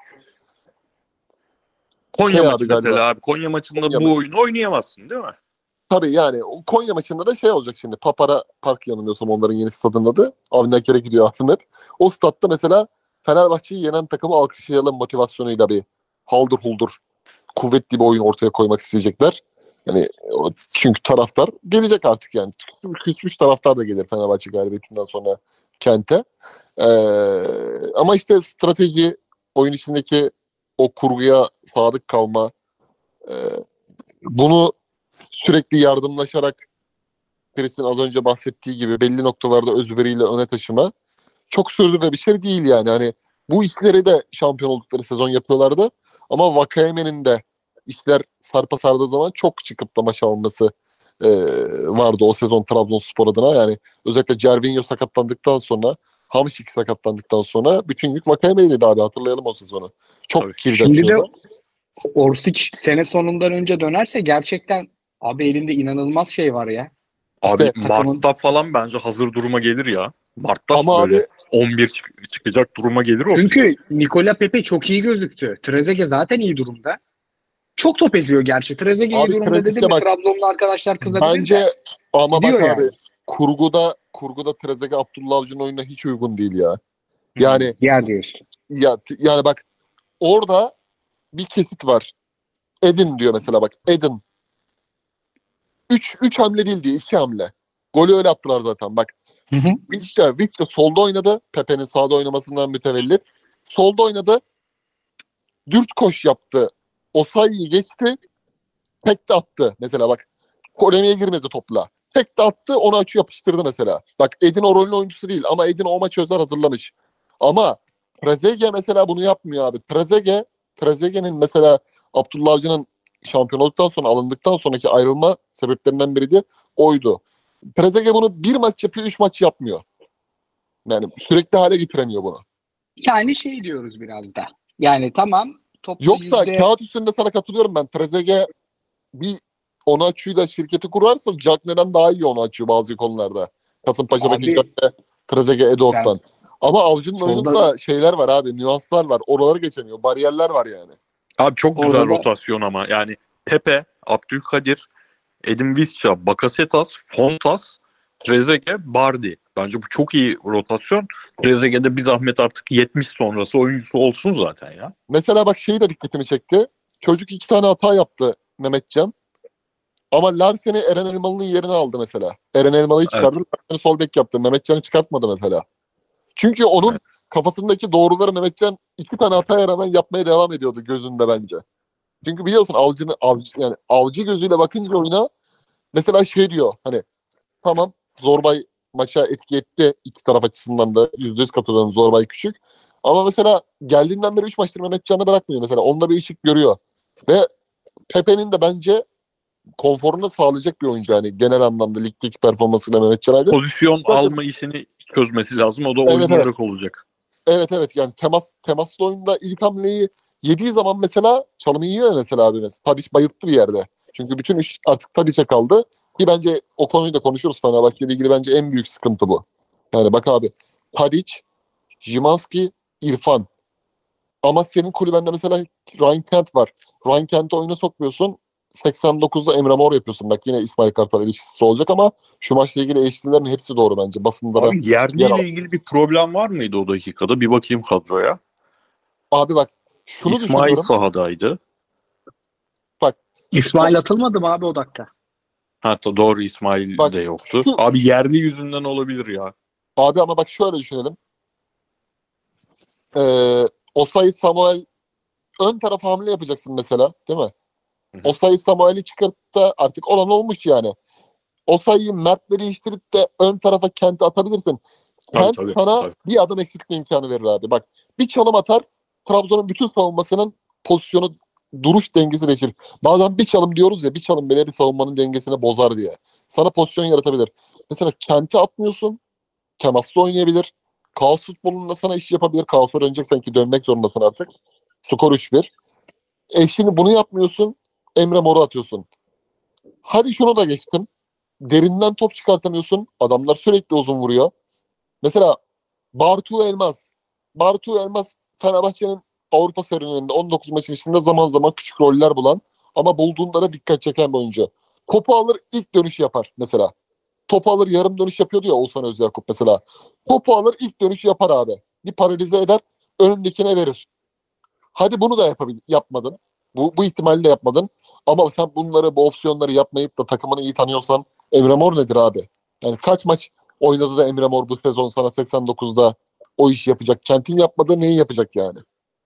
Konya Şey maçı abi galiba. mesela abi. Konya maçında Konya bu maçı. oyunu oynayamazsın değil mi? tabii yani o Konya maçında da şey olacak şimdi. Papara Park yanılmıyorsam onların yeni stadının adı. Avni Aker'e gidiyor aslında hep. O statta mesela Fenerbahçe'yi yenen takımı alkışlayalım motivasyonuyla bir haldır huldur kuvvetli bir oyun ortaya koymak isteyecekler. Yani o- çünkü taraftar gelecek artık yani. Küsmüş taraftar da gelir Fenerbahçe galibiyetinden sonra kente. Ee, ama işte strateji, oyun içindeki o kurguya sadık kalma, e, bunu sürekli yardımlaşarak Chris'in az önce bahsettiği gibi belli noktalarda özveriyle öne taşıma çok sürdürülebilir bir şey değil yani. Hani bu işleri de şampiyon oldukları sezon yapıyorlardı. Ama Vakayeme'nin de işler sarpa sardığı zaman çok çıkıp da maç alması e, vardı o sezon Trabzonspor adına. Yani özellikle Cervinho sakatlandıktan sonra, Hamşik sakatlandıktan sonra bütün yük Vakayeme'yleydi abi, hatırlayalım o sezonu. Çok Tabii. kilit Şimdi de açıyordu. Orsic sene sonundan önce dönerse gerçekten abi elinde inanılmaz şey var ya. Abi İşte takımın- Mart'ta falan bence hazır duruma gelir ya. Mart'ta Ama böyle abi- on bir çık- çıkacak duruma gelir o. Çünkü Nikola Pepe çok iyi gözüktü. Trezeguet zaten iyi durumda. Çok top eziyor gerçi. Trezeguet iyi Abi durumda Trezeguet'e dedim mi bak, Trabzonlu arkadaşlar kızabilir bence de. ama bak Gidiyor abi yani. kurguda kurguda Trezeguet Abdullah Avcı'nın oyununa hiç uygun değil ya. Yani Yer diyorsun. ya yani bak, orada bir kesit var. Edin diyor mesela, bak Edin. üç üç hamle değil diye, iki hamle. Golü öyle attılar zaten bak. Hı hı. Vişça, Vişça solda oynadı. Pepe'nin sağda oynamasından mütevellit. Solda oynadı. Dürt koş yaptı. Osayi'yi geçti. Tek de attı. Mesela bak, polemiğe girmedi topla. Tek de attı, onu açı yapıştırdı mesela. Bak Edin o rolün oyuncusu değil ama Edin o maçı özel hazırlamış. Ama Trezeguet mesela bunu yapmıyor abi. Trezeguet, Trezeguet'in mesela Abdullah Avcı'nın şampiyon olduktan sonra, alındıktan sonraki ayrılma sebeplerinden biri de oydu. Trezeguet bunu bir maç yapıyor, üç maç yapmıyor. Yani sürekli hale getiremiyor bunu. Yani şey diyoruz biraz da. Yani tamam toplu Yoksa yüzde... kağıt üstünde sana katılıyorum ben. Trezeguet bir Onaçu'yla şirketi kurarsa Cagney'den daha iyi onu açıyor bazı konularda. Kasımpaşa'daki Abi, Cagney, Trezeguet, Edort'tan. Ama Avcı'nın Solda- oyununda şeyler var abi, nüanslar var. Oraları geçemiyor. Bariyerler var yani. Abi çok Orada güzel da- rotasyon ama. Yani Pepe, Abdülkadir, Edin Visca, Bakasetas, Fontas, Trezeguet, Bardi. Bence bu çok iyi rotasyon. Trezeguet'de bir zahmet artık yetmiş sonrası oyuncusu olsun zaten ya. Mesela bak şeyi de dikkatimi çekti. Çocuk iki tane hata yaptı, Mehmetcan. Ama Larsen'i Eren Elmalı'nın yerine aldı mesela. Eren Elmalı'yı çıkardı. Larsen'i sol bek yaptı. Mehmetcan'ı çıkartmadı mesela. Çünkü onun Evet. kafasındaki doğruları Mehmetcan iki tane hataya rağmen yapmaya devam ediyordu gözünde bence. Çünkü biliyorsun avcını avcı yani avcı gözüyle bakınca oyuna mesela şey diyor, hani tamam Zorbay maça etki etti, iki taraf açısından da yüzde yüz katılıyorum, Zorbay küçük. Ama mesela geldiğinden beri üç maçtır Mehmetcan'ı bırakmıyor mesela. Onda bir ışık görüyor. Ve Pepe'nin de bence konforunu sağlayacak bir oyuncu, yani genel anlamda ligdeki performansıyla Mehmetcan Aydın. Pozisyon Evet. alma işini çözmesi lazım. O da Evet, oyunlayarak evet. olacak. Evet evet, yani temas temaslı oyunda ilk hamleyi yediği zaman mesela çalımı yiyor ya mesela abi mesela. Tadiç bayılttı bir yerde. Çünkü bütün iş artık Tadiç'e kaldı. Ki bence o konuyu da konuşuruz, Fenerbahçe ile ilgili bence en büyük sıkıntı bu. Yani bak abi, Tadiç, Szymański, İrfan. Ama senin kulübende mesela Ryan Kent var. Ryan Kent'i oyuna sokmuyorsun. seksen dokuzda Emre Mor yapıyorsun. Bak yine İsmail Kartal ilişkisi olacak ama şu maçla ilgili eleştirilerin hepsi doğru bence. Basında da Abi yer al. yerliyle ilgili bir problem var mıydı o dakikada? Bir bakayım kadroya. Abi bak şunu İsmail düşünüyorum. sahadaydı. İsmail atılmadı mı abi o dakika? Hatta doğru, İsmail Bak, de yoktu. şu- Abi yerli yüzünden olabilir ya. Abi ama bak şöyle düşünelim. Ee, Osayi Samuel ön tarafa hamle yapacaksın mesela, değil mi? Hı hı. Osayi Samuel'i çıkarıp da artık olan olmuş yani. Osayi'yi Mert'le değiştirip de ön tarafa Kent'i atabilirsin. Tabii, Kent tabii, sana tabii. bir adım eksiltme imkanı verir abi. Bak bir çalım atar, Trabzon'un bütün savunmasının pozisyonu, duruş dengesi değişir. Bazen bir çalım diyoruz ya, bir çalım bile bir savunmanın dengesini bozar diye. Sana pozisyon yaratabilir. Mesela Kent'i atmıyorsun, temaslı oynayabilir. Kaos futbolunda sana iş yapabilir. Kaos'a döneceksen ki dönmek zorundasın artık. Skor üç bir. E şimdi bunu yapmıyorsun. Emre Mor'u atıyorsun. Hadi şunu da geçtim. Derinden top çıkartamıyorsun. Adamlar sürekli uzun vuruyor. Mesela Bartu Elmaz. Bartu Elmaz Fenerbahçe'nin Avrupa serüveninde on dokuz maçın içinde zaman zaman küçük roller bulan ama bulduğunda da dikkat çeken bir oyuncu. Topu alır, ilk dönüş yapar mesela. Topu alır, yarım dönüş yapıyordu ya Oğuzhan Özyakup mesela. Topu alır, ilk dönüşü yapar abi. Bir paralize eder, önündekine verir. Hadi bunu da yapabil- yapmadın. Bu, bu ihtimali de yapmadın. Ama sen bunları, bu opsiyonları yapmayıp da takımını iyi tanıyorsan Emre Mor nedir abi? Yani kaç maç oynadı da Emre Mor bu sezon sana seksen dokuzda o işi yapacak? Kent'in yapmadığı neyi yapacak yani?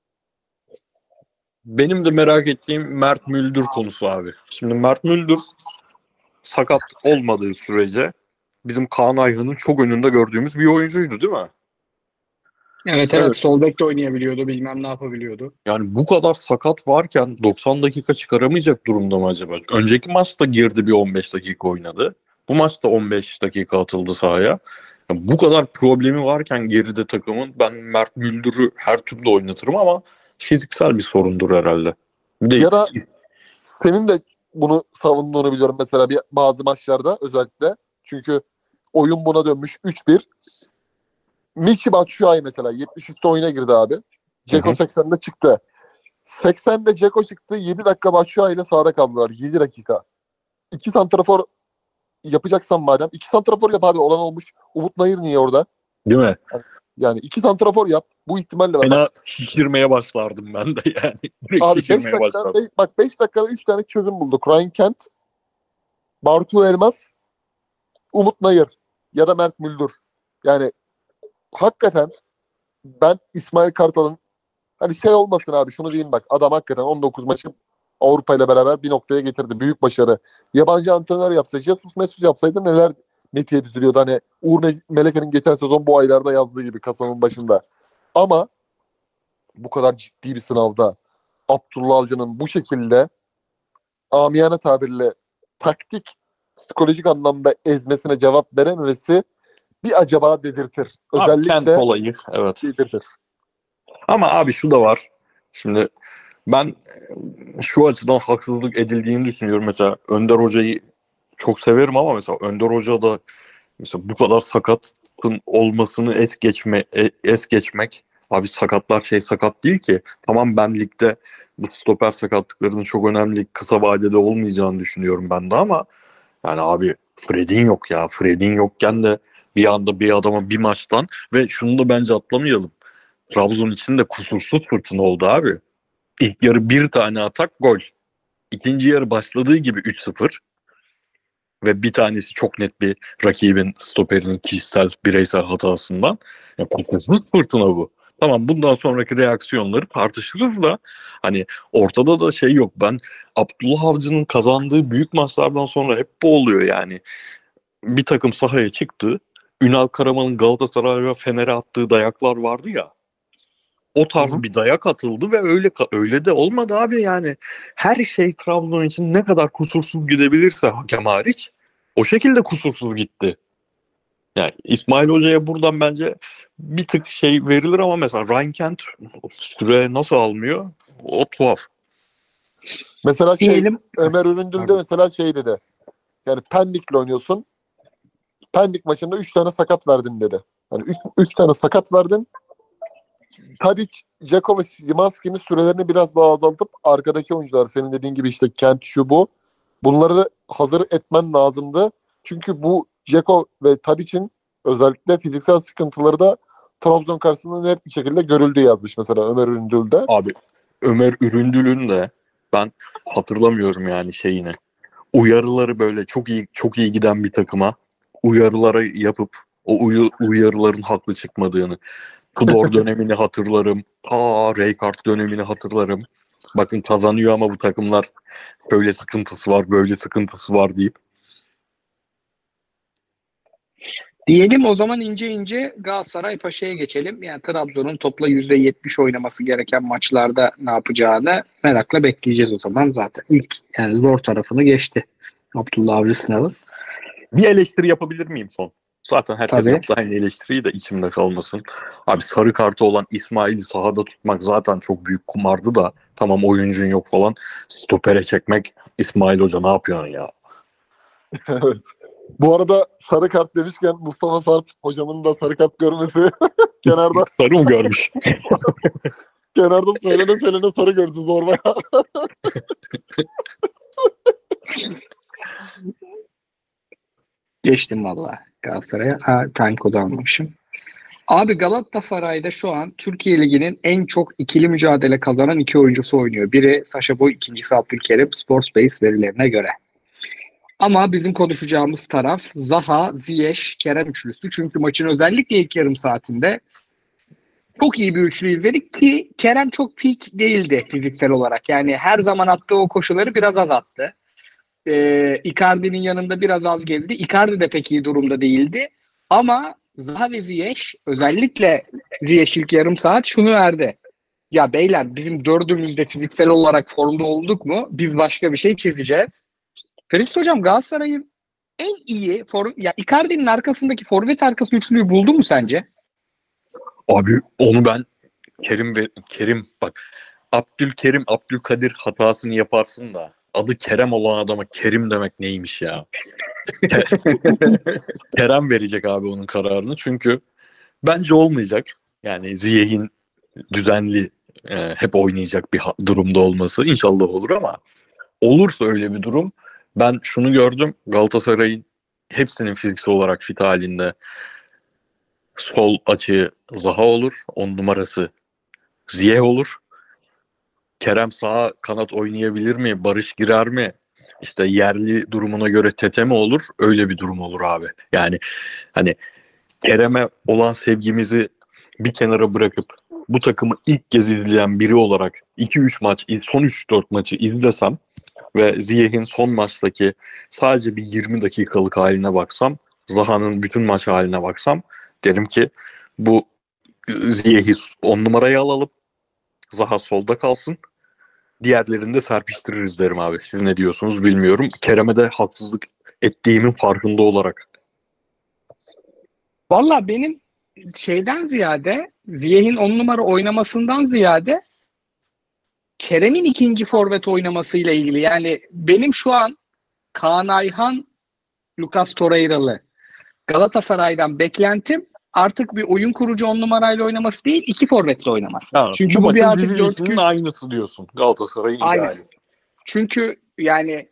Benim de merak ettiğim Mert Müldür konusu abi. Şimdi Mert Müldür sakat olmadığı sürece bizim Kaan Ayhan'ın çok önünde gördüğümüz bir oyuncuydu değil mi? Evet evet, Evet. sol bek de oynayabiliyordu, bilmem ne yapabiliyordu. Yani bu kadar sakat varken doksan dakika çıkaramayacak durumda mı acaba? Önceki maçta girdi, bir on beş dakika oynadı. Bu maçta on beş dakika atıldı sahaya. Yani bu kadar problemi varken geride takımın, ben Mert Müldür'ü her türlü oynatırım ama fiziksel bir sorundur herhalde. Bir de Ya da senin de bunu savunduğunu biliyorum mesela bir, bazı maçlarda özellikle. Çünkü oyun buna dönmüş üç bir. Michy Batshuayi mesela yetmiş üçte oyuna girdi abi. Dzeko Hı hı. seksende çıktı. seksende Dzeko çıktı. yedi dakika Batshuayi ile sahada kaldılar. yedi dakika. İki santrafor yapacaksan madem. iki santrafor yap abi, olan olmuş. Umut Nayır niye orada? değil mi? Yani iki santrafor yap. Bu ihtimalle var. Bak, Fena şişirmeye başlardım ben de yani. Direkt abi beş şişirmeye dakika, başlardım. beş, bak beş dakikada üç tane çözüm bulduk. Ryan Kent, Bartu Elmas, Umut Nayır ya da Mert Müldür. Yani hakikaten ben İsmail Kartal'ın, hani şey olmasın abi, şunu diyeyim bak, adam hakikaten on dokuz maçı Avrupa ile beraber bir noktaya getirdi. Büyük başarı. Yabancı antrenör yapsa, Jesus Mesut yapsaydı neler metiye düzülüyordu. Hani Uğur Me- Meleke'nin geçen sezon bu aylarda yazdığı gibi Kasım'ın başında. Ama bu kadar ciddi bir sınavda Abdullah Avcı'nın bu şekilde amiyane tabirle taktik, psikolojik anlamda ezmesine cevap verememesi bir acaba dedirtir. Abi Kent Özellikle olayı, evet. dedirtir. Ama abi şu da var. Şimdi ben şu açıdan haksızlık edildiğini düşünüyorum. Mesela Önder Hoca'yı çok severim ama mesela Önder Hoca da mesela bu kadar sakatın olmasını es geçme e- es geçmek, abi sakatlar şey sakat değil ki. Tamam, ben ligde bu stoper sakatlıklarının çok önemli kısa vadede olmayacağını düşünüyorum ben de ama yani abi Fred'in yok ya. Fred'in yokken de bir anda bir adama bir maçtan, ve şunu da bence atlamayalım. Trabzon için de kusursuz fırtına oldu abi. İlk yarı bir tane atak, gol. İkinci yarı başladığı gibi üç sıfır. Ve bir tanesi çok net bir rakibin stoperinin kişisel bireysel hatasından. Ya kusursuz fırtına bu. Tamam, bundan sonraki reaksiyonları tartışırız da hani ortada da şey yok. Ben Abdullah Avcı'nın kazandığı büyük maçlardan sonra hep bu oluyor yani. Bir takım sahaya çıktı. Ünal Karaman'ın Galatasaray ve Fener'e attığı dayaklar vardı ya. O Hı tarz hı. bir dayak atıldı ve öyle öyle de olmadı abi yani. Her şey Trabzon için ne kadar kusursuz gidebilirse hakem hariç o şekilde kusursuz gitti. Yani İsmail Hoca'ya buradan bence bir tık şey verilir ama mesela Ryan Kent süre nasıl almıyor? O tuhaf. Mesela şey, Diyelim. Ömer Üründül de Pardon. mesela şey dedi. Yani Pendik'le oynuyorsun. Pendik maçında üç tane sakat verdin dedi. Hani üç tane sakat verdin. Tadic, Dzeko ve Szymański'nin sürelerini biraz daha azaltıp arkadaki oyuncular, senin dediğin gibi işte Kent, şu bu, bunları hazır etmen lazımdı. Çünkü bu Dzeko ve Tadic'in özellikle fiziksel sıkıntıları da Trabzon karşısında net bir şekilde görüldü yazmış mesela Ömer Üründül'de. Abi Ömer Üründül'ün de ben hatırlamıyorum yani şeyini. Uyarıları böyle çok iyi çok iyi giden bir takıma uyarıları yapıp o uyu, uyarıların haklı çıkmadığını. Tudor dönemini hatırlarım. Ta Rijkaard dönemini hatırlarım. Bakın kazanıyor ama bu takımlar böyle sıkıntısı var, böyle sıkıntısı var deyip. Diyelim o zaman ince ince Galatasaray Paşa'ya geçelim. Yani Trabzon'un topla yüzde yetmiş oynaması gereken maçlarda ne yapacağını merakla bekleyeceğiz o zaman zaten. İlk yani zor tarafını geçti Abdullah Avcı sınavı. Bir eleştiri yapabilir miyim son? Zaten herkes Tabii. yaptı aynı eleştiriyi de içimde kalmasın. Abi sarı kartı olan İsmail'i sahada tutmak zaten çok büyük kumardı da, tamam oyuncun yok falan, stopere çekmek, İsmail Hoca ne yapıyorsun ya? Bu arada sarı kart demişken Mustafa Sarp hocamın da sarı kart görmesi kenarda Sarı mı görmüş? kenarda söylene söylene sarı gördü, zor bayağı. Geçtim valla Galatasaray'a. Ha, time kodu almışım. Abi Galatasaray'da şu an Türkiye Ligi'nin en çok ikili mücadele kazanan iki oyuncusu oynuyor. Biri Sacha Boey, ikincisi Abdülkerim, Sportsbase verilerine göre. Ama bizim konuşacağımız taraf Zaha, Ziyech, Kerem üçlüsü. Çünkü maçın özellikle ilk yarım saatinde çok iyi bir üçlü izledik ki Kerem çok peak değildi fiziksel olarak. Yani her zaman attığı o koşuları biraz az attı. Ee, Icardi'nin yanında biraz az geldi. Icardi de pek iyi durumda değildi. Ama Zaha ve Ziyech, özellikle Ziyech ilk yarım saat şunu verdi. Ya beyler bizim dördümüz de fiziksel olarak formda olduk mu biz başka bir şey çizeceğiz. Felix hocam Galatasaray'ın en iyi for ya Icardi'nin arkasındaki forvet arkası üçlüyü buldu mu sence? Abi onu ben Kerim ve Kerim bak Abdülkerim Abdülkadir hatasını yaparsın da adı Kerem olan adama Kerim demek neymiş ya? Kerem verecek abi onun kararını çünkü bence olmayacak. Yani Ziyech'in düzenli e, hep oynayacak bir ha- durumda olması inşallah olur ama olursa öyle bir durum ben şunu gördüm Galatasaray'ın hepsinin fiziksel olarak fit halinde sol açığı Zaha olur. On numarası Ziyech olur. Kerem sağa kanat oynayabilir mi? Barış girer mi? İşte yerli durumuna göre Tete mi olur? Öyle bir durum olur abi. Yani hani Kerem'e olan sevgimizi bir kenara bırakıp bu takımı ilk kez izleyen biri olarak iki üç maç, son üç dört maçı izlesem ve Ziyech'in son maçtaki sadece bir yirmi dakikalık haline baksam, Zaha'nın bütün maç haline baksam derim ki bu Ziyech'i on numaraya alalım. Zaha solda kalsın. Diğerlerini de serpiştiririz derim abi. Siz ne diyorsunuz bilmiyorum. Kerem'e de haksızlık ettiğimin farkında olarak. Valla benim şeyden ziyade Ziyech'in on numara oynamasından ziyade Kerem'in ikinci forvet oynamasıyla ilgili. Yani benim şu an Kaan Ayhan, Lucas Torreira'lı Galatasaray'dan beklentim artık bir oyun kurucu on numarayla oynaması değil, iki forvetle oynaması. Ha, Çünkü bu, bu bir maçın artık dizilisinin dört aynısı diyorsun. Galatasaray'ın Aynen. ideali. Çünkü yani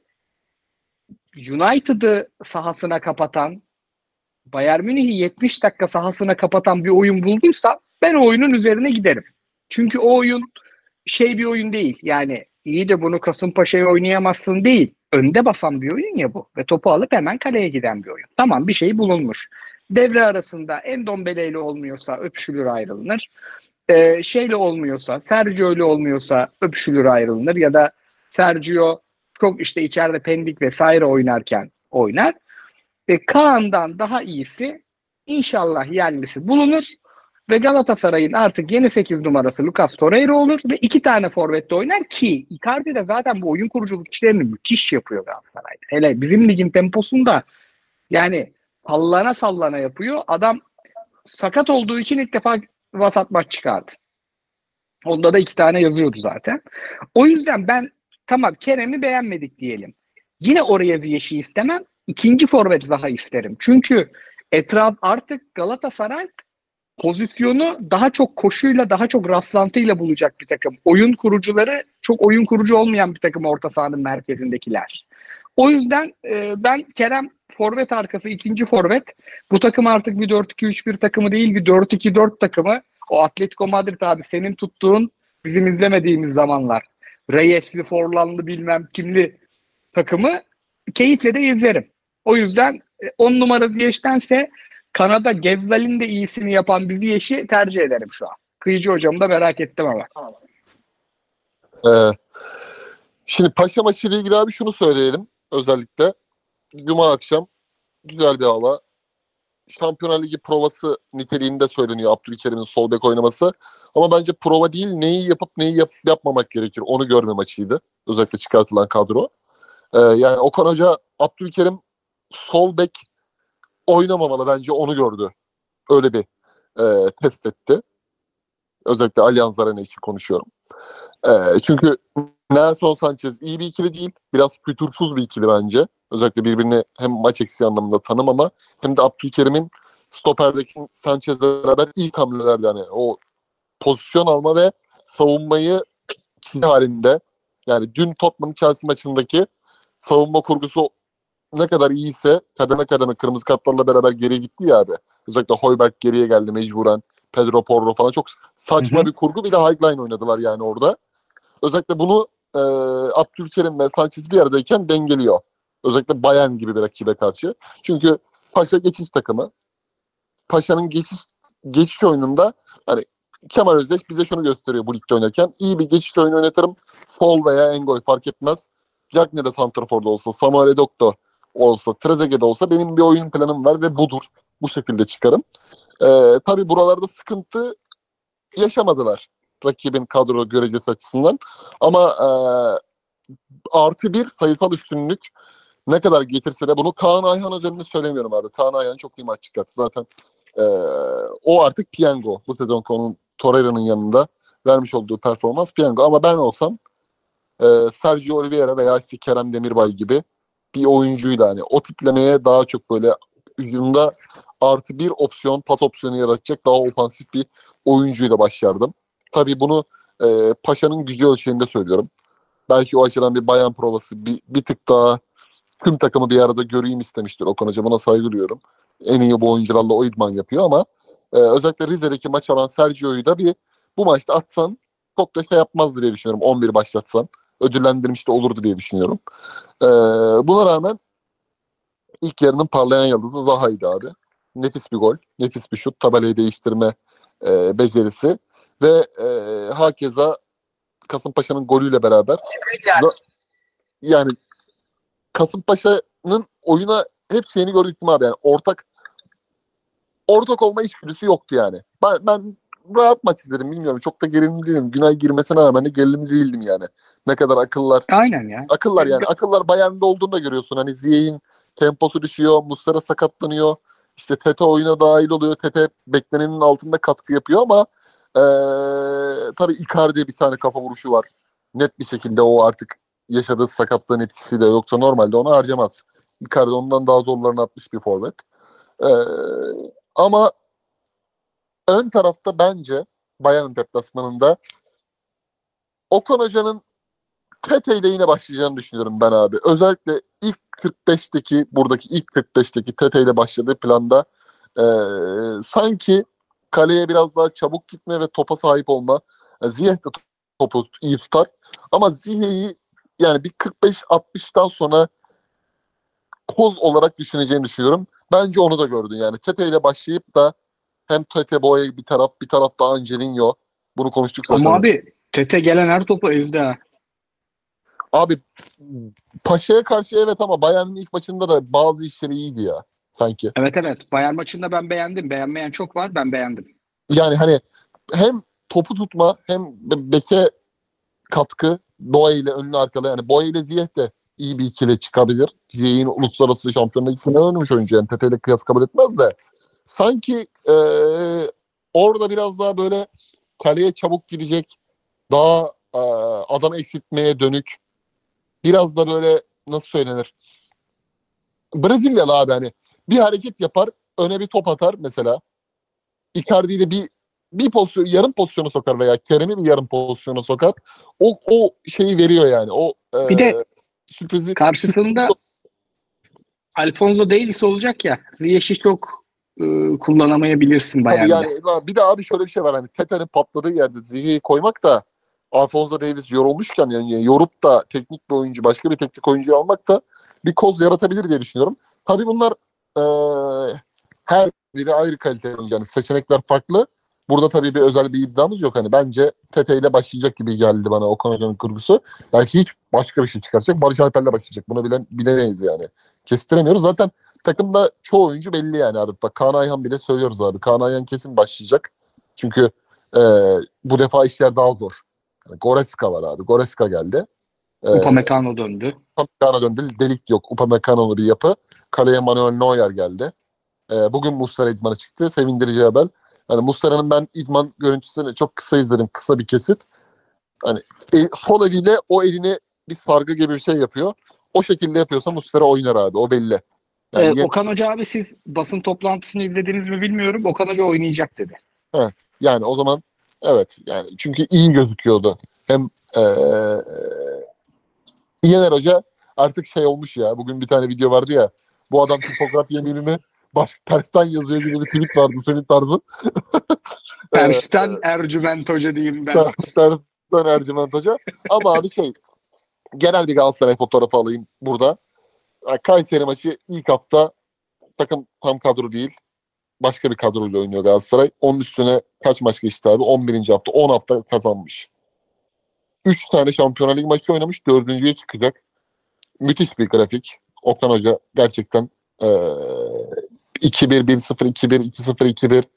United'ı sahasına kapatan, Bayern Münih'i yetmiş dakika sahasına kapatan bir oyun bulduysam ben o oyunun üzerine giderim. Çünkü o oyun şey bir oyun değil. Yani iyi de bunu Kasımpaşa'ya oynayamazsın değil. Önde basan bir oyun ya bu. Ve topu alıp hemen kaleye giden bir oyun. Tamam bir şey bulunmuş. Devre arasında Endombele ile olmuyorsa öpüşülür ayrılınır. Ee, şeyle olmuyorsa, Sergio ile olmuyorsa öpüşülür ayrılınır. Ya da Sergio çok işte içeride Pendik vesaire oynarken oynar. E, Kaan'dan daha iyisi inşallah yerlisi bulunur ve Galatasaray'ın artık yeni sekiz numarası Lucas Torreira olur ve iki tane forvette oynar ki Icardi de zaten bu oyun kuruculuk işlerini müthiş yapıyor Galatasaray'da. Hele bizim ligin temposunda yani sallana sallana yapıyor. Adam sakat olduğu için ilk defa vasat maç çıkardı. Onda da iki tane yazıyordu zaten. O yüzden ben tamam Kerem'i beğenmedik diyelim. Yine oraya Ziyech'i istemem. İkinci forvet Zaha isterim. Çünkü etraf artık Galatasaray pozisyonu daha çok koşuyla, daha çok rastlantıyla bulacak bir takım. Oyun kurucuları çok oyun kurucu olmayan bir takım orta sahanın merkezindekiler. O yüzden e, ben Kerem forvet arkası ikinci forvet. Bu takım artık bir dört iki üç bir takımı değil bir dört iki dört takımı. O Atletico Madrid abi senin tuttuğun bizim izlemediğimiz zamanlar. Reyesli, Forlanlı bilmem kimli takımı keyifle de izlerim. O yüzden on numara Ziyech'tense Kanada Gevzal'in de iyisini yapan bir Ziyech'i tercih ederim şu an. Kıyıcı hocamı da merak ettim ama. Ee, şimdi Paşa maçıyla ilgili abi şunu söyleyelim özellikle. Cuma akşam güzel bir hava. Şampiyonlar Ligi provası niteliğinde söyleniyor Abdülkerim'in sol bek oynaması. Ama bence prova değil neyi yapıp neyi yap- yapmamak gerekir. Onu görme maçıydı. Özellikle çıkartılan kadro. Ee, yani Okan Hoca Abdülkerim sol bek oynamamalı bence onu gördü. Öyle bir e, test etti. Özellikle Allianz Arena için konuşuyorum. E, çünkü Nelson Sanchez iyi bir ikili değil. Biraz fütursuz bir ikili bence. Özellikle birbirini hem maç eksiği anlamında tanımama hem de Abdülkerim'in stoperdeki Sanchez'le beraber ilk hamlelerde yani o pozisyon alma ve savunmayı çizgi halinde yani dün Tottenham Chelsea maçındaki savunma kurgusu ne kadar iyiyse kademe kademe kırmızı kartlarla beraber geriye gitti ya abi. Özellikle Højbjerg geriye geldi mecburen. Pedro Porro falan çok saçma Hı hı. bir kurgu. Bir de highline oynadılar yani orada. Özellikle bunu e, Abdülkerim ve Sanchez bir aradayken dengeliyor. Özellikle Bayern gibi bir rakibe karşı. Çünkü Paşa geçiş takımı. Paşa'nın geçiş geçiş oyununda hani Kemal Özdeş bize şunu gösteriyor bu ligde oynarken. İyi bir geçiş oyunu oynatırım. Sol veya Engoy fark etmez. Cagney'de santraforda olsa, Samuel Edok'ta olsa, Trezeguet'de olsa benim bir oyun planım var ve budur. Bu şekilde çıkarım. Ee, tabii buralarda sıkıntı yaşamadılar rakibin kadro görecesi açısından. Ama e, artı bir sayısal üstünlük ne kadar getirse de bunu Kaan Ayhan özelinde söylemiyorum abi. Kaan Ayhan çok iyi maç çıkarttı. Zaten e, o artık piyango. Bu sezon onun Torreira'nın yanında vermiş olduğu performans piyango. Ama ben olsam e, Sergio Oliveira veya işte Kerem Demirbay gibi bir oyuncuyla hani o tiplemeye daha çok böyle hücumda artı bir opsiyon, pas opsiyonu yaratacak daha ofansif bir oyuncuyla başlardım. Tabii bunu e, Paşa'nın gücü ölçeğinde söylüyorum. Belki o açıdan bir bayan provası bir, bir tık daha tüm takımı bir arada göreyim istemiştir Okan Hoca. Buna saygı duyuyorum. En iyi bu oyuncularla o idman yapıyor ama e, özellikle Rize'deki maç alan Sergio'yu da bir bu maçta atsan çok da şey yapmazdı diye düşünüyorum. on bir başlatsan. Ödüllendirmiş de olurdu diye düşünüyorum. E, buna rağmen ilk yarının parlayan yıldızı Zaha'ydı abi. Nefis bir gol. Nefis bir şut. Tabelayı değiştirme e, becerisi. Ve e, hakeza Kasımpaşa'nın golüyle beraber da, yani Kasımpaşa'nın oyuna hep şeyini gördük abi. Yani ortak ortak olma içgüdüsü yoktu yani. Ben, ben rahat maç izledim bilmiyorum. Çok da gerilimli değilim. Günay girmesine rağmen de gerilimli değildim yani. Ne kadar akıllar. Aynen ya. Akıllar yani. Akıllar Bayern'de olduğunu da görüyorsun. Hani Ziyech'in temposu düşüyor. Muslera sakatlanıyor. İşte Tete oyuna dahil oluyor. Tete beklenenin altında katkı yapıyor ama ee, tabii Icardi'ye bir tane kafa vuruşu var. Net bir şekilde o artık yaşadığı sakatlığın etkisiyle yoksa normalde onu harcamaz. Icardi ondan daha zorlarını atmış bir forvet. Ee, ama ön tarafta bence Bayern deplasmanında Okan Hoca'nın Tete ile yine başlayacağını düşünüyorum ben abi. Özellikle ilk kırk beşteki buradaki ilk kırk beşteki Tete ile başladığı planda e, sanki kaleye biraz daha çabuk gitme ve topa sahip olma. Yani Ziyech de topu iyi tutar. Ama Ziyech'i yani bir kırk beş altmıştan sonra koz olarak düşüneceğini düşünüyorum. Bence onu da gördün yani. Tete ile başlayıp da hem Tete Boya bir taraf bir tarafta Angelino. Bunu konuştuk zaten. Ama abi Tete gelen her topu ezdi ha. Abi Paşa'ya karşı evet ama Bayern'in ilk maçında da bazı işleri iyiydi ya sanki. Evet evet. Bayern maçında ben beğendim. Beğenmeyen çok var. Ben beğendim. Yani hani hem topu tutma hem be- beke katkı Boya ile önlü arkalı. Yani Boya ile Ziyech de iyi bir ikili çıkabilir. Ziyech'in uluslararası şampiyonluğu ikisine oynamış oyuncu. Yani Tete ile kıyas kabul etmez de. Sanki ee, orada biraz daha böyle kaleye çabuk girecek, daha ee, adam eksiltmeye dönük, biraz da böyle nasıl söylenir? Brezilyalı abi hani bir hareket yapar, öne bir top atar mesela. Icardi ile bir bir pozisyon, yarım pozisyona sokar veya Kerem'i bir yarım pozisyona sokar. O o şeyi veriyor yani. O e, Bir de sürprizi karşısında Alphonso Davies olacak ya. Ziyech'i çok e, kullanamayabilirsin tabii Bayern'de. yani bir de abi şöyle bir şey var hani Tete'nin patladığı yerde Ziyech'i koymak da Alphonso Davies yorulmuşken yani yorup da teknik bir oyuncu başka bir teknik oyuncuyu almak da bir koz yaratabilir diye düşünüyorum. Tabii bunlar e, her biri ayrı kalite oyuncu. Yani seçenekler farklı. Burada tabii bir özel bir iddiamız yok. Hani bence Tete ile başlayacak gibi geldi bana Okan Hoca'nın kurgusu. Belki hiç başka bir şey çıkaracak. Barış Alper'le başlayacak. Bunu bile, bilemeyiz yani. Kestiremiyoruz. Zaten takımda çoğu oyuncu belli yani abi. Bak Kaan Ayhan bile söylüyoruz abi. Kaan Ayhan kesin başlayacak. Çünkü e, bu defa işler daha zor. Yani Goretzka var abi. Goretzka geldi. E, Upamecano döndü. Upamecano döndü. Delik yok. Upamecano'lu bir yapı. Kaleye Manuel Neuer geldi. E, bugün Muslera idmana çıktı. Sevindirici haber. Yani Muslera'nın ben idman görüntüsünü çok kısa izledim. Kısa bir kesit. Hani e, sol eliyle o elini bir sargı gibi bir şey yapıyor. O şekilde yapıyorsa Muslera oynar abi. O belli. Yani Ee, yine, Okan Hoca abi siz basın toplantısını izlediniz mi bilmiyorum. Okan Hoca oynayacak dedi. he, yani o zaman evet. Yani çünkü iyi gözüküyordu. Hem e, Yener Hoca artık şey olmuş ya. Bugün bir tane video vardı ya. Bu adam Hipokrat yeminini baş, tersten yazıyor gibi bir tweet vardı senin tarzın. Tersten Ercüment Hoca diyeyim ben. Ter- tersten Ercüment Hoca. Ama abi şey genel bir Galatasaray fotoğrafı alayım burada. Yani Kayseri maçı ilk hafta takım tam kadro değil. Başka bir kadroyla oynuyor Galatasaray. Onun üstüne kaç maç geçti abi? on birinci hafta. on hafta kazanmış. üç tane Şampiyonlar Ligi maçı oynamış. dördüncüye çıkacak. Müthiş bir grafik. Okan Hoca gerçekten ee, iki bir, bir sıfır, iki bir, iki sıfır, iki bir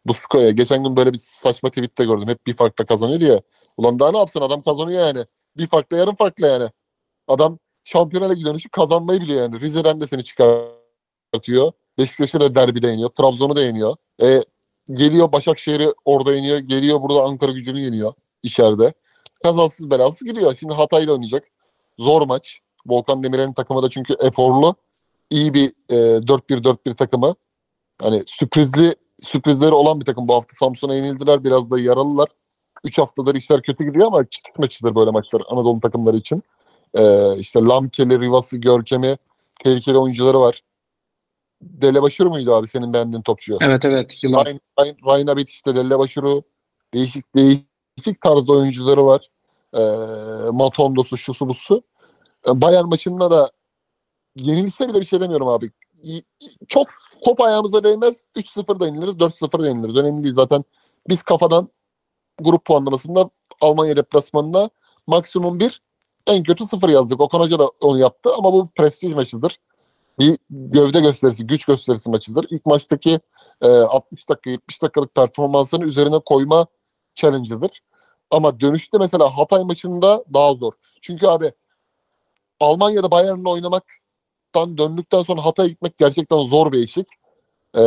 Busko'ya. Geçen gün böyle bir saçma tweette gördüm. Hep bir farkla kazanıyor diye. Ulan daha ne yapsın? Adam kazanıyor yani. Bir farkla yarım farkla yani. Adam Şampiyonlar Ligi dönüşü kazanmayı biliyor yani. Rize'den de seni çıkartıyor. Beşiktaş'ı da derbide yeniyor. Trabzon'u da yeniyor. E, geliyor Başakşehir'i orada yeniyor. Geliyor burada Ankara Gücü'nü yeniyor içeride. Kazasız belasız gidiyor. Şimdi Hatay'la oynayacak. Zor maç. Volkan Demirel'in takımı da çünkü eforlu. İyi bir e, dört bir dört bir takımı. Hani sürprizli sürprizleri olan bir takım. Bu hafta Samsun'a yenildiler. Biraz da yaralılar. üç haftadır işler kötü gidiyor ama çıkık maçıdır böyle maçlar Anadolu takımları için. Ee, işte Lamkeli, Rivas'ı, Görkem'i tehlikeli oyuncuları var. Delebaşır mıydı abi senin beğendiğin topçu? Evet evet. Yılan. Ryan, Ryan, Ryan Abit işte Delebaşır'ı değişik değişik tarzda oyuncuları var. Ee, Matondo'su, şusu busu. Ee, Bayern maçında da yenilse bile bir şey demiyorum abi. İyi- Çok top ayağımıza değmez. üç sıfır da yeniliriz, dört sıfır da yeniliriz. Önemli değil zaten. Biz kafadan grup puanlamasında Almanya deplasmanına maksimum bir, en kötü sıfır yazdık. Okan Hoca da onu yaptı ama bu prestij maçıdır. Bir gövde gösterisi, güç gösterisi maçıdır. İlk maçtaki e, altmış dakika, yetmiş dakikalık performansını üzerine koyma challenge'ıdır. Ama dönüşte mesela Hatay maçında daha zor. Çünkü abi Almanya'da Bayern'le oynamaktan döndükten sonra Hatay'a gitmek gerçekten zor bir eşik. E,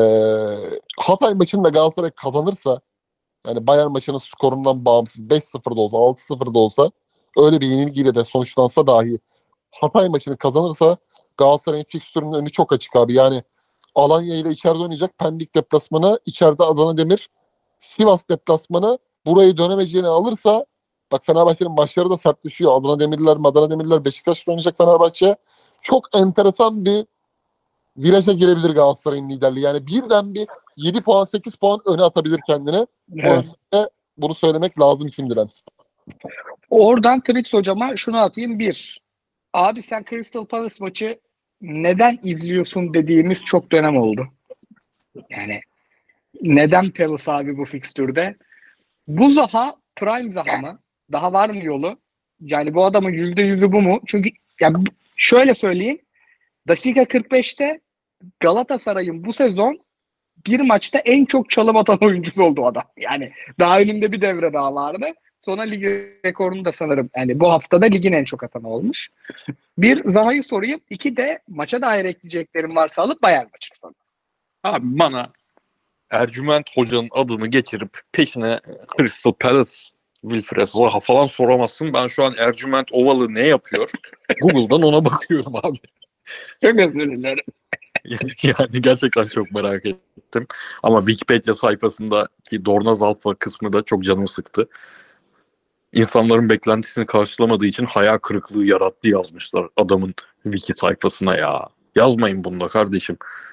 Hatay maçında Galatasaray kazanırsa, yani Bayern maçının skorundan bağımsız beş sıfır da olsa, altı sıfır da olsa, öyle bir yenilgiyle de sonuçlansa dahi Hatay maçını kazanırsa Galatasaray'ın fikstürünün önü çok açık abi. Yani Alanya ile içeride oynayacak. Pendik deplasmanı, içeride Adana Demir, Sivas deplasmanı, burayı dönemeyeceğini alırsa bak Fenerbahçe'nin maçları da sertleşiyor. Adana Demirler, Adana Demirler, Beşiktaş'la oynayacak Fenerbahçe. Çok enteresan bir viraja girebilir Galatasaray'ın liderliği. Yani birden bir yedi puan, sekiz puan öne atabilir kendine. Bu Evet. önde bunu söylemek lazım şimdiden. Oradan Fritz hocama şunu atayım. Bir. Abi sen Crystal Palace maçı neden izliyorsun dediğimiz çok dönem oldu. Yani neden Palace abi bu fikstürde? Bu Zaha prime Zaha mı? Daha var mı yolu? Yani bu adamın yüzde yüzü bu mu? Çünkü ya şöyle söyleyeyim. Dakika kırk beşte Galatasaray'ın bu sezon bir maçta en çok çalım atan oyuncusu oldu adam. Yani daha önünde bir devre daha vardı. Sonra lig rekorunu da sanırım yani bu haftada ligin en çok atanı olmuş. Bir Zaha'yı sorayım. İki de maça dair ekleyeceklerim varsa alıp Bayern maçını sorayım. Abi bana Ercüment Hoca'nın adını geçirip peşine Crystal Palace, Wilfred Zaha falan soramazsın. Ben şu an Ercüment Ovalı ne yapıyor? Google'dan ona bakıyorum abi. Çok özür dilerim. Yani gerçekten çok merak ettim. Ama Wikipedia sayfasındaki Dornaz Alfa kısmı da çok canımı sıktı. İnsanların beklentisini karşılamadığı için hayal kırıklığı yarattı yazmışlar adamın wiki sayfasına ya. Yazmayın bunu da kardeşim.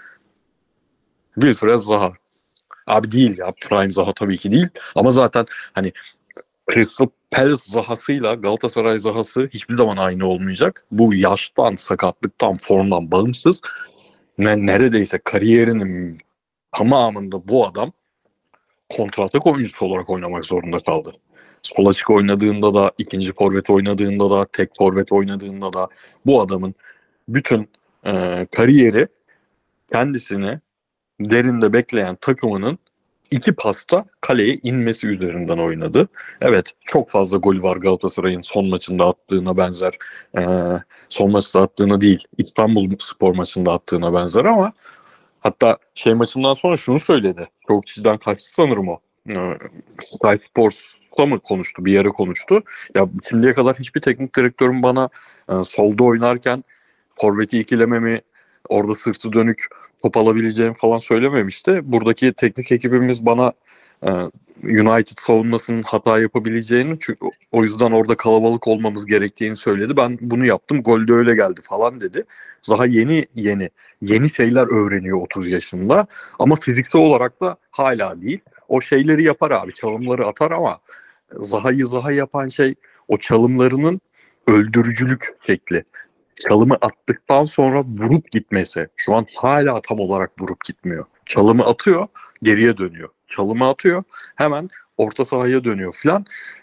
Wilfred Zaha. Abi değil ya. Prime Zaha tabii ki değil. Ama zaten hani Crystal Palace Zaha'sıyla Galatasaray Zaha'sı hiçbir zaman aynı olmayacak. Bu yaştan, sakatlıktan, formdan bağımsız. Ne, neredeyse kariyerinin tamamında bu adam kontratak oyuncusu olarak oynamak zorunda kaldı. Sol açık oynadığında da, ikinci forvet oynadığında da, tek forvet oynadığında da bu adamın bütün e, kariyeri kendisini derinde bekleyen takımının iki pasta kaleye inmesi üzerinden oynadı. Evet, çok fazla gol var Galatasaray'ın son maçında attığına benzer. E, son maçta attığına değil, İstanbulspor maçında attığına benzer ama hatta şey maçından sonra şunu söyledi. Çok kişiden kaçtı sanırım o. Ee, Sky Sports'ta mı konuştu? Bir yere konuştu. Ya şimdiye kadar hiçbir teknik direktörün bana e, solda oynarken forveti ikilememi, orada sırtı dönük top alabileceğim falan söylememişti. Buradaki teknik ekibimiz bana e, United savunmasının hata yapabileceğini, çünkü o yüzden orada kalabalık olmamız gerektiğini söyledi. Ben bunu yaptım. Gol de öyle geldi falan dedi. Zaha yeni yeni yeni şeyler öğreniyor otuz yaşında ama fiziksel olarak da hala değil. O şeyleri yapar abi, çalımları atar ama Zaha'yı Zaha yapan şey o çalımlarının öldürücülük şekli. Çalımı attıktan sonra vurup gitmesi. Şu an hala tam olarak vurup gitmiyor. Çalımı atıyor, geriye dönüyor. Çalımı atıyor, hemen orta sahaya dönüyor falan.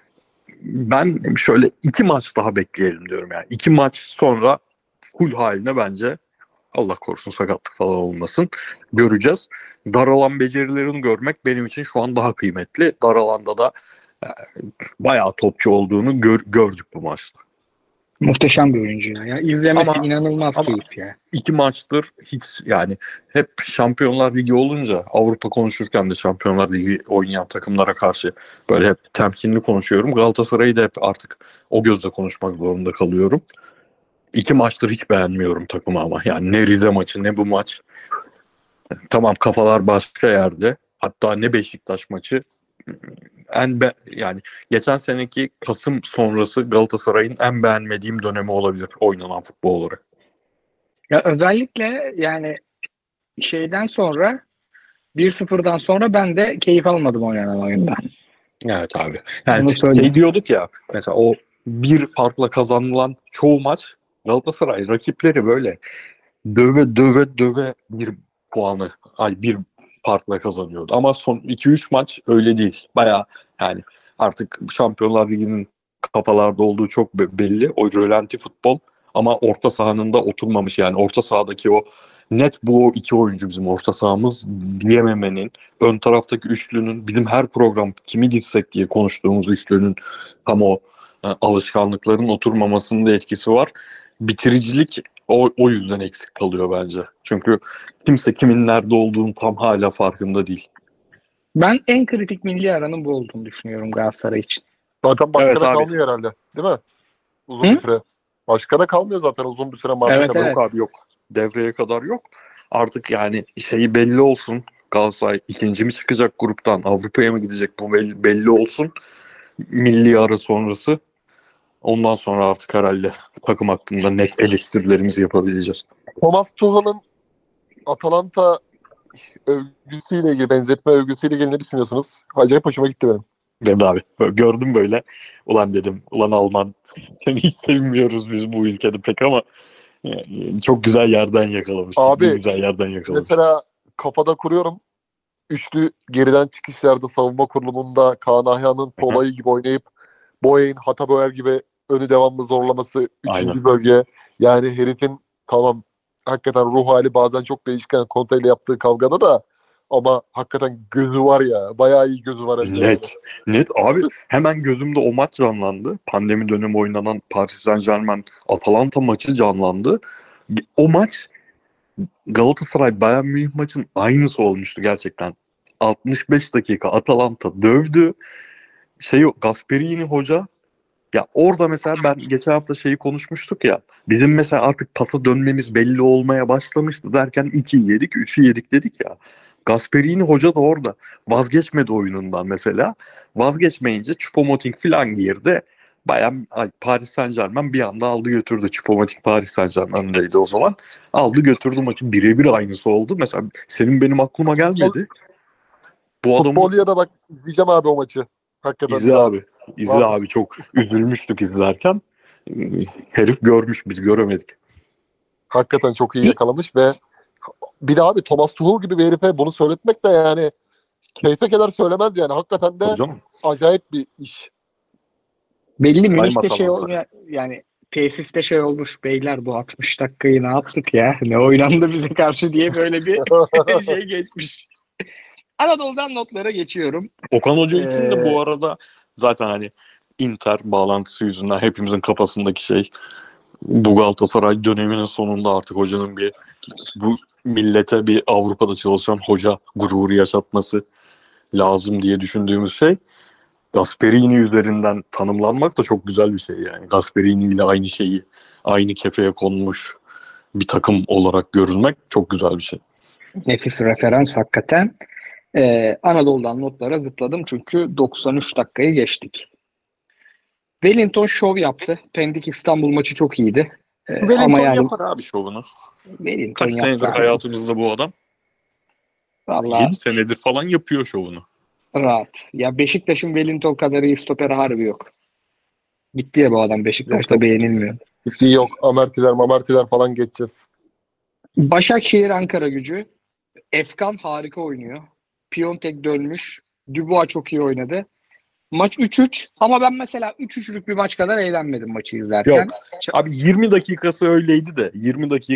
Ben şöyle iki maç daha bekleyelim diyorum yani. İki maç sonra full haline bence Allah korusun sakatlık falan olmasın. Göreceğiz. Daralan becerilerini görmek benim için şu an daha kıymetli. Daralanda da e, bayağı topçu olduğunu gör, gördük bu maçta. Muhteşem bir oyuncu ya. ya izlemesi Ama- inanılmaz ama- keyif ya. İki maçtır hiç yani hep Şampiyonlar Ligi olunca Avrupa konuşurken de Şampiyonlar Ligi oynayan takımlara karşı böyle hep temkinli konuşuyorum. Galatasaray'ı da hep artık o gözle konuşmak zorunda kalıyorum. İki maçtır hiç beğenmiyorum takımı ama. Yani ne Rize maçı ne bu maç. Tamam kafalar başka yerde. Hatta ne Beşiktaş maçı. En be yani geçen seneki Kasım sonrası Galatasaray'ın en beğenmediğim dönemi olabilir oynanan futbol olarak. Ya özellikle yani şeyden sonra bir sıfırdan sonra ben de keyif almadım oynanan oyundan. Evet abi. Yani Bunu söyleyeyim. şey diyorduk ya mesela o bir farkla kazanılan çoğu maç Galatasaray rakipleri böyle döve döve döve bir puanı ay bir farkla kazanıyordu. Ama son iki üç maç öyle değil. Baya yani artık Şampiyonlar Ligi'nin kafalarda olduğu çok be- belli. O rölanti futbol ama orta sahanın da oturmamış yani orta sahadaki o net bu o iki oyuncu bizim orta sahamız diyememenin ön taraftaki üçlünün bizim her program kimi gitsek diye konuştuğumuz üçlünün tam o e, alışkanlıkların oturmamasının da etkisi var. Bitiricilik o, o yüzden eksik kalıyor bence. Çünkü kimse kimin nerede olduğunu tam hala farkında değil. Ben en kritik milli aranın bu olduğunu düşünüyorum Galatasaray için. Zaten başkana Evet abi. kalmıyor herhalde. Değil mi? Uzun Hı? bir süre. Başkana kalmıyor zaten uzun bir süre. Mardin'e Evet, bırak- evet. Yok abi yok. Devreye kadar yok. Artık yani şeyi belli olsun. Galatasaray ikinci mi çıkacak gruptan? Avrupa'ya mı gidecek? Bu belli, belli olsun. Milli ara sonrası. Ondan sonra artık herhalde takım hakkında net eleştirilerimizi yapabileceğiz. Thomas Tuchel'ın Atalanta övgüsüyle ilgili, benzetme övgüsüyle ilgili ne düşünüyorsunuz? Acayip hoşuma gitti benim. Benim de abi. Gördüm böyle. Ulan dedim. Ulan Alman. Seni hiç sevmiyoruz biz bu ülkede pek ama yani çok güzel yerden yakalamış. Abi, Ciddi güzel yerden yakalamış. Mesela kafada kuruyorum. Üçlü geriden çıkışlarda savunma kurulumunda Kaan Ayhan'ın Tola'yı gibi oynayıp Boya'nın Hataboer gibi önü devamlı zorlaması. Üçüncü Aynen. bölge. Yani herifin tamam hakikaten ruh hali bazen çok değişken Conte ile yaptığı kavgada da ama hakikaten gözü var ya. Bayağı iyi gözü var. hem de. Net. Net abi hemen gözümde o maç canlandı. Pandemi dönemi oynanan Paris Saint-Germain Atalanta maçı canlandı. O maç Galatasaray Bayern Münih maçın aynısı olmuştu gerçekten. altmış beş dakika Atalanta dövdü. Şey Gasperini hoca ya orada mesela ben geçen hafta şeyi konuşmuştuk ya. Bizim mesela artık pasa dönmemiz belli olmaya başlamıştı derken ikiyi yedik, üçü yedik dedik ya. Gasperini hoca da orada vazgeçmedi oyunundan mesela. Vazgeçmeyince Choupo-Moting falan girdi. Bayağı ay, Paris Saint-Germain bir anda aldı götürdü. Choupo-Moting Paris Saint-Germain'deydi o zaman. Aldı götürdü maçın birebir aynısı oldu. Mesela senin benim aklıma gelmedi. Bu adamı Futbolya da bak izleyeceğim abi o maçı. Hakikaten. izle abi. İzle Vallahi. abi çok üzülmüştük izlerken. Herif görmüş biz göremedik. Hakikaten çok iyi yakalamış ve bir de abi Thomas Tuchel gibi bir herife bunu söyletmek de yani keyfe kadar söylemez yani. Hakikaten de Tabii canım. acayip bir iş. Belli Sayın Münih'te şey Atalanta. olmuyor yani tesiste şey olmuş beyler bu altmış dakikayı ne yaptık ya ne oynandı bize karşı diye böyle bir şey geçmiş. Anadolu'dan notlara geçiyorum. Okan Hoca için de Ee, bu arada zaten hani Inter bağlantısı yüzünden hepimizin kafasındaki şey bu Galatasaray döneminin sonunda artık hocanın bir bu millete bir Avrupa'da çalışan hoca gururu yaşatması lazım diye düşündüğümüz şey Gasperini üzerinden tanımlanmak da çok güzel bir şey yani. Gasperini ile aynı şeyi aynı kefeye konmuş bir takım olarak görülmek çok güzel bir şey. Nefis referans hakikaten. Ee, Anadolu'dan notlara zıpladım çünkü doksan üç dakikayı geçtik. Wellington şov yaptı. Pendik İstanbul maçı çok iyiydi. Ee, ama Wellington yani yapar abi şovunu. Wellington Kaç senedir yaptı abi. hayatımızda bu adam? Vallahi yedi senedir falan yapıyor şovunu. rahat. Ya Beşiktaş'ın Wellington kadar iyi stoperi harbi yok. Gitti ya bu adam Beşiktaş'ta Yok, yok. beğenilmiyor. Bir yok. Amartiler mamartiler falan geçeceğiz. Başakşehir Ankara Gücü. Efkan harika oynuyor. Piontek dönmüş. Dubois çok iyi oynadı. Maç üç üç ama ben mesela üç üçlük bir maç kadar eğlenmedim maçı izlerken. Yok. Abi yirmi dakikası öyleydi de yirmi dakika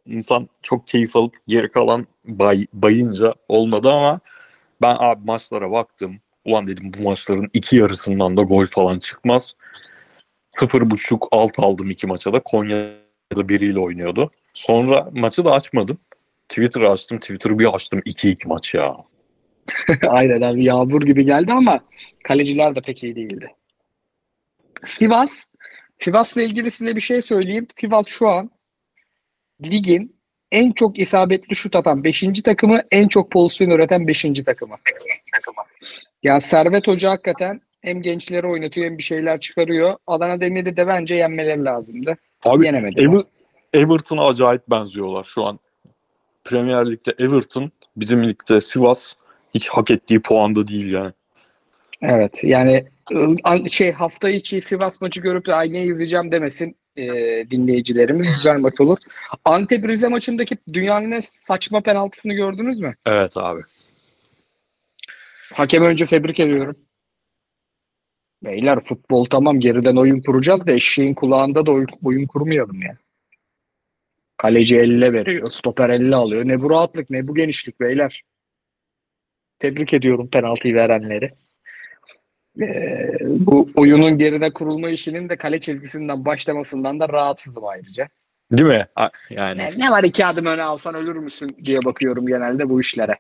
insan çok keyif alıp geri kalan bay, bayınca olmadı ama ben abi maçlara baktım. Ulan dedim bu maçların iki yarısından da gol falan çıkmaz. Sıfır buçuk alt aldım iki maça da. Konya'da biriyle oynuyordu. Sonra maçı da açmadım. Twitter'ı açtım. Twitter'ı bir açtım. iki iki maç ya. Aynen abi, yağmur gibi geldi ama kaleciler de pek iyi değildi. Sivas, Sivas'la ilgili size bir şey söyleyeyim. Sivas şu an ligin en çok isabetli şut atan beşinci takımı, en çok pozisyon üreten beşinci takımı. Ya Servet Hoca hakikaten hem gençleri oynatıyor hem bir şeyler çıkarıyor. Adana Demir'i de bence yenmeleri lazımdı. Abi Yenemediler. Ever- Everton'a acayip benziyorlar şu an. Premier Lig'de Everton, bizim ligde Sivas hiç hak ettiği puanda değil yani. Evet yani ı, şey hafta içi Sivas maçı görüp de ay ne izleyeceğim demesin e, dinleyicilerimiz. Güzel maç olur. Antep Rize maçındaki dünyanın en saçma penaltısını gördünüz mü? Evet abi. Hakemi önce tebrik ediyorum. Beyler futbol tamam, geriden oyun kuracağız da eşeğin kulağında da oyun, oyun kurmayalım ya. Kaleci elle veriyor, stoper elle alıyor. Ne bu rahatlık, ne bu genişlik beyler. Tebrik ediyorum penaltıyı verenleri. Ee, bu oyunun geride kurulma işinin de kale çizgisinden başlamasından da rahatsızım ayrıca. Değil mi? Ha, yani. Ne, ne var iki adım öne alsan ölür müsün diye bakıyorum genelde bu işlere.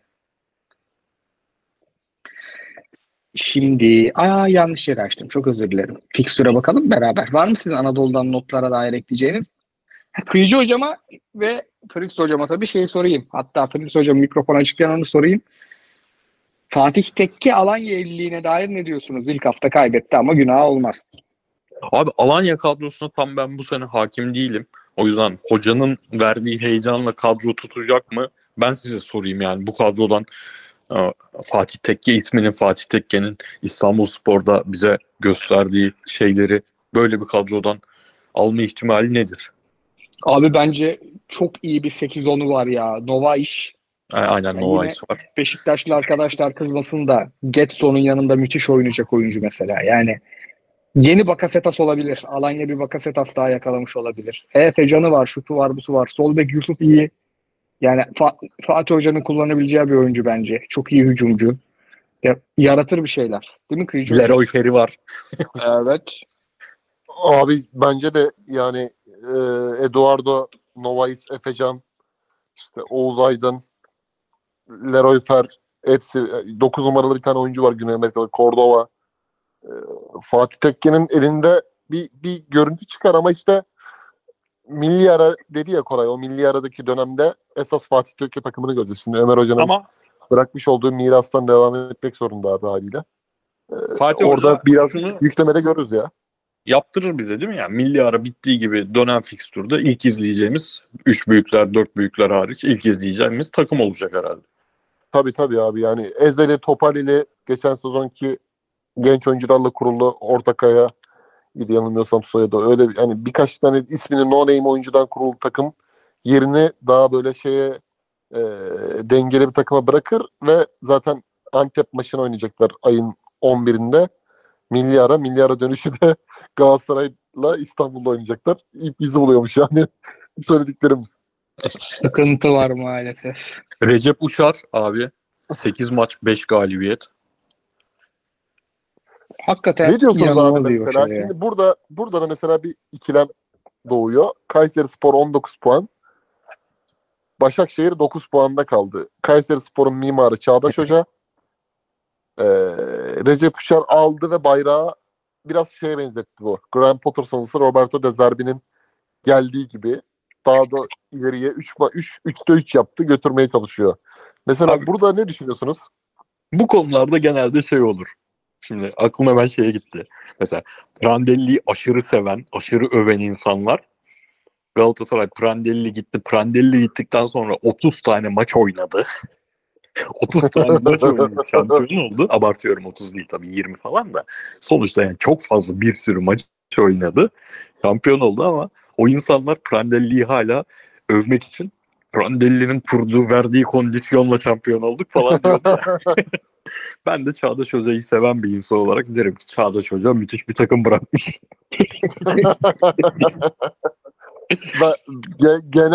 Şimdi aa yanlış yere açtım. Çok özür dilerim. Fikstüre bakalım beraber. Var mı sizin Anadolu'dan notlara dair ekleyeceğiniz? Kıyıcı hocama ve Fritz hocama tabii şey sorayım. Hatta Fritz hocam mikrofon açıkken onu sorayım. Fatih Tekke Alanya evliliğine dair ne diyorsunuz? İlk hafta kaybetti ama günah olmaz. Abi Alanya kadrosuna tam ben bu sene hakim değilim. O yüzden hocanın verdiği heyecanla kadro tutacak mı? Ben size sorayım yani bu kadrodan e, Fatih Tekke isminin, Fatih Tekke'nin İstanbulspor'da bize gösterdiği şeyleri böyle bir kadrodan alma ihtimali nedir? Abi bence çok iyi bir sekiz onu var ya. Nova iş. A- Aynen Yani Novais var. Beşiktaşlı arkadaşlar kızmasın da Getson'un yanında müthiş oynayacak oyuncu mesela. Yani yeni Bakasetas olabilir. Alanya bir Bakasetas daha yakalamış olabilir. Efe Can'ı var, şutu var, busu var. Sol bek Yusuf iyi. Yani Fa- Fatih Hoca'nın kullanabileceği bir oyuncu bence. Çok iyi hücumcu. Ya, yaratır bir şeyler. Değil mi Kıyıcı Hoca? Leroy Ferri var. Evet. Abi bence de yani e, Eduardo, Novais, Efecan, işte Oğuz Aydın, Leroy Fer, hepsi dokuz numaralı bir tane oyuncu var Güney Amerika'da, Cordova. E, Fatih Tekke'nin elinde bir, bir görüntü çıkar ama işte milli ara dedi ya Koray, o milli aradaki dönemde esas Fatih Tekke takımını göreceğiz. Şimdi Ömer Hoca'nın Ama bırakmış olduğu mirastan devam etmek zorunda abi haliyle. E, Fatih orada Hoca biraz şunu yüklemede görürüz ya. yaptırır bize değil mi? Yani milli ara bittiği gibi dönem fikstürde ilk izleyeceğimiz üç büyükler, dört büyükler hariç ilk izleyeceğimiz takım olacak herhalde. Tabii tabii abi, yani Ezeli, Topalili geçen sezonki genç oyuncularla kurulu Ortakaya idi yanılmıyorsam soyadı. Öyle bir- hani birkaç tane ismini no name oyuncudan kurulu takım yerini daha böyle şeye e, dengeli bir takıma bırakır ve zaten Antep maçını oynayacaklar ayın on birinde. Milli ara, milli ara dönüşü de Galatasaray'la İstanbul'da oynayacaklar. İlk bizi buluyormuş yani söylediklerim. Sıkıntı var maalesef. Recep Uçar abi sekiz maç beş galibiyet. Hakikaten Ne diyorsunuz abi inanılmaz iyi mesela? başarı ya. Şimdi burada burada da mesela bir ikilem doğuyor. Kayserispor on dokuz puan. Başakşehir dokuz puanda kaldı. Kayserispor'un mimarı Çağdaş Hoca. Ee, Recep Uçar aldı ve bayrağı biraz şeye benzetti bu. Graham Potter sonrası Roberto De Zerbi'nin geldiği gibi daha da ileriye üç üçte üç yaptı, götürmeye çalışıyor. Mesela Abi- burada ne düşünüyorsunuz? Bu konularda genelde şey olur. Şimdi aklıma ben şeye gitti. Mesela Prandelli'yi aşırı seven, aşırı öven insanlar Galatasaray Prandelli gitti. Prandelli gittikten sonra otuz tane maç oynadı. otuz tane maç oynadı. Şampiyon oldu. Abartıyorum, otuz değil tabii, yirmi falan da. Sonuçta yani çok fazla bir sürü maç oynadı. Şampiyon oldu ama o insanlar Prandelli'yi hala övmek için Prandelli'nin kurduğu, verdiği kondisyonla şampiyon olduk falan diyordu ya. Ben de Çağdaş Hoca'yı seven bir insan olarak derim ki Çağdaş Hoca müthiş bir takım bırakmış. Ben ge- genel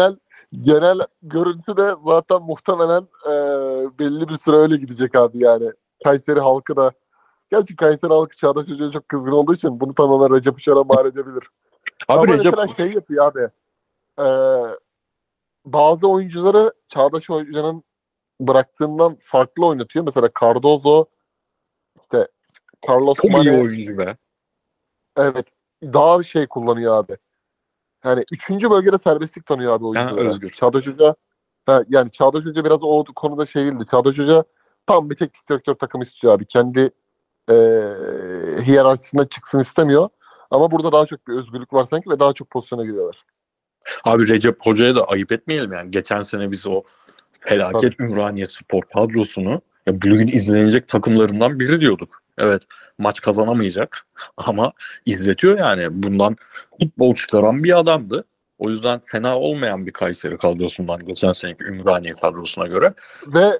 Genel görüntü de zaten muhtemelen e, belli bir süre öyle gidecek abi yani. Kayseri halkı da, gerçi Kayseri halkı Çağdaş Hoca'ya çok kızgın olduğu için bunu tamamen Recep Uçar'a mal edebilir. Abi Ama Recep mesela şey yapıyor abi. E, bazı oyuncuları Çağdaş Hoca'nın bıraktığından farklı oynatıyor. Mesela Cardozo, işte Carlos çok iyi Mane, oyuncu be. evet, daha bir şey kullanıyor abi. Yani üçüncü bölgede serbestlik tanıyor abi Yani oyunculara. özgür. Çağdaş Hoca, ha, yani Çağdaş Hoca biraz o konuda şey değildi. Çağdaş Hoca tam bir teknik direktör takım istiyor abi. Kendi e, hiyerarşisinden çıksın istemiyor. Ama burada daha çok bir özgürlük var sanki ve daha çok pozisyona giriyorlar. Abi Recep Hoca'ya da ayıp etmeyelim yani. Geçen sene biz o felaket Ümraniye Spor kadrosunu ya bu ligin izlenecek takımlarından biri diyorduk. Evet, maç kazanamayacak ama izletiyor yani. Bundan futbol çıkaran bir adamdı. O yüzden fena olmayan bir Kayseri kadrosundan geçen seneki Ümraniye kadrosuna göre. Ve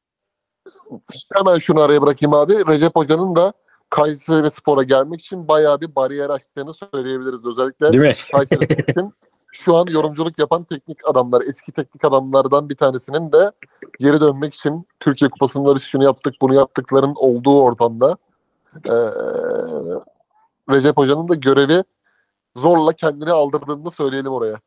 hemen şunu araya bırakayım abi. Recep Hoca'nın da Kayseri Spor'a gelmek için bayağı bir bariyer aştığını söyleyebiliriz. Özellikle Değil mi? Kayseri Spor'un şu an yorumculuk yapan teknik adamlar, eski teknik adamlardan bir tanesinin de geri dönmek için Türkiye Kupası'nda şunu yaptık, bunu yaptıkların olduğu ortamda ee, Recep Hoca'nın da görevi zorla kendini aldırdığını söyleyelim oraya.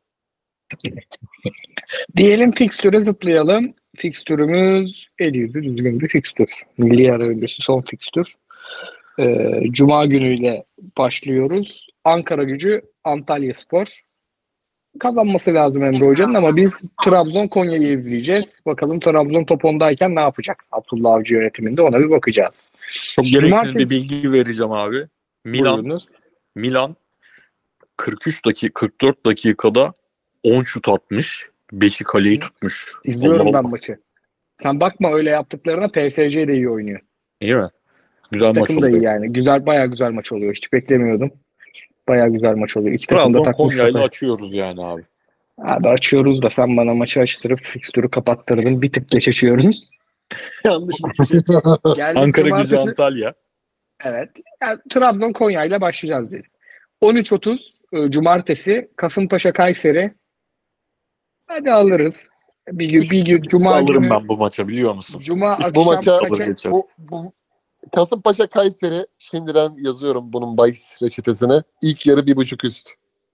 Diyelim fikstüre zıplayalım. Fikstürümüz el yüzü düzgün bir fikstür. Milli ara öncesi son fikstür. Ee, Cuma günüyle başlıyoruz. Ankara Gücü, Antalyaspor. Kazanması lazım Emre Hoca'nın ama biz Trabzon Konya'yı izleyeceğiz. Bakalım Trabzon top ondayken ne yapacak? Abdullah Avcı yönetiminde ona bir bakacağız. Çok gereksiz Cumartesi... bir bilgi vereceğim abi. Milan Buyurunuz. Milan kırk üç dakika kırk dört dakikada on şut atmış. beşi kaleyi tutmuş. İzliyorum Allah ben Allah. maçı. Sen bakma öyle yaptıklarına, P S G de iyi oynuyor. İyi mi? Güzel İki maç takım da iyi oluyor. yani. Güzel, bayağı güzel maç oluyor. Hiç beklemiyordum. Bayağı güzel maç oluyor. İki takım da Trabzon takmış Konya ile kafayı. açıyoruz yani abi. Abi açıyoruz da sen bana maçı açtırıp fikstürü kapattırdın. Bir tık geç açıyoruz. Yanlış bir şey. Geldik Ankara Gücü cumartesi. Antalya. Evet. Yani Trabzon Konya ile başlayacağız biz. on üç otuz e, cumartesi Kasımpaşa Kayseri. Hadi alırız. Bir gün, bir gün Cuma Alırım günü ben bu maça, biliyor musun? Cuma Bu akşam maça Alır kaça geçer. bu, bu Kasımpaşa Kayseri, şimdiden yazıyorum bunun bahis reçetesine. İlk yarı bir buçuk üst.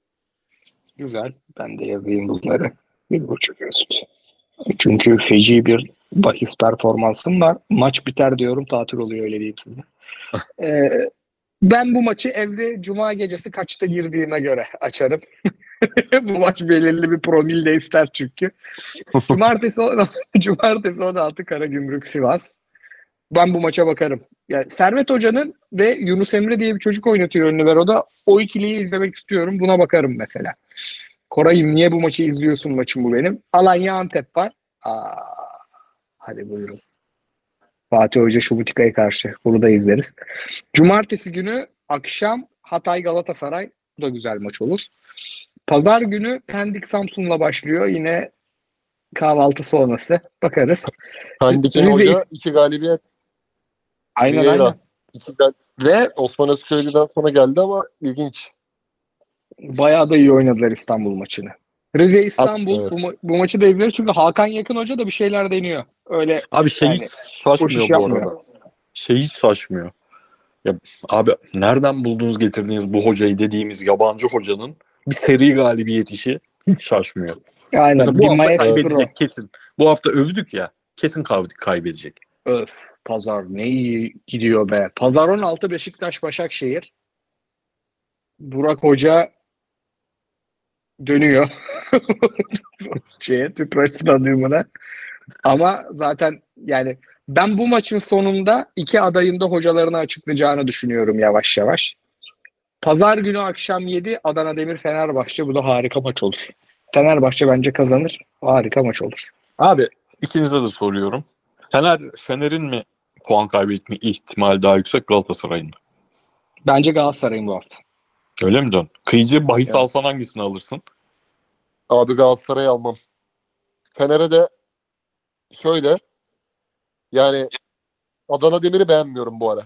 güzel. Ben de yazayım bunları. Bir buçuk üst. Çünkü feci bir bahis performansım var. Maç biter diyorum, tatil oluyor, öyle diyeyim size. Ee, ben bu maçı evde Cuma gecesi kaçta girdiğime göre açarım. Bu maç belirli bir promil de ister çünkü. Cumartesi, Cumartesi on altı Karagümrük Sivas. Ben bu maça bakarım. Yani Servet Hoca'nın ve Yunus Emre diye bir çocuk oynatıyor ön libero'da. O ikiliyi izlemek istiyorum. Buna bakarım mesela. Koray'ım niye bu maçı izliyorsun, maçım bu benim. Alanya Antep var. Aa, hadi buyurun. Fatih Hoca Şubutika'ya karşı. Bunu da izleriz. Cumartesi günü akşam Hatay Galatasaray. Bu da güzel maç olur. Pazar günü Pendik Samsun'la başlıyor. Yine kahvaltı sonrası. Bakarız. Pendik'in Rize- hoca iki galibiyet. Aynen Vieira. aynen. İki gal- Ve Osman Özköylü'den sonra geldi ama ilginç. bayağı da iyi oynadılar İstanbul maçını. Rize İstanbul Evet. bu, ma- bu maçı da izleriz çünkü Hakan Yakın Hoca da bir şeyler deniyor. Öyle Abi şey yani, hiç boş şaşmıyor iş bu yapmıyor. arada. Şey hiç şaşmıyor. Ya abi nereden buldunuz getirdiniz bu hocayı dediğimiz yabancı hocanın bir seri galibiyet işi hiç şaşmıyor. Aynen, Mesela bir bu hafta maestro. kaybedecek kesin. Bu hafta övdük ya, kesin kay- kaybedecek. Öf, Pazar ne iyi gidiyor be. Pazar on altı Beşiktaş Başakşehir. Burak Hoca dönüyor şeye, Tüpraş Stadyumuna. Ama zaten yani ben bu maçın sonunda iki adayın da hocalarını açıklayacağını düşünüyorum yavaş yavaş. Pazar günü akşam yedi Adana Demir Fenerbahçe. Bu da harika maç olur. Fenerbahçe bence kazanır. Harika maç olur. Abi ikinize de soruyorum. Fener Fener'in mi puan kaybetme ihtimali daha yüksek, Galatasaray'ın mı? Bence Galatasaray'ın bu hafta. Öyle mi dön? Kıyıcı bahis Evet. alsan hangisini alırsın? Abi Galatasaray'ı almam. Fener'e de şöyle, yani Adana Demir'i beğenmiyorum bu ara.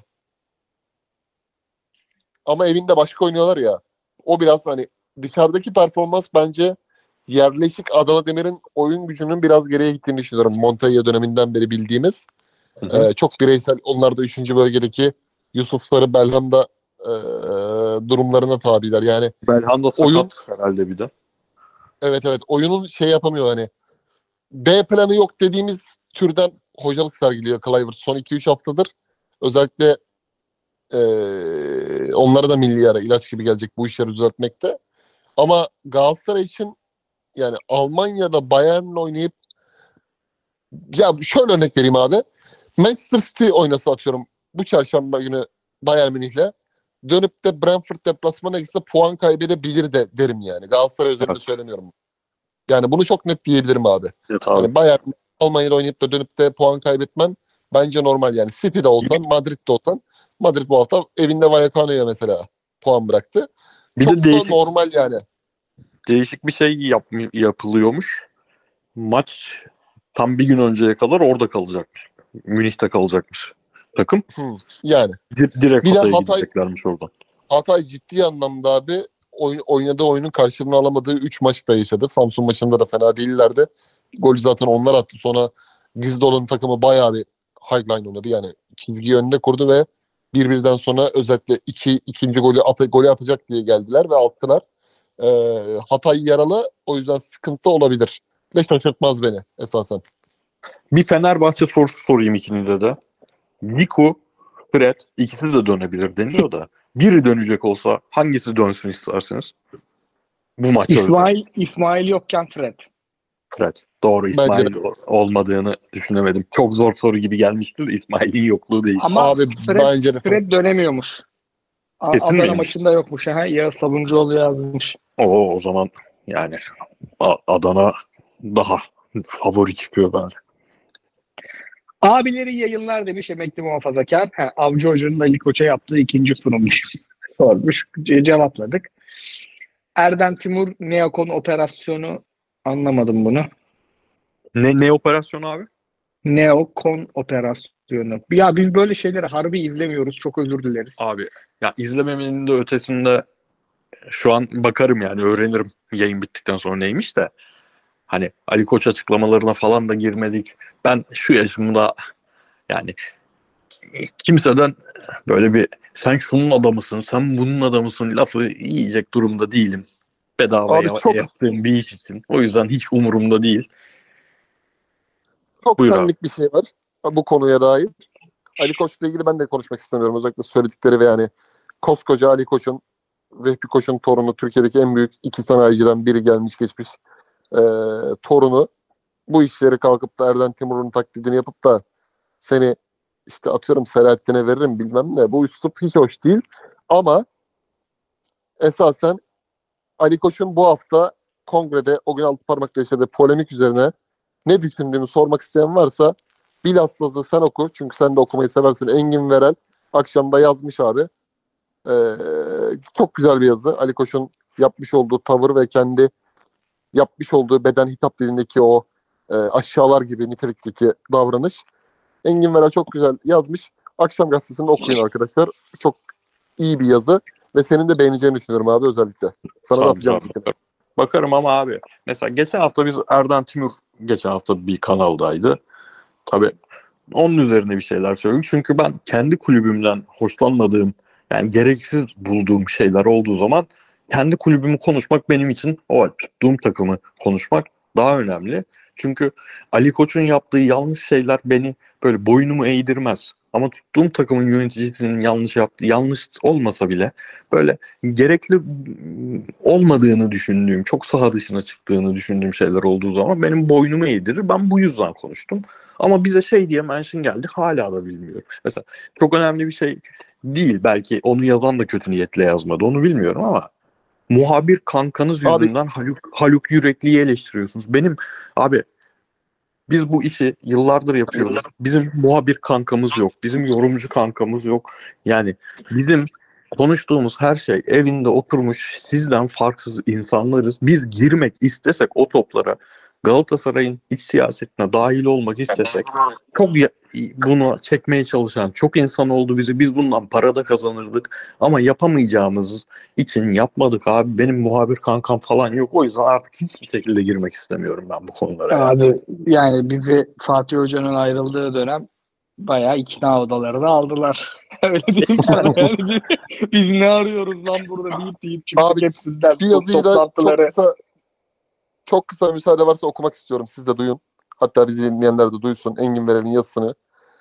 Ama evinde başka oynuyorlar ya. O biraz hani dışarıdaki performans bence yerleşik Adana Demir'in oyun gücünün biraz geriye gittiğini düşünüyorum. Montella döneminden beri bildiğimiz. Hı hı. Ee, çok bireysel. Onlar da üçüncü bölgedeki Yusuf Sarı, Belhanda e, durumlarına tabiler. Yani Belhanda oyun, sakat herhalde bir de. evet evet, oyunun şey yapamıyor hani. B planı yok dediğimiz türden hocalık sergiliyor Kluivert son iki üç haftadır. Özellikle e, onlara da milli ara ilaç gibi gelecek bu işleri düzeltmekte. Ama Galatasaray için yani Almanya'da Bayern'le oynayıp, ya şöyle örnek vereyim abi. Manchester City oynasa atıyorum bu çarşamba günü Bayern Münih'le, dönüp de Brentford deplasmana gitse puan kaybedebilir de derim yani. Galatasaray özelinde Evet. söylemiyorum. Yani bunu çok net diyebilirim abi. Evet abi. Yani Bayern Almanya'da oynayıp da dönüp de puan kaybetmen bence normal yani. City'de olsan, Madrid'de olsan, Madrid bu hafta evinde Vallecano'ya mesela puan bıraktı. Bir Çok de da değişik normal yani. değişik bir şey yap, yapılıyormuş. Maç tam bir gün önceye kadar orada kalacakmış. Münih'te kalacakmış takım. Hı, yani. Di- Direkt Bir de Hatay'a Hatay gideceklermiş oradan. Hatay ciddi anlamda abi oy- oynadığı oyunun karşılığını alamadığı üç maçta yaşadı. Samsun maçında da fena değillerdi. Golü zaten onlar attı. Sonra Gizdoğlu'nun takımı bayağı bir highline oynadı. Yani çizgiyi önüne kurdu ve bir birden sonra özellikle iki, ikinci golü, at- golü atacak diye geldiler ve attılar. Ee, Hatay yaralı. O yüzden sıkıntı olabilir. Ve şaşırtmaz beni esasen. Bir Fenerbahçe sorusu sorayım ikinize de. Nico, Fred ikisi de dönebilir deniyor da biri dönecek olsa hangisi dönsün istersiniz? Bu maça özel. İsmail İsmail yokken Fred. Fred. Doğru, Bence de. İsmail olmadığını düşünemedim. Çok zor soru gibi gelmişti de İsmail'in yokluğu değişti. Ama Abi Fred bence de Fred dönemiyormuş. A- Kesin Adana miymiş? maçında yokmuş. Ha, Yağız Sabuncuoğlu yazmış. Oo, o zaman yani A- Adana daha favori çıkıyor bence. Abileri yayınlar demiş emekli muhafazakar. Ha, Avcı Hoca'nın Ali Koç'a yaptığı ikinci sunum sormuş. Ce- cevapladık. Erden Timur Neokon operasyonu, anlamadım bunu. Ne, ne operasyonu abi? Neokon operasyonu. Ya biz böyle şeyleri harbi izlemiyoruz. Çok özür dileriz. Abi ya izlememenin de ötesinde şu an bakarım yani öğrenirim yayın bittikten sonra neymiş de. Hani Ali Koç açıklamalarına falan da girmedik. Ben şu yaşımda yani kimseden böyle bir sen şunun adamısın, sen bunun adamısın lafı yiyecek durumda değilim. abi Bedavaya çok yaptığım bir iş için. O yüzden hiç umurumda değil. çok Buyur abi. senlik bir şey var bu konuya dair. Ali Koç'la ilgili ben de konuşmak istemiyorum. Özellikle söyledikleri ve yani koskoca Ali Koç'un, Vehbi Koç'un torunu, Türkiye'deki en büyük iki sanayiciden biri gelmiş geçmiş e, torunu bu işleri kalkıp da Erden Timur'un taklidini yapıp da seni işte atıyorum Selahattin'e veririm bilmem ne. Bu üslup hiç hoş değil. Ama esasen Ali Koç'un bu hafta kongrede o gün altı parmakla yaşadığı polemik üzerine ne düşündüğünü sormak isteyen varsa bilhassa sen oku. Çünkü sen de okumayı seversin. Engin Verel akşamda yazmış abi. Ee, çok güzel bir yazı. Ali Koç'un yapmış olduğu tavır ve kendi yapmış olduğu beden hitap dilindeki o e, aşağılar gibi nitelikteki davranış. Engin Verel çok güzel yazmış. Akşam gazetesinde okuyun arkadaşlar. Çok iyi bir yazı ve senin de beğeneceğini düşünüyorum abi özellikle. Sana da Tabii, atacağım. tabii. Bakarım ama abi mesela geçen hafta biz Erden Timur geçen hafta bir kanaldaydı. Tabii onun üzerine bir şeyler söyledik. Çünkü ben kendi kulübümden hoşlanmadığım yani gereksiz bulduğum şeyler olduğu zaman kendi kulübümü konuşmak benim için o tuttuğum takımı konuşmak daha önemli. Çünkü Ali Koç'un yaptığı yanlış şeyler beni böyle boynumu eğdirmez. Ama tuttuğum takımın yöneticisinin yanlış yaptığı, yanlış olmasa bile böyle gerekli olmadığını düşündüğüm, çok saha dışına çıktığını düşündüğüm şeyler olduğu zaman benim boynumu eğdirir. Ben bu yüzden konuştum. Ama bize şey diye mention geldi hala da bilmiyorum. Mesela çok önemli bir şey değil. Belki onu yazan da kötü niyetle yazmadı. Onu bilmiyorum ama muhabir kankanız Abi yüzünden Haluk, Haluk Yürekli'yi eleştiriyorsunuz. Benim abi biz bu işi yıllardır yapıyoruz. Bizim muhabir kankamız yok. Bizim yorumcu kankamız yok. Yani bizim konuştuğumuz her şey evinde oturmuş sizden farksız insanlarız. Biz girmek istesek o toplara Galatasaray'ın iç siyasetine dahil olmak istesek çok ya- bunu çekmeye çalışan çok insan oldu bizi. Biz bundan para da kazanırdık ama yapamayacağımız için yapmadık abi. Benim muhabir kankam falan yok. O yüzden artık hiçbir şekilde girmek istemiyorum ben bu konulara ya. Abi yani bizi Fatih Hoca'nın ayrıldığı dönem bayağı ikna odalarına aldılar. Öyle diyeyim sana yani. Biz, biz ne arıyoruz lan burada deyip deyip çıktık Abi hepsinden. şu yazıyı da çok Toplantıları. kısa çok kısa müsaade varsa okumak istiyorum. Siz de duyun. Hatta bizi dinleyenler de duysun Engin Verel'in yazısını.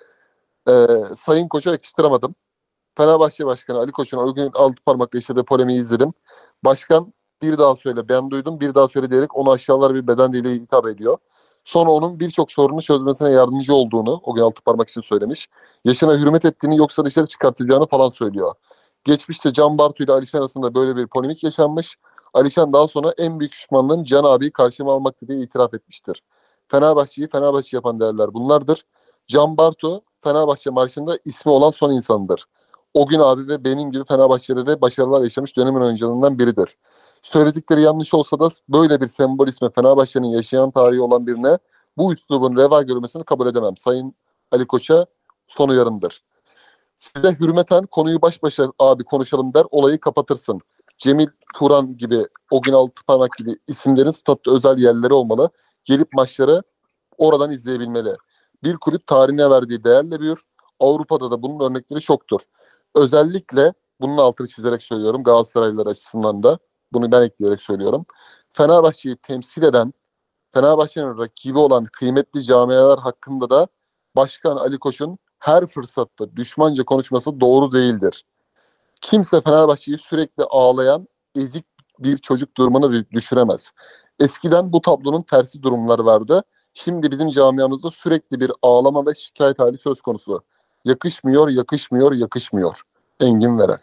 Ee, Sayın Koç'a yakıştıramadım. Fenerbahçe Başkanı Ali Koç'un o gün altı parmakla işlediği polemiği izledim. Başkan bir daha söyle ben duydum bir daha söyle diyerek onu aşağılar bir beden diliyle hitap ediyor. Sonra onun birçok sorunu çözmesine yardımcı olduğunu o gün altı parmak için söylemiş. Yaşına hürmet ettiğini yoksa dışarı çıkartacağını falan söylüyor. Geçmişte Can Bartu ile Alişan arasında böyle bir polemik yaşanmış. Alişan daha sonra en büyük pişmanlığım Can abiyi karşıma almaktı diye itiraf etmiştir. Fenerbahçe'yi Fenerbahçe yapan değerler bunlardır. Can Bartu Fenerbahçe marşında ismi olan son insandır. O gün abi ve benim gibi Fenerbahçe'de başarılar yaşamış dönemin oyuncularından biridir. Söyledikleri yanlış olsa da böyle bir sembol isme Fenerbahçe'nin yaşayan tarihi olan birine bu üslubun reva görmesini kabul edemem. Sayın Ali Koç'a son uyarımdır. Size hürmeten konuyu baş başa abi konuşalım der olayı kapatırsın. Cemil Turan gibi o gün altı parmak gibi isimlerin statta özel yerleri olmalı. Gelip maçları oradan izleyebilmeli. Bir kulüp tarihine verdiği değerle büyür. Avrupa'da da bunun örnekleri çoktur. Özellikle bunun altını çizerek söylüyorum Galatasaraylılar açısından da bunu ben ekleyerek söylüyorum. Fenerbahçe'yi temsil eden, Fenerbahçe'nin rakibi olan kıymetli camialar hakkında da Başkan Ali Koç'un her fırsatta düşmanca konuşması doğru değildir. Kimse Fenerbahçe'yi sürekli ağlayan, ezik bir çocuk durumuna düşüremez. Eskiden bu tablonun tersi durumlar vardı. Şimdi bizim camiamızda sürekli bir ağlama ve şikayet hali söz konusu. Yakışmıyor, yakışmıyor, yakışmıyor. Engin Verel.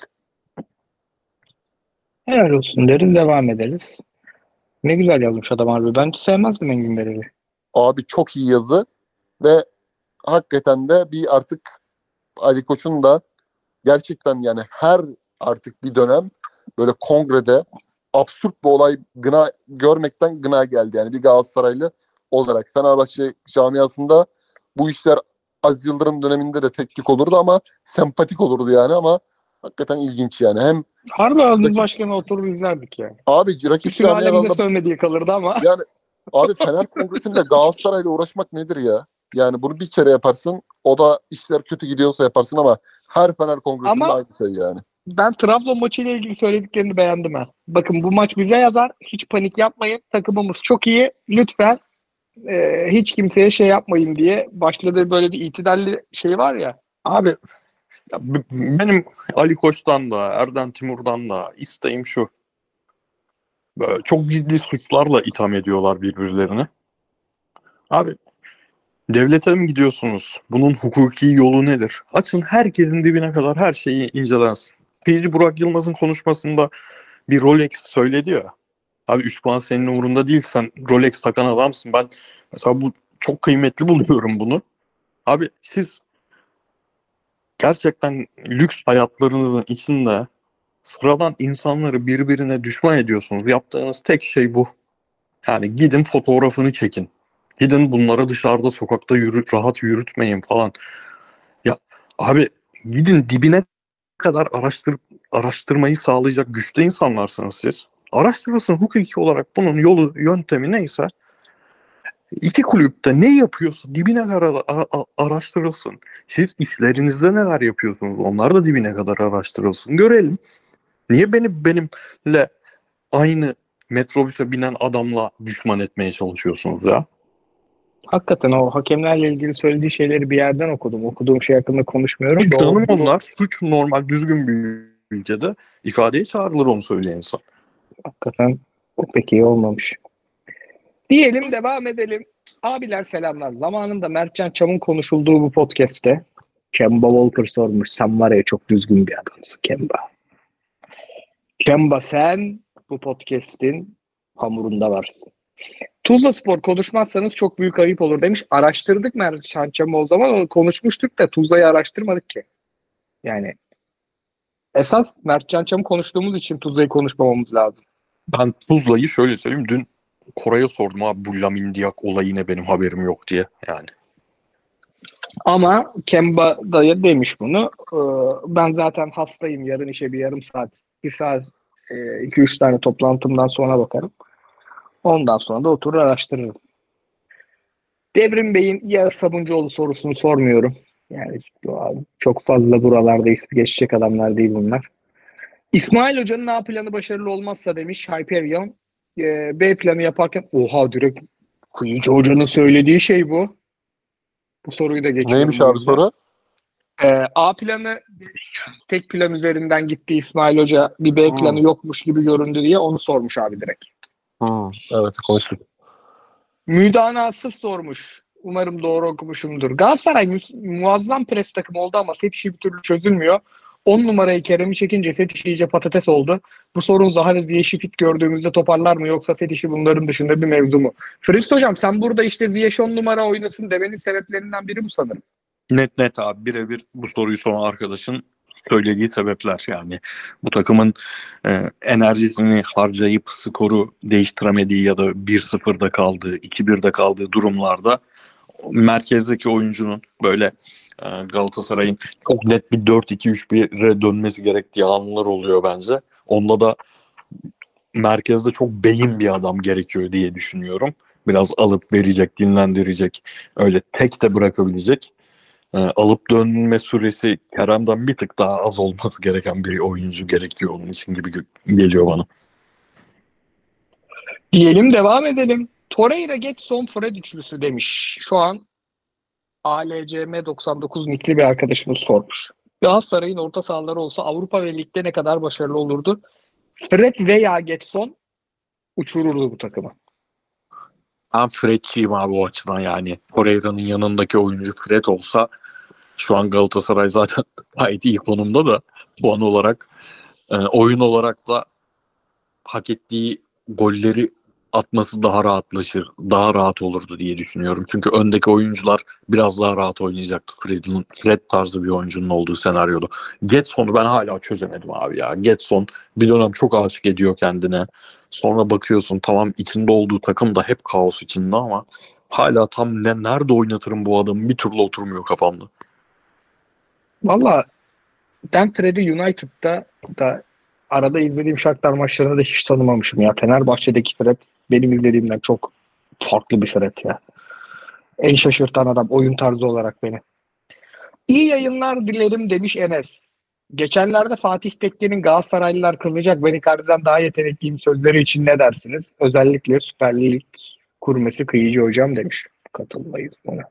Helal olsun deriz devam ederiz. Ne güzel yazmış adam harbi. Ben sevmezdim Engin Berer'i. Abi çok iyi yazı ve hakikaten de bir artık Ali Koç'un da gerçekten yani her artık bir dönem böyle kongrede absürt bir olay gına görmekten gına geldi. Yani bir Galatasaraylı olarak Fenerbahçe camiasında bu işler Aziz Yıldırım döneminde de teknik olurdu ama sempatik olurdu yani ama hakikaten ilginç yani. Hem Harbi Aziz rakip, Başkan'ı oturur izlerdik ya. abi rakip Bütün alemin de camialarında sövmediği kalırdı ama. yani abi Fener Kongresi'nde Galatasaray'la uğraşmak nedir ya? Yani bunu bir kere yaparsın o da işler kötü gidiyorsa yaparsın ama her Fener Kongresi'nde Ama aynı şey yani. ben Trabzon maçıyla ilgili söylediklerini beğendim ha. Bakın bu maç bize yazar. Hiç panik yapmayın. Takımımız çok iyi. Lütfen e, hiç kimseye şey yapmayın diye başladığı böyle bir itidalli şey var ya. Abi ya b- benim Ali Koç'tan da Erden Timur'dan da isteğim şu. Böyle çok ciddi suçlarla itham ediyorlar birbirlerini. Abi devlete mi gidiyorsunuz? Bunun hukuki yolu nedir? Açın herkesin dibine kadar her şeyi incelensin. Kıyıcı Burak Yılmaz'ın konuşmasında bir Rolex söyledi ya. Abi üç puan senin umurunda değil. Sen Rolex takan adamsın. Ben mesela bu çok kıymetli buluyorum bunu. Abi siz gerçekten lüks hayatlarınızın içinde sıradan insanları birbirine düşman ediyorsunuz. Yaptığınız tek şey bu. Yani gidin fotoğrafını çekin. Gidin bunları dışarıda sokakta yürü, rahat yürütmeyin falan. Ya abi gidin dibine kadar araştır, araştırmayı sağlayacak güçlü insanlarsınız siz. Araştırılsın hukuki olarak bunun yolu yöntemi neyse iki kulüpte ne yapıyorsa dibine kadar ara- ara- araştırılsın. Siz işlerinizde neler yapıyorsunuz onlar da dibine kadar araştırılsın görelim. Niye beni benimle aynı metrobüse binen adamla düşman etmeye çalışıyorsunuz ya? Hakikaten o hakemlerle ilgili söylediği şeyleri bir yerden okudum. Okuduğum şey hakkında konuşmuyorum da o, Canım bunu onlar suç normal düzgün bir ülkede ifadeye çağrılır onu söyleyen insan. hakikaten pek iyi olmamış. Diyelim devam edelim. Abiler selamlar. Zamanında Mertcan Çam'ın konuşulduğu bu podcast'te Kemba Walker sormuş. Sen var ya çok düzgün bir adamsın Kemba. Kemba sen bu podcast'in hamurunda varsın. Tuzla Spor konuşmazsanız çok büyük ayıp olur demiş. Araştırdık Mertcan Çam'ı o zaman. Onu konuşmuştuk da Tuzla'yı araştırmadık ki. Yani esas Mertcan Çam'ı konuştuğumuz için Tuzla'yı konuşmamamız lazım. Ben Tuzla'yı şöyle söyleyeyim. Dün Koray'a sordum abi bu Lamine Diak olayı ne, benim haberim yok diye yani. Ama Kemba da demiş bunu. Ee, ben zaten hastayım. Yarın işe bir yarım saat, bir saat, e, iki üç tane toplantımdan sonra bakarım. Ondan sonra da oturur araştırırım. Devrim Bey'in ya Sabuncuoğlu sorusunu sormuyorum. Yani çok fazla buralarda ismi geçecek adamlar değil bunlar. İsmail Hoca'nın A planı başarılı olmazsa demiş Hyperion. Ee, B planı yaparken oha direkt Kıyıcı Hoca'nın söylediği şey bu. Bu soruyu da geçiyorum. Neymiş abi soru? Ee, A planı tek plan üzerinden gitti İsmail Hoca. Bir B planı Hmm. yokmuş gibi göründü diye onu sormuş abi direkt. Hmm, evet konuştuk. Müdanasız sormuş. Umarım doğru okumuşumdur. Galatasaray mu- muazzam pres takımı oldu ama set işi bir türlü çözülmüyor. on numarayı Kerem'i çekince set işi iyice patates oldu. Bu sorun Zaha Ziyech'i fit gördüğümüzde toparlar mı yoksa set işi bunların dışında bir mevzu mu? Frist hocam sen burada işte Ziyech on numara oynasın demenin sebeplerinden biri bu sanırım. Net net abi birebir bu soruyu soran arkadaşın söylediği sebepler yani. Bu takımın e, enerjisini harcayıp skoru değiştiremediği ya da bir sıfırda kaldığı, iki birde kaldığı durumlarda merkezdeki oyuncunun böyle e, Galatasaray'ın çok net bir dört iki üç bire dönmesi gerektiği anlar oluyor bence. Onda da merkezde çok beyin bir adam gerekiyor diye düşünüyorum. Biraz alıp verecek, dinlendirecek, öyle tek de bırakabilecek. E, alıp dönme süresi Kerem'den bir tık daha az olması gereken bir oyuncu gerekiyor onun için gibi geliyor bana. Diyelim devam edelim. Torreira Getson Fred üçlüsü demiş. Şu an A L C M doksan dokuz nikli bir arkadaşımız sormuş. Galatasaray'ın orta sahaları olsa Avrupa ve Lig'de ne kadar başarılı olurdu? Fred veya Getson uçururdu bu takımı. Ben Fred'çiyim abi o açıdan yani. Torreira'nın yanındaki oyuncu Fred olsa şu an Galatasaray zaten gayet iyi konumda da puan olarak, e, oyun olarak da hak ettiği golleri atması daha rahatlaşır, daha rahat olurdu diye düşünüyorum. Çünkü öndeki oyuncular biraz daha rahat oynayacaktı Fred'in, Fred tarzı bir oyuncunun olduğu senaryoda. Getson'u ben hala çözemedim abi ya. Getson bir dönem çok aşık ediyor kendine. Sonra bakıyorsun tamam içinde olduğu takım da hep kaos içinde ama hala tam ne, nerede oynatırım bu adamı bir türlü oturmuyor kafamda. Valla ben Fred'i United'da da arada izlediğim Shakhtar maçlarında da hiç tanımamışım ya. Fenerbahçe'deki Fred benim izlediğimden çok farklı bir Fred ya. En şaşırtan adam oyun tarzı olarak beni. İyi yayınlar dilerim demiş Enes. Geçenlerde Fatih Tekke'nin Galatasaraylılar kızacak ben Icardi'den daha yetenekliyim sözleri için ne dersiniz? Özellikle Süper Lig kurması Kıyıcı hocam demiş. Katılmayız buna.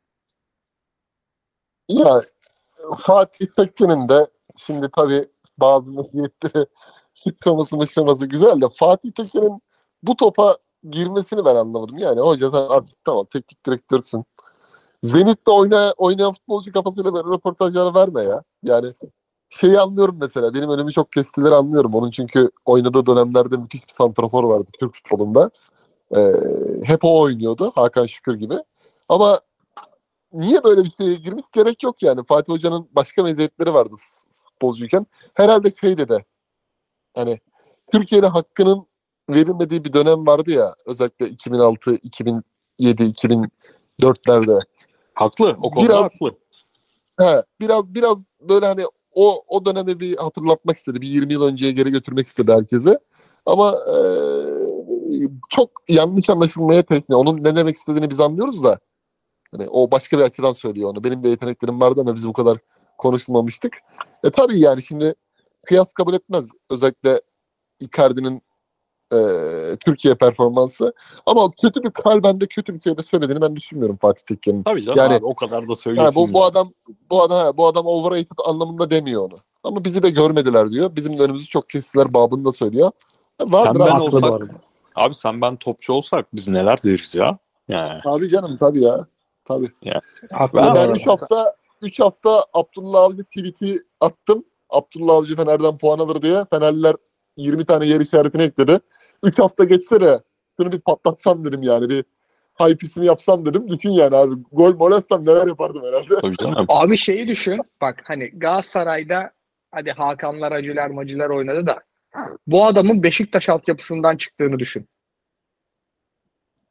Ya Fatih Tekke'nin de şimdi tabii bazı nasihiyetleri sıçraması mışraması güzel de Fatih Tekke'nin bu topa girmesini ben anlamadım. Yani hoca sen artık tamam teknik direktörsün. Zenit'te oyna, oynayan futbolcu kafasıyla böyle röportajlar verme ya. Yani şeyi anlıyorum mesela. Benim önümü çok kestileri anlıyorum. Onun çünkü oynadığı dönemlerde müthiş bir santrafor vardı Türk futbolunda. Ee, hep o oynuyordu. Hakan Şükür gibi. Ama niye böyle bir şeye girmiş gerek yok yani. Fatih Hoca'nın başka meziyetleri vardı futbolcuyken. Herhalde şey dedi. Hani Türkiye'de hakkının verilmediği bir dönem vardı ya. Özellikle iki bin altı, iki bin yedi, iki bin dörtlerde. Haklı. O konuda Biraz haklı. he, biraz biraz böyle hani o o dönemi bir hatırlatmak istedi. Bir yirmi yıl önceye geri götürmek istedi herkese. Ama e, çok yanlış anlaşılmaya teşne. Onun ne demek istediğini biz anlıyoruz da. Hani o başka bir açıdan söylüyor onu. Benim de yeteneklerim vardı ama biz bu kadar konuşulmamıştık. E tabii yani şimdi kıyas kabul etmez. Özellikle Icardi'nin e, Türkiye performansı. Ama kötü bir kalben de kötü bir şey de söylediğini ben düşünmüyorum Fatih Tekke'nin. Tabii canım Yani, abi o kadar da yani söylüyorsun. bu, bu adam bu adam bu adam overrated anlamında demiyor onu. Ama bizi de görmediler diyor. Bizim de önümüzü çok kestiler babında söylüyor. Vardır Sen ben haklı bu olsak, arada. abi sen ben topçu olsak biz neler deriz ya. Yani. Tabii canım tabii ya. Tabii. Haklı Ya bu ben arada. üç hafta üç hafta Abdullah Avcı tweet'i attım. Abdullah Avcı Fener'den puan alır diye. Fenerliler yirmi tane yer işaretini ekledi. üç hafta geçse de şunu bir patlatsam dedim yani. Bir hype'isini yapsam dedim. Düşün yani abi. Gol mol atsam neler yapardım herhalde. Tabii canım. Abi şeyi düşün. Bak hani Galatasaray'da hadi Hakanlar, Acılar, Macılar oynadı da bu adamın Beşiktaş altyapısından çıktığını düşün.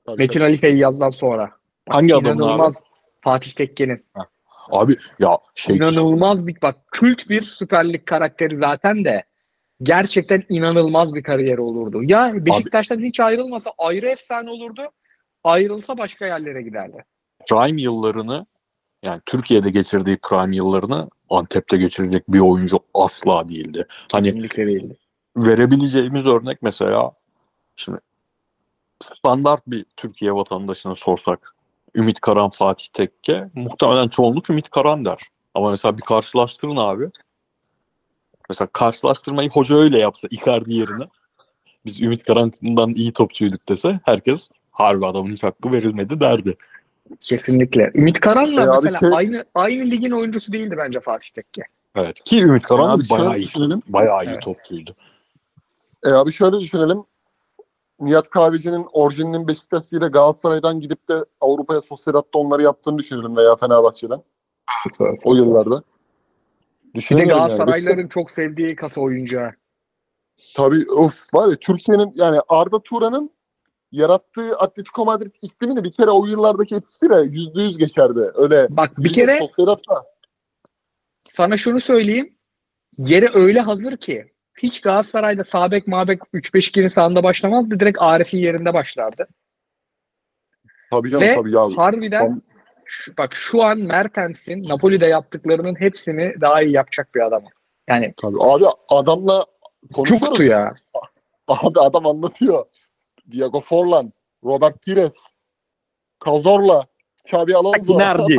Tabii, Metin tabii. Ali Feyyaz'dan sonra. Bak, Hangi adamın inanılmaz. Fatih Tekke'nin. Abi ya şey İnanılmaz bir bak kült bir Süper Lig karakteri zaten de gerçekten inanılmaz bir kariyer olurdu. Ya Beşiktaş'tan hiç ayrılmasa ayrı efsane olurdu. Ayrılsa başka yerlere giderdi. prime yıllarını, yani Türkiye'de geçirdiği prime yıllarını Antep'te geçirecek bir oyuncu asla değildi. Hani Kesinlikle değildi. verebileceğimiz örnek mesela, şimdi standart bir Türkiye vatandaşına sorsak Ümit Karan, Fatih Tekke, muhtemelen çoğunluk Ümit Karan der. Ama mesela bir karşılaştırın abi. Mesela karşılaştırmayı hoca öyle yapsa Icardi yerine, biz Ümit Karan'dan iyi topçuyduk dese, herkes harbi adamın hiç hakkı verilmedi derdi. Kesinlikle. Ümit Karan'la E abi mesela şey- aynı aynı ligin oyuncusu değildi bence Fatih Tekke. Evet. Ki Ümit E Karan abi da bayağı şöyle iyi, düşünelim. bayağı iyi Evet. topçuydu. E abi şöyle düşünelim. Nihat Kahveci'nin orijinalinin Beşiktaş'ıyla Galatasaray'dan gidip de Avrupa'ya Sociedad'da onları yaptığını düşünelim veya Fenerbahçe'den o yıllarda. Bir de Düşünemiyorum yani. Galatasaraylıların Beşiktaş, çok sevdiği kasa oyuncu. ha. tabii of var ya, Türkiye'nin yani Arda Turan'ın yarattığı Atletico Madrid iklimini bir kere o yıllardaki etkisiyle yüzde yüz geçerdi. Öyle Bak bir bir de kere Sociedad'da. sana şunu söyleyeyim. Yeri öyle hazır ki hiç Galatasaray'da sağ bek mağbek üç beş ikinin sağında başlamazdı. Direkt Arif'in yerinde başlardı. Tabii canım, Ve tabii ya. harbiden Tam- şu- bak şu an Mertens'in Napoli'de yaptıklarının hepsini daha iyi yapacak bir adam. Yani Tabii. Abi adamla konuşuyoruz. çoktu ya. Abi adam anlatıyor. Diego Forlan, Robert Pires, Cazorla, Xabi Alonso. Icardi.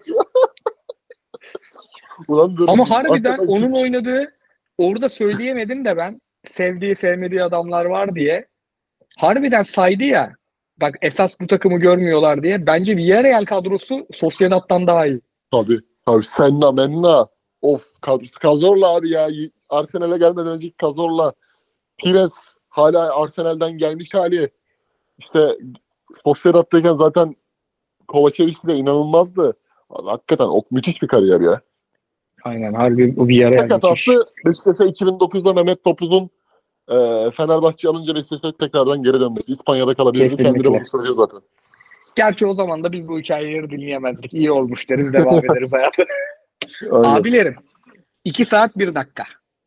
Ulan diyorum, Ama harbiden hakikaten- onun oynadığı orada söyleyemedim de ben sevdiği sevmediği adamlar var diye harbiden saydı ya. Bak esas bu takımı görmüyorlar diye. Bence Villarreal kadrosu Sociedad'dan daha iyi. Tabii. Tabii. Senna, Menna. Of. Kadrosu Cazorla abi ya. Arsenal'e gelmeden önceki Cazorla. Pires. Hala Arsenal'den gelmiş hali. İşte Sociedad'dayken zaten Kovacevic de inanılmazdı. Abi, hakikaten o müthiş bir kariyer ya. Aynen harbi bu Villarreal Tek müthiş. hatası Beşiktaş'a iki bin dokuzda Mehmet Topuz'un e, Fenerbahçe alınca Beşiktaş'a tekrardan geri dönmesi. İspanya'da kalabilirdi. Kesinlikle. Kendine bunu söylüyor zaten. Gerçi o zaman da biz bu hikayeleri dinleyemezdik. İyi olmuş deriz devam ederiz hayata. Aynen. Abilerim iki saat bir dakika.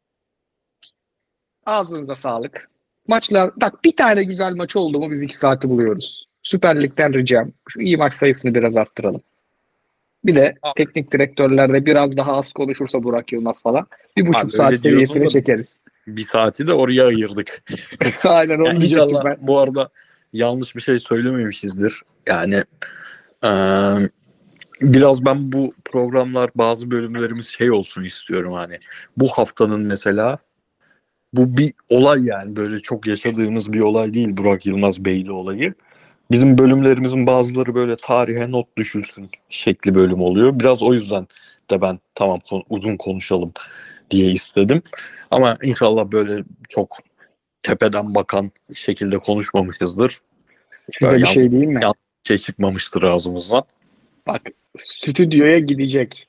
Ağzınıza sağlık. Maçlar bak bir tane güzel maç oldu mu biz iki saati buluyoruz. Süper Lig'den ricam şu iyi maç sayısını biraz arttıralım. Bir de teknik direktörlerle biraz daha az konuşursa Burak Yılmaz falan bir buçuk Abi saat öyle diyorsun seviyesine da çekeriz. bir saati de oraya ayırdık. Aynen onu Yani diyecektim inşallah ben. bu arada yanlış bir şey söylememişizdir. Yani eee, biraz ben bu programlar, bazı bölümlerimiz şey olsun istiyorum hani. Bu haftanın mesela, bu bir olay yani, böyle çok yaşadığımız bir olay değil Burak Yılmaz Beyli olayı. Bizim bölümlerimizin bazıları böyle tarihe not düşülsün şekli bölüm oluyor. Biraz o yüzden de ben tamam kon- uzun konuşalım diye istedim. Ama inşallah böyle çok tepeden bakan şekilde konuşmamışızdır. Size Böyle bir yan- şey diyeyim mi? yan- şey çıkmamıştır ağzımızdan. Bak stüdyoya gidecek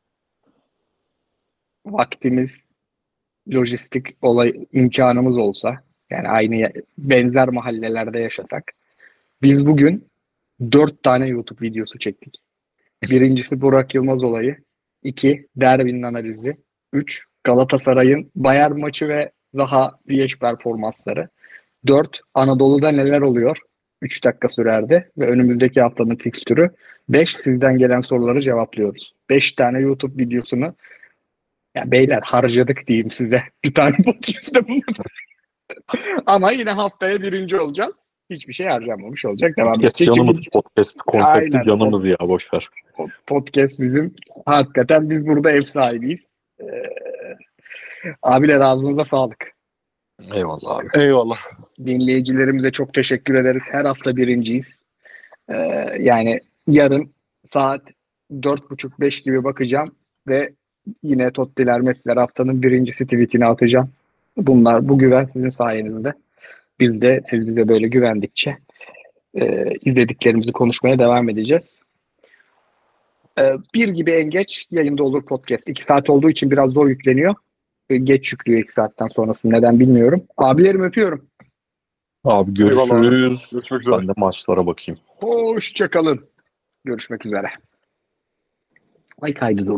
vaktimiz, lojistik olay imkanımız olsa yani aynı ya- benzer mahallelerde yaşasak biz bugün dört tane YouTube videosu çektik. Birincisi Burak Yılmaz olayı. iki Derbinin analizi. Üç Galatasaray'ın Bayern maçı ve Zaha Ziyech performansları. Dört Anadolu'da neler oluyor? Üç dakika sürerdi ve önümüzdeki haftanın fikstürü. Beş sizden gelen soruları cevaplıyoruz. Beş tane YouTube videosunu ya beyler harcadık diyeyim size. Bir tane podcast'te bunu. Ama yine haftaya birinci olacağız. Hiçbir şey harcanmamış olacak. Devam Podcast edecek. canımız, Çünkü podcast konsepti Aynen. canımız ya, boşver. podcast bizim. Hakikaten biz burada ev sahibiyiz. Ee, abiler ağzınıza sağlık. Eyvallah abi. Eyvallah. Dinleyicilerimize çok teşekkür ederiz. Her hafta birinciyiz. Ee, yani yarın saat dört buçuk beş gibi bakacağım ve yine Tottiler Messi'ler haftanın birincisi tweetini atacağım. Bunlar, bu güven sizin sayenizde. Biz de siz bize böyle güvendikçe e, izlediklerimizi konuşmaya devam edeceğiz. E, bir gibi en geç yayında olur podcast. İki saat olduğu için biraz zor yükleniyor. E, geç yüklüyor iki saatten sonrasını. Neden bilmiyorum. Abilerim öpüyorum. Abi Eyvallah abi. görüşürüz. Görüşmek üzere. Ben de maçlara bakayım. Hoşça kalın. Görüşmek üzere. Ay kaydı dur.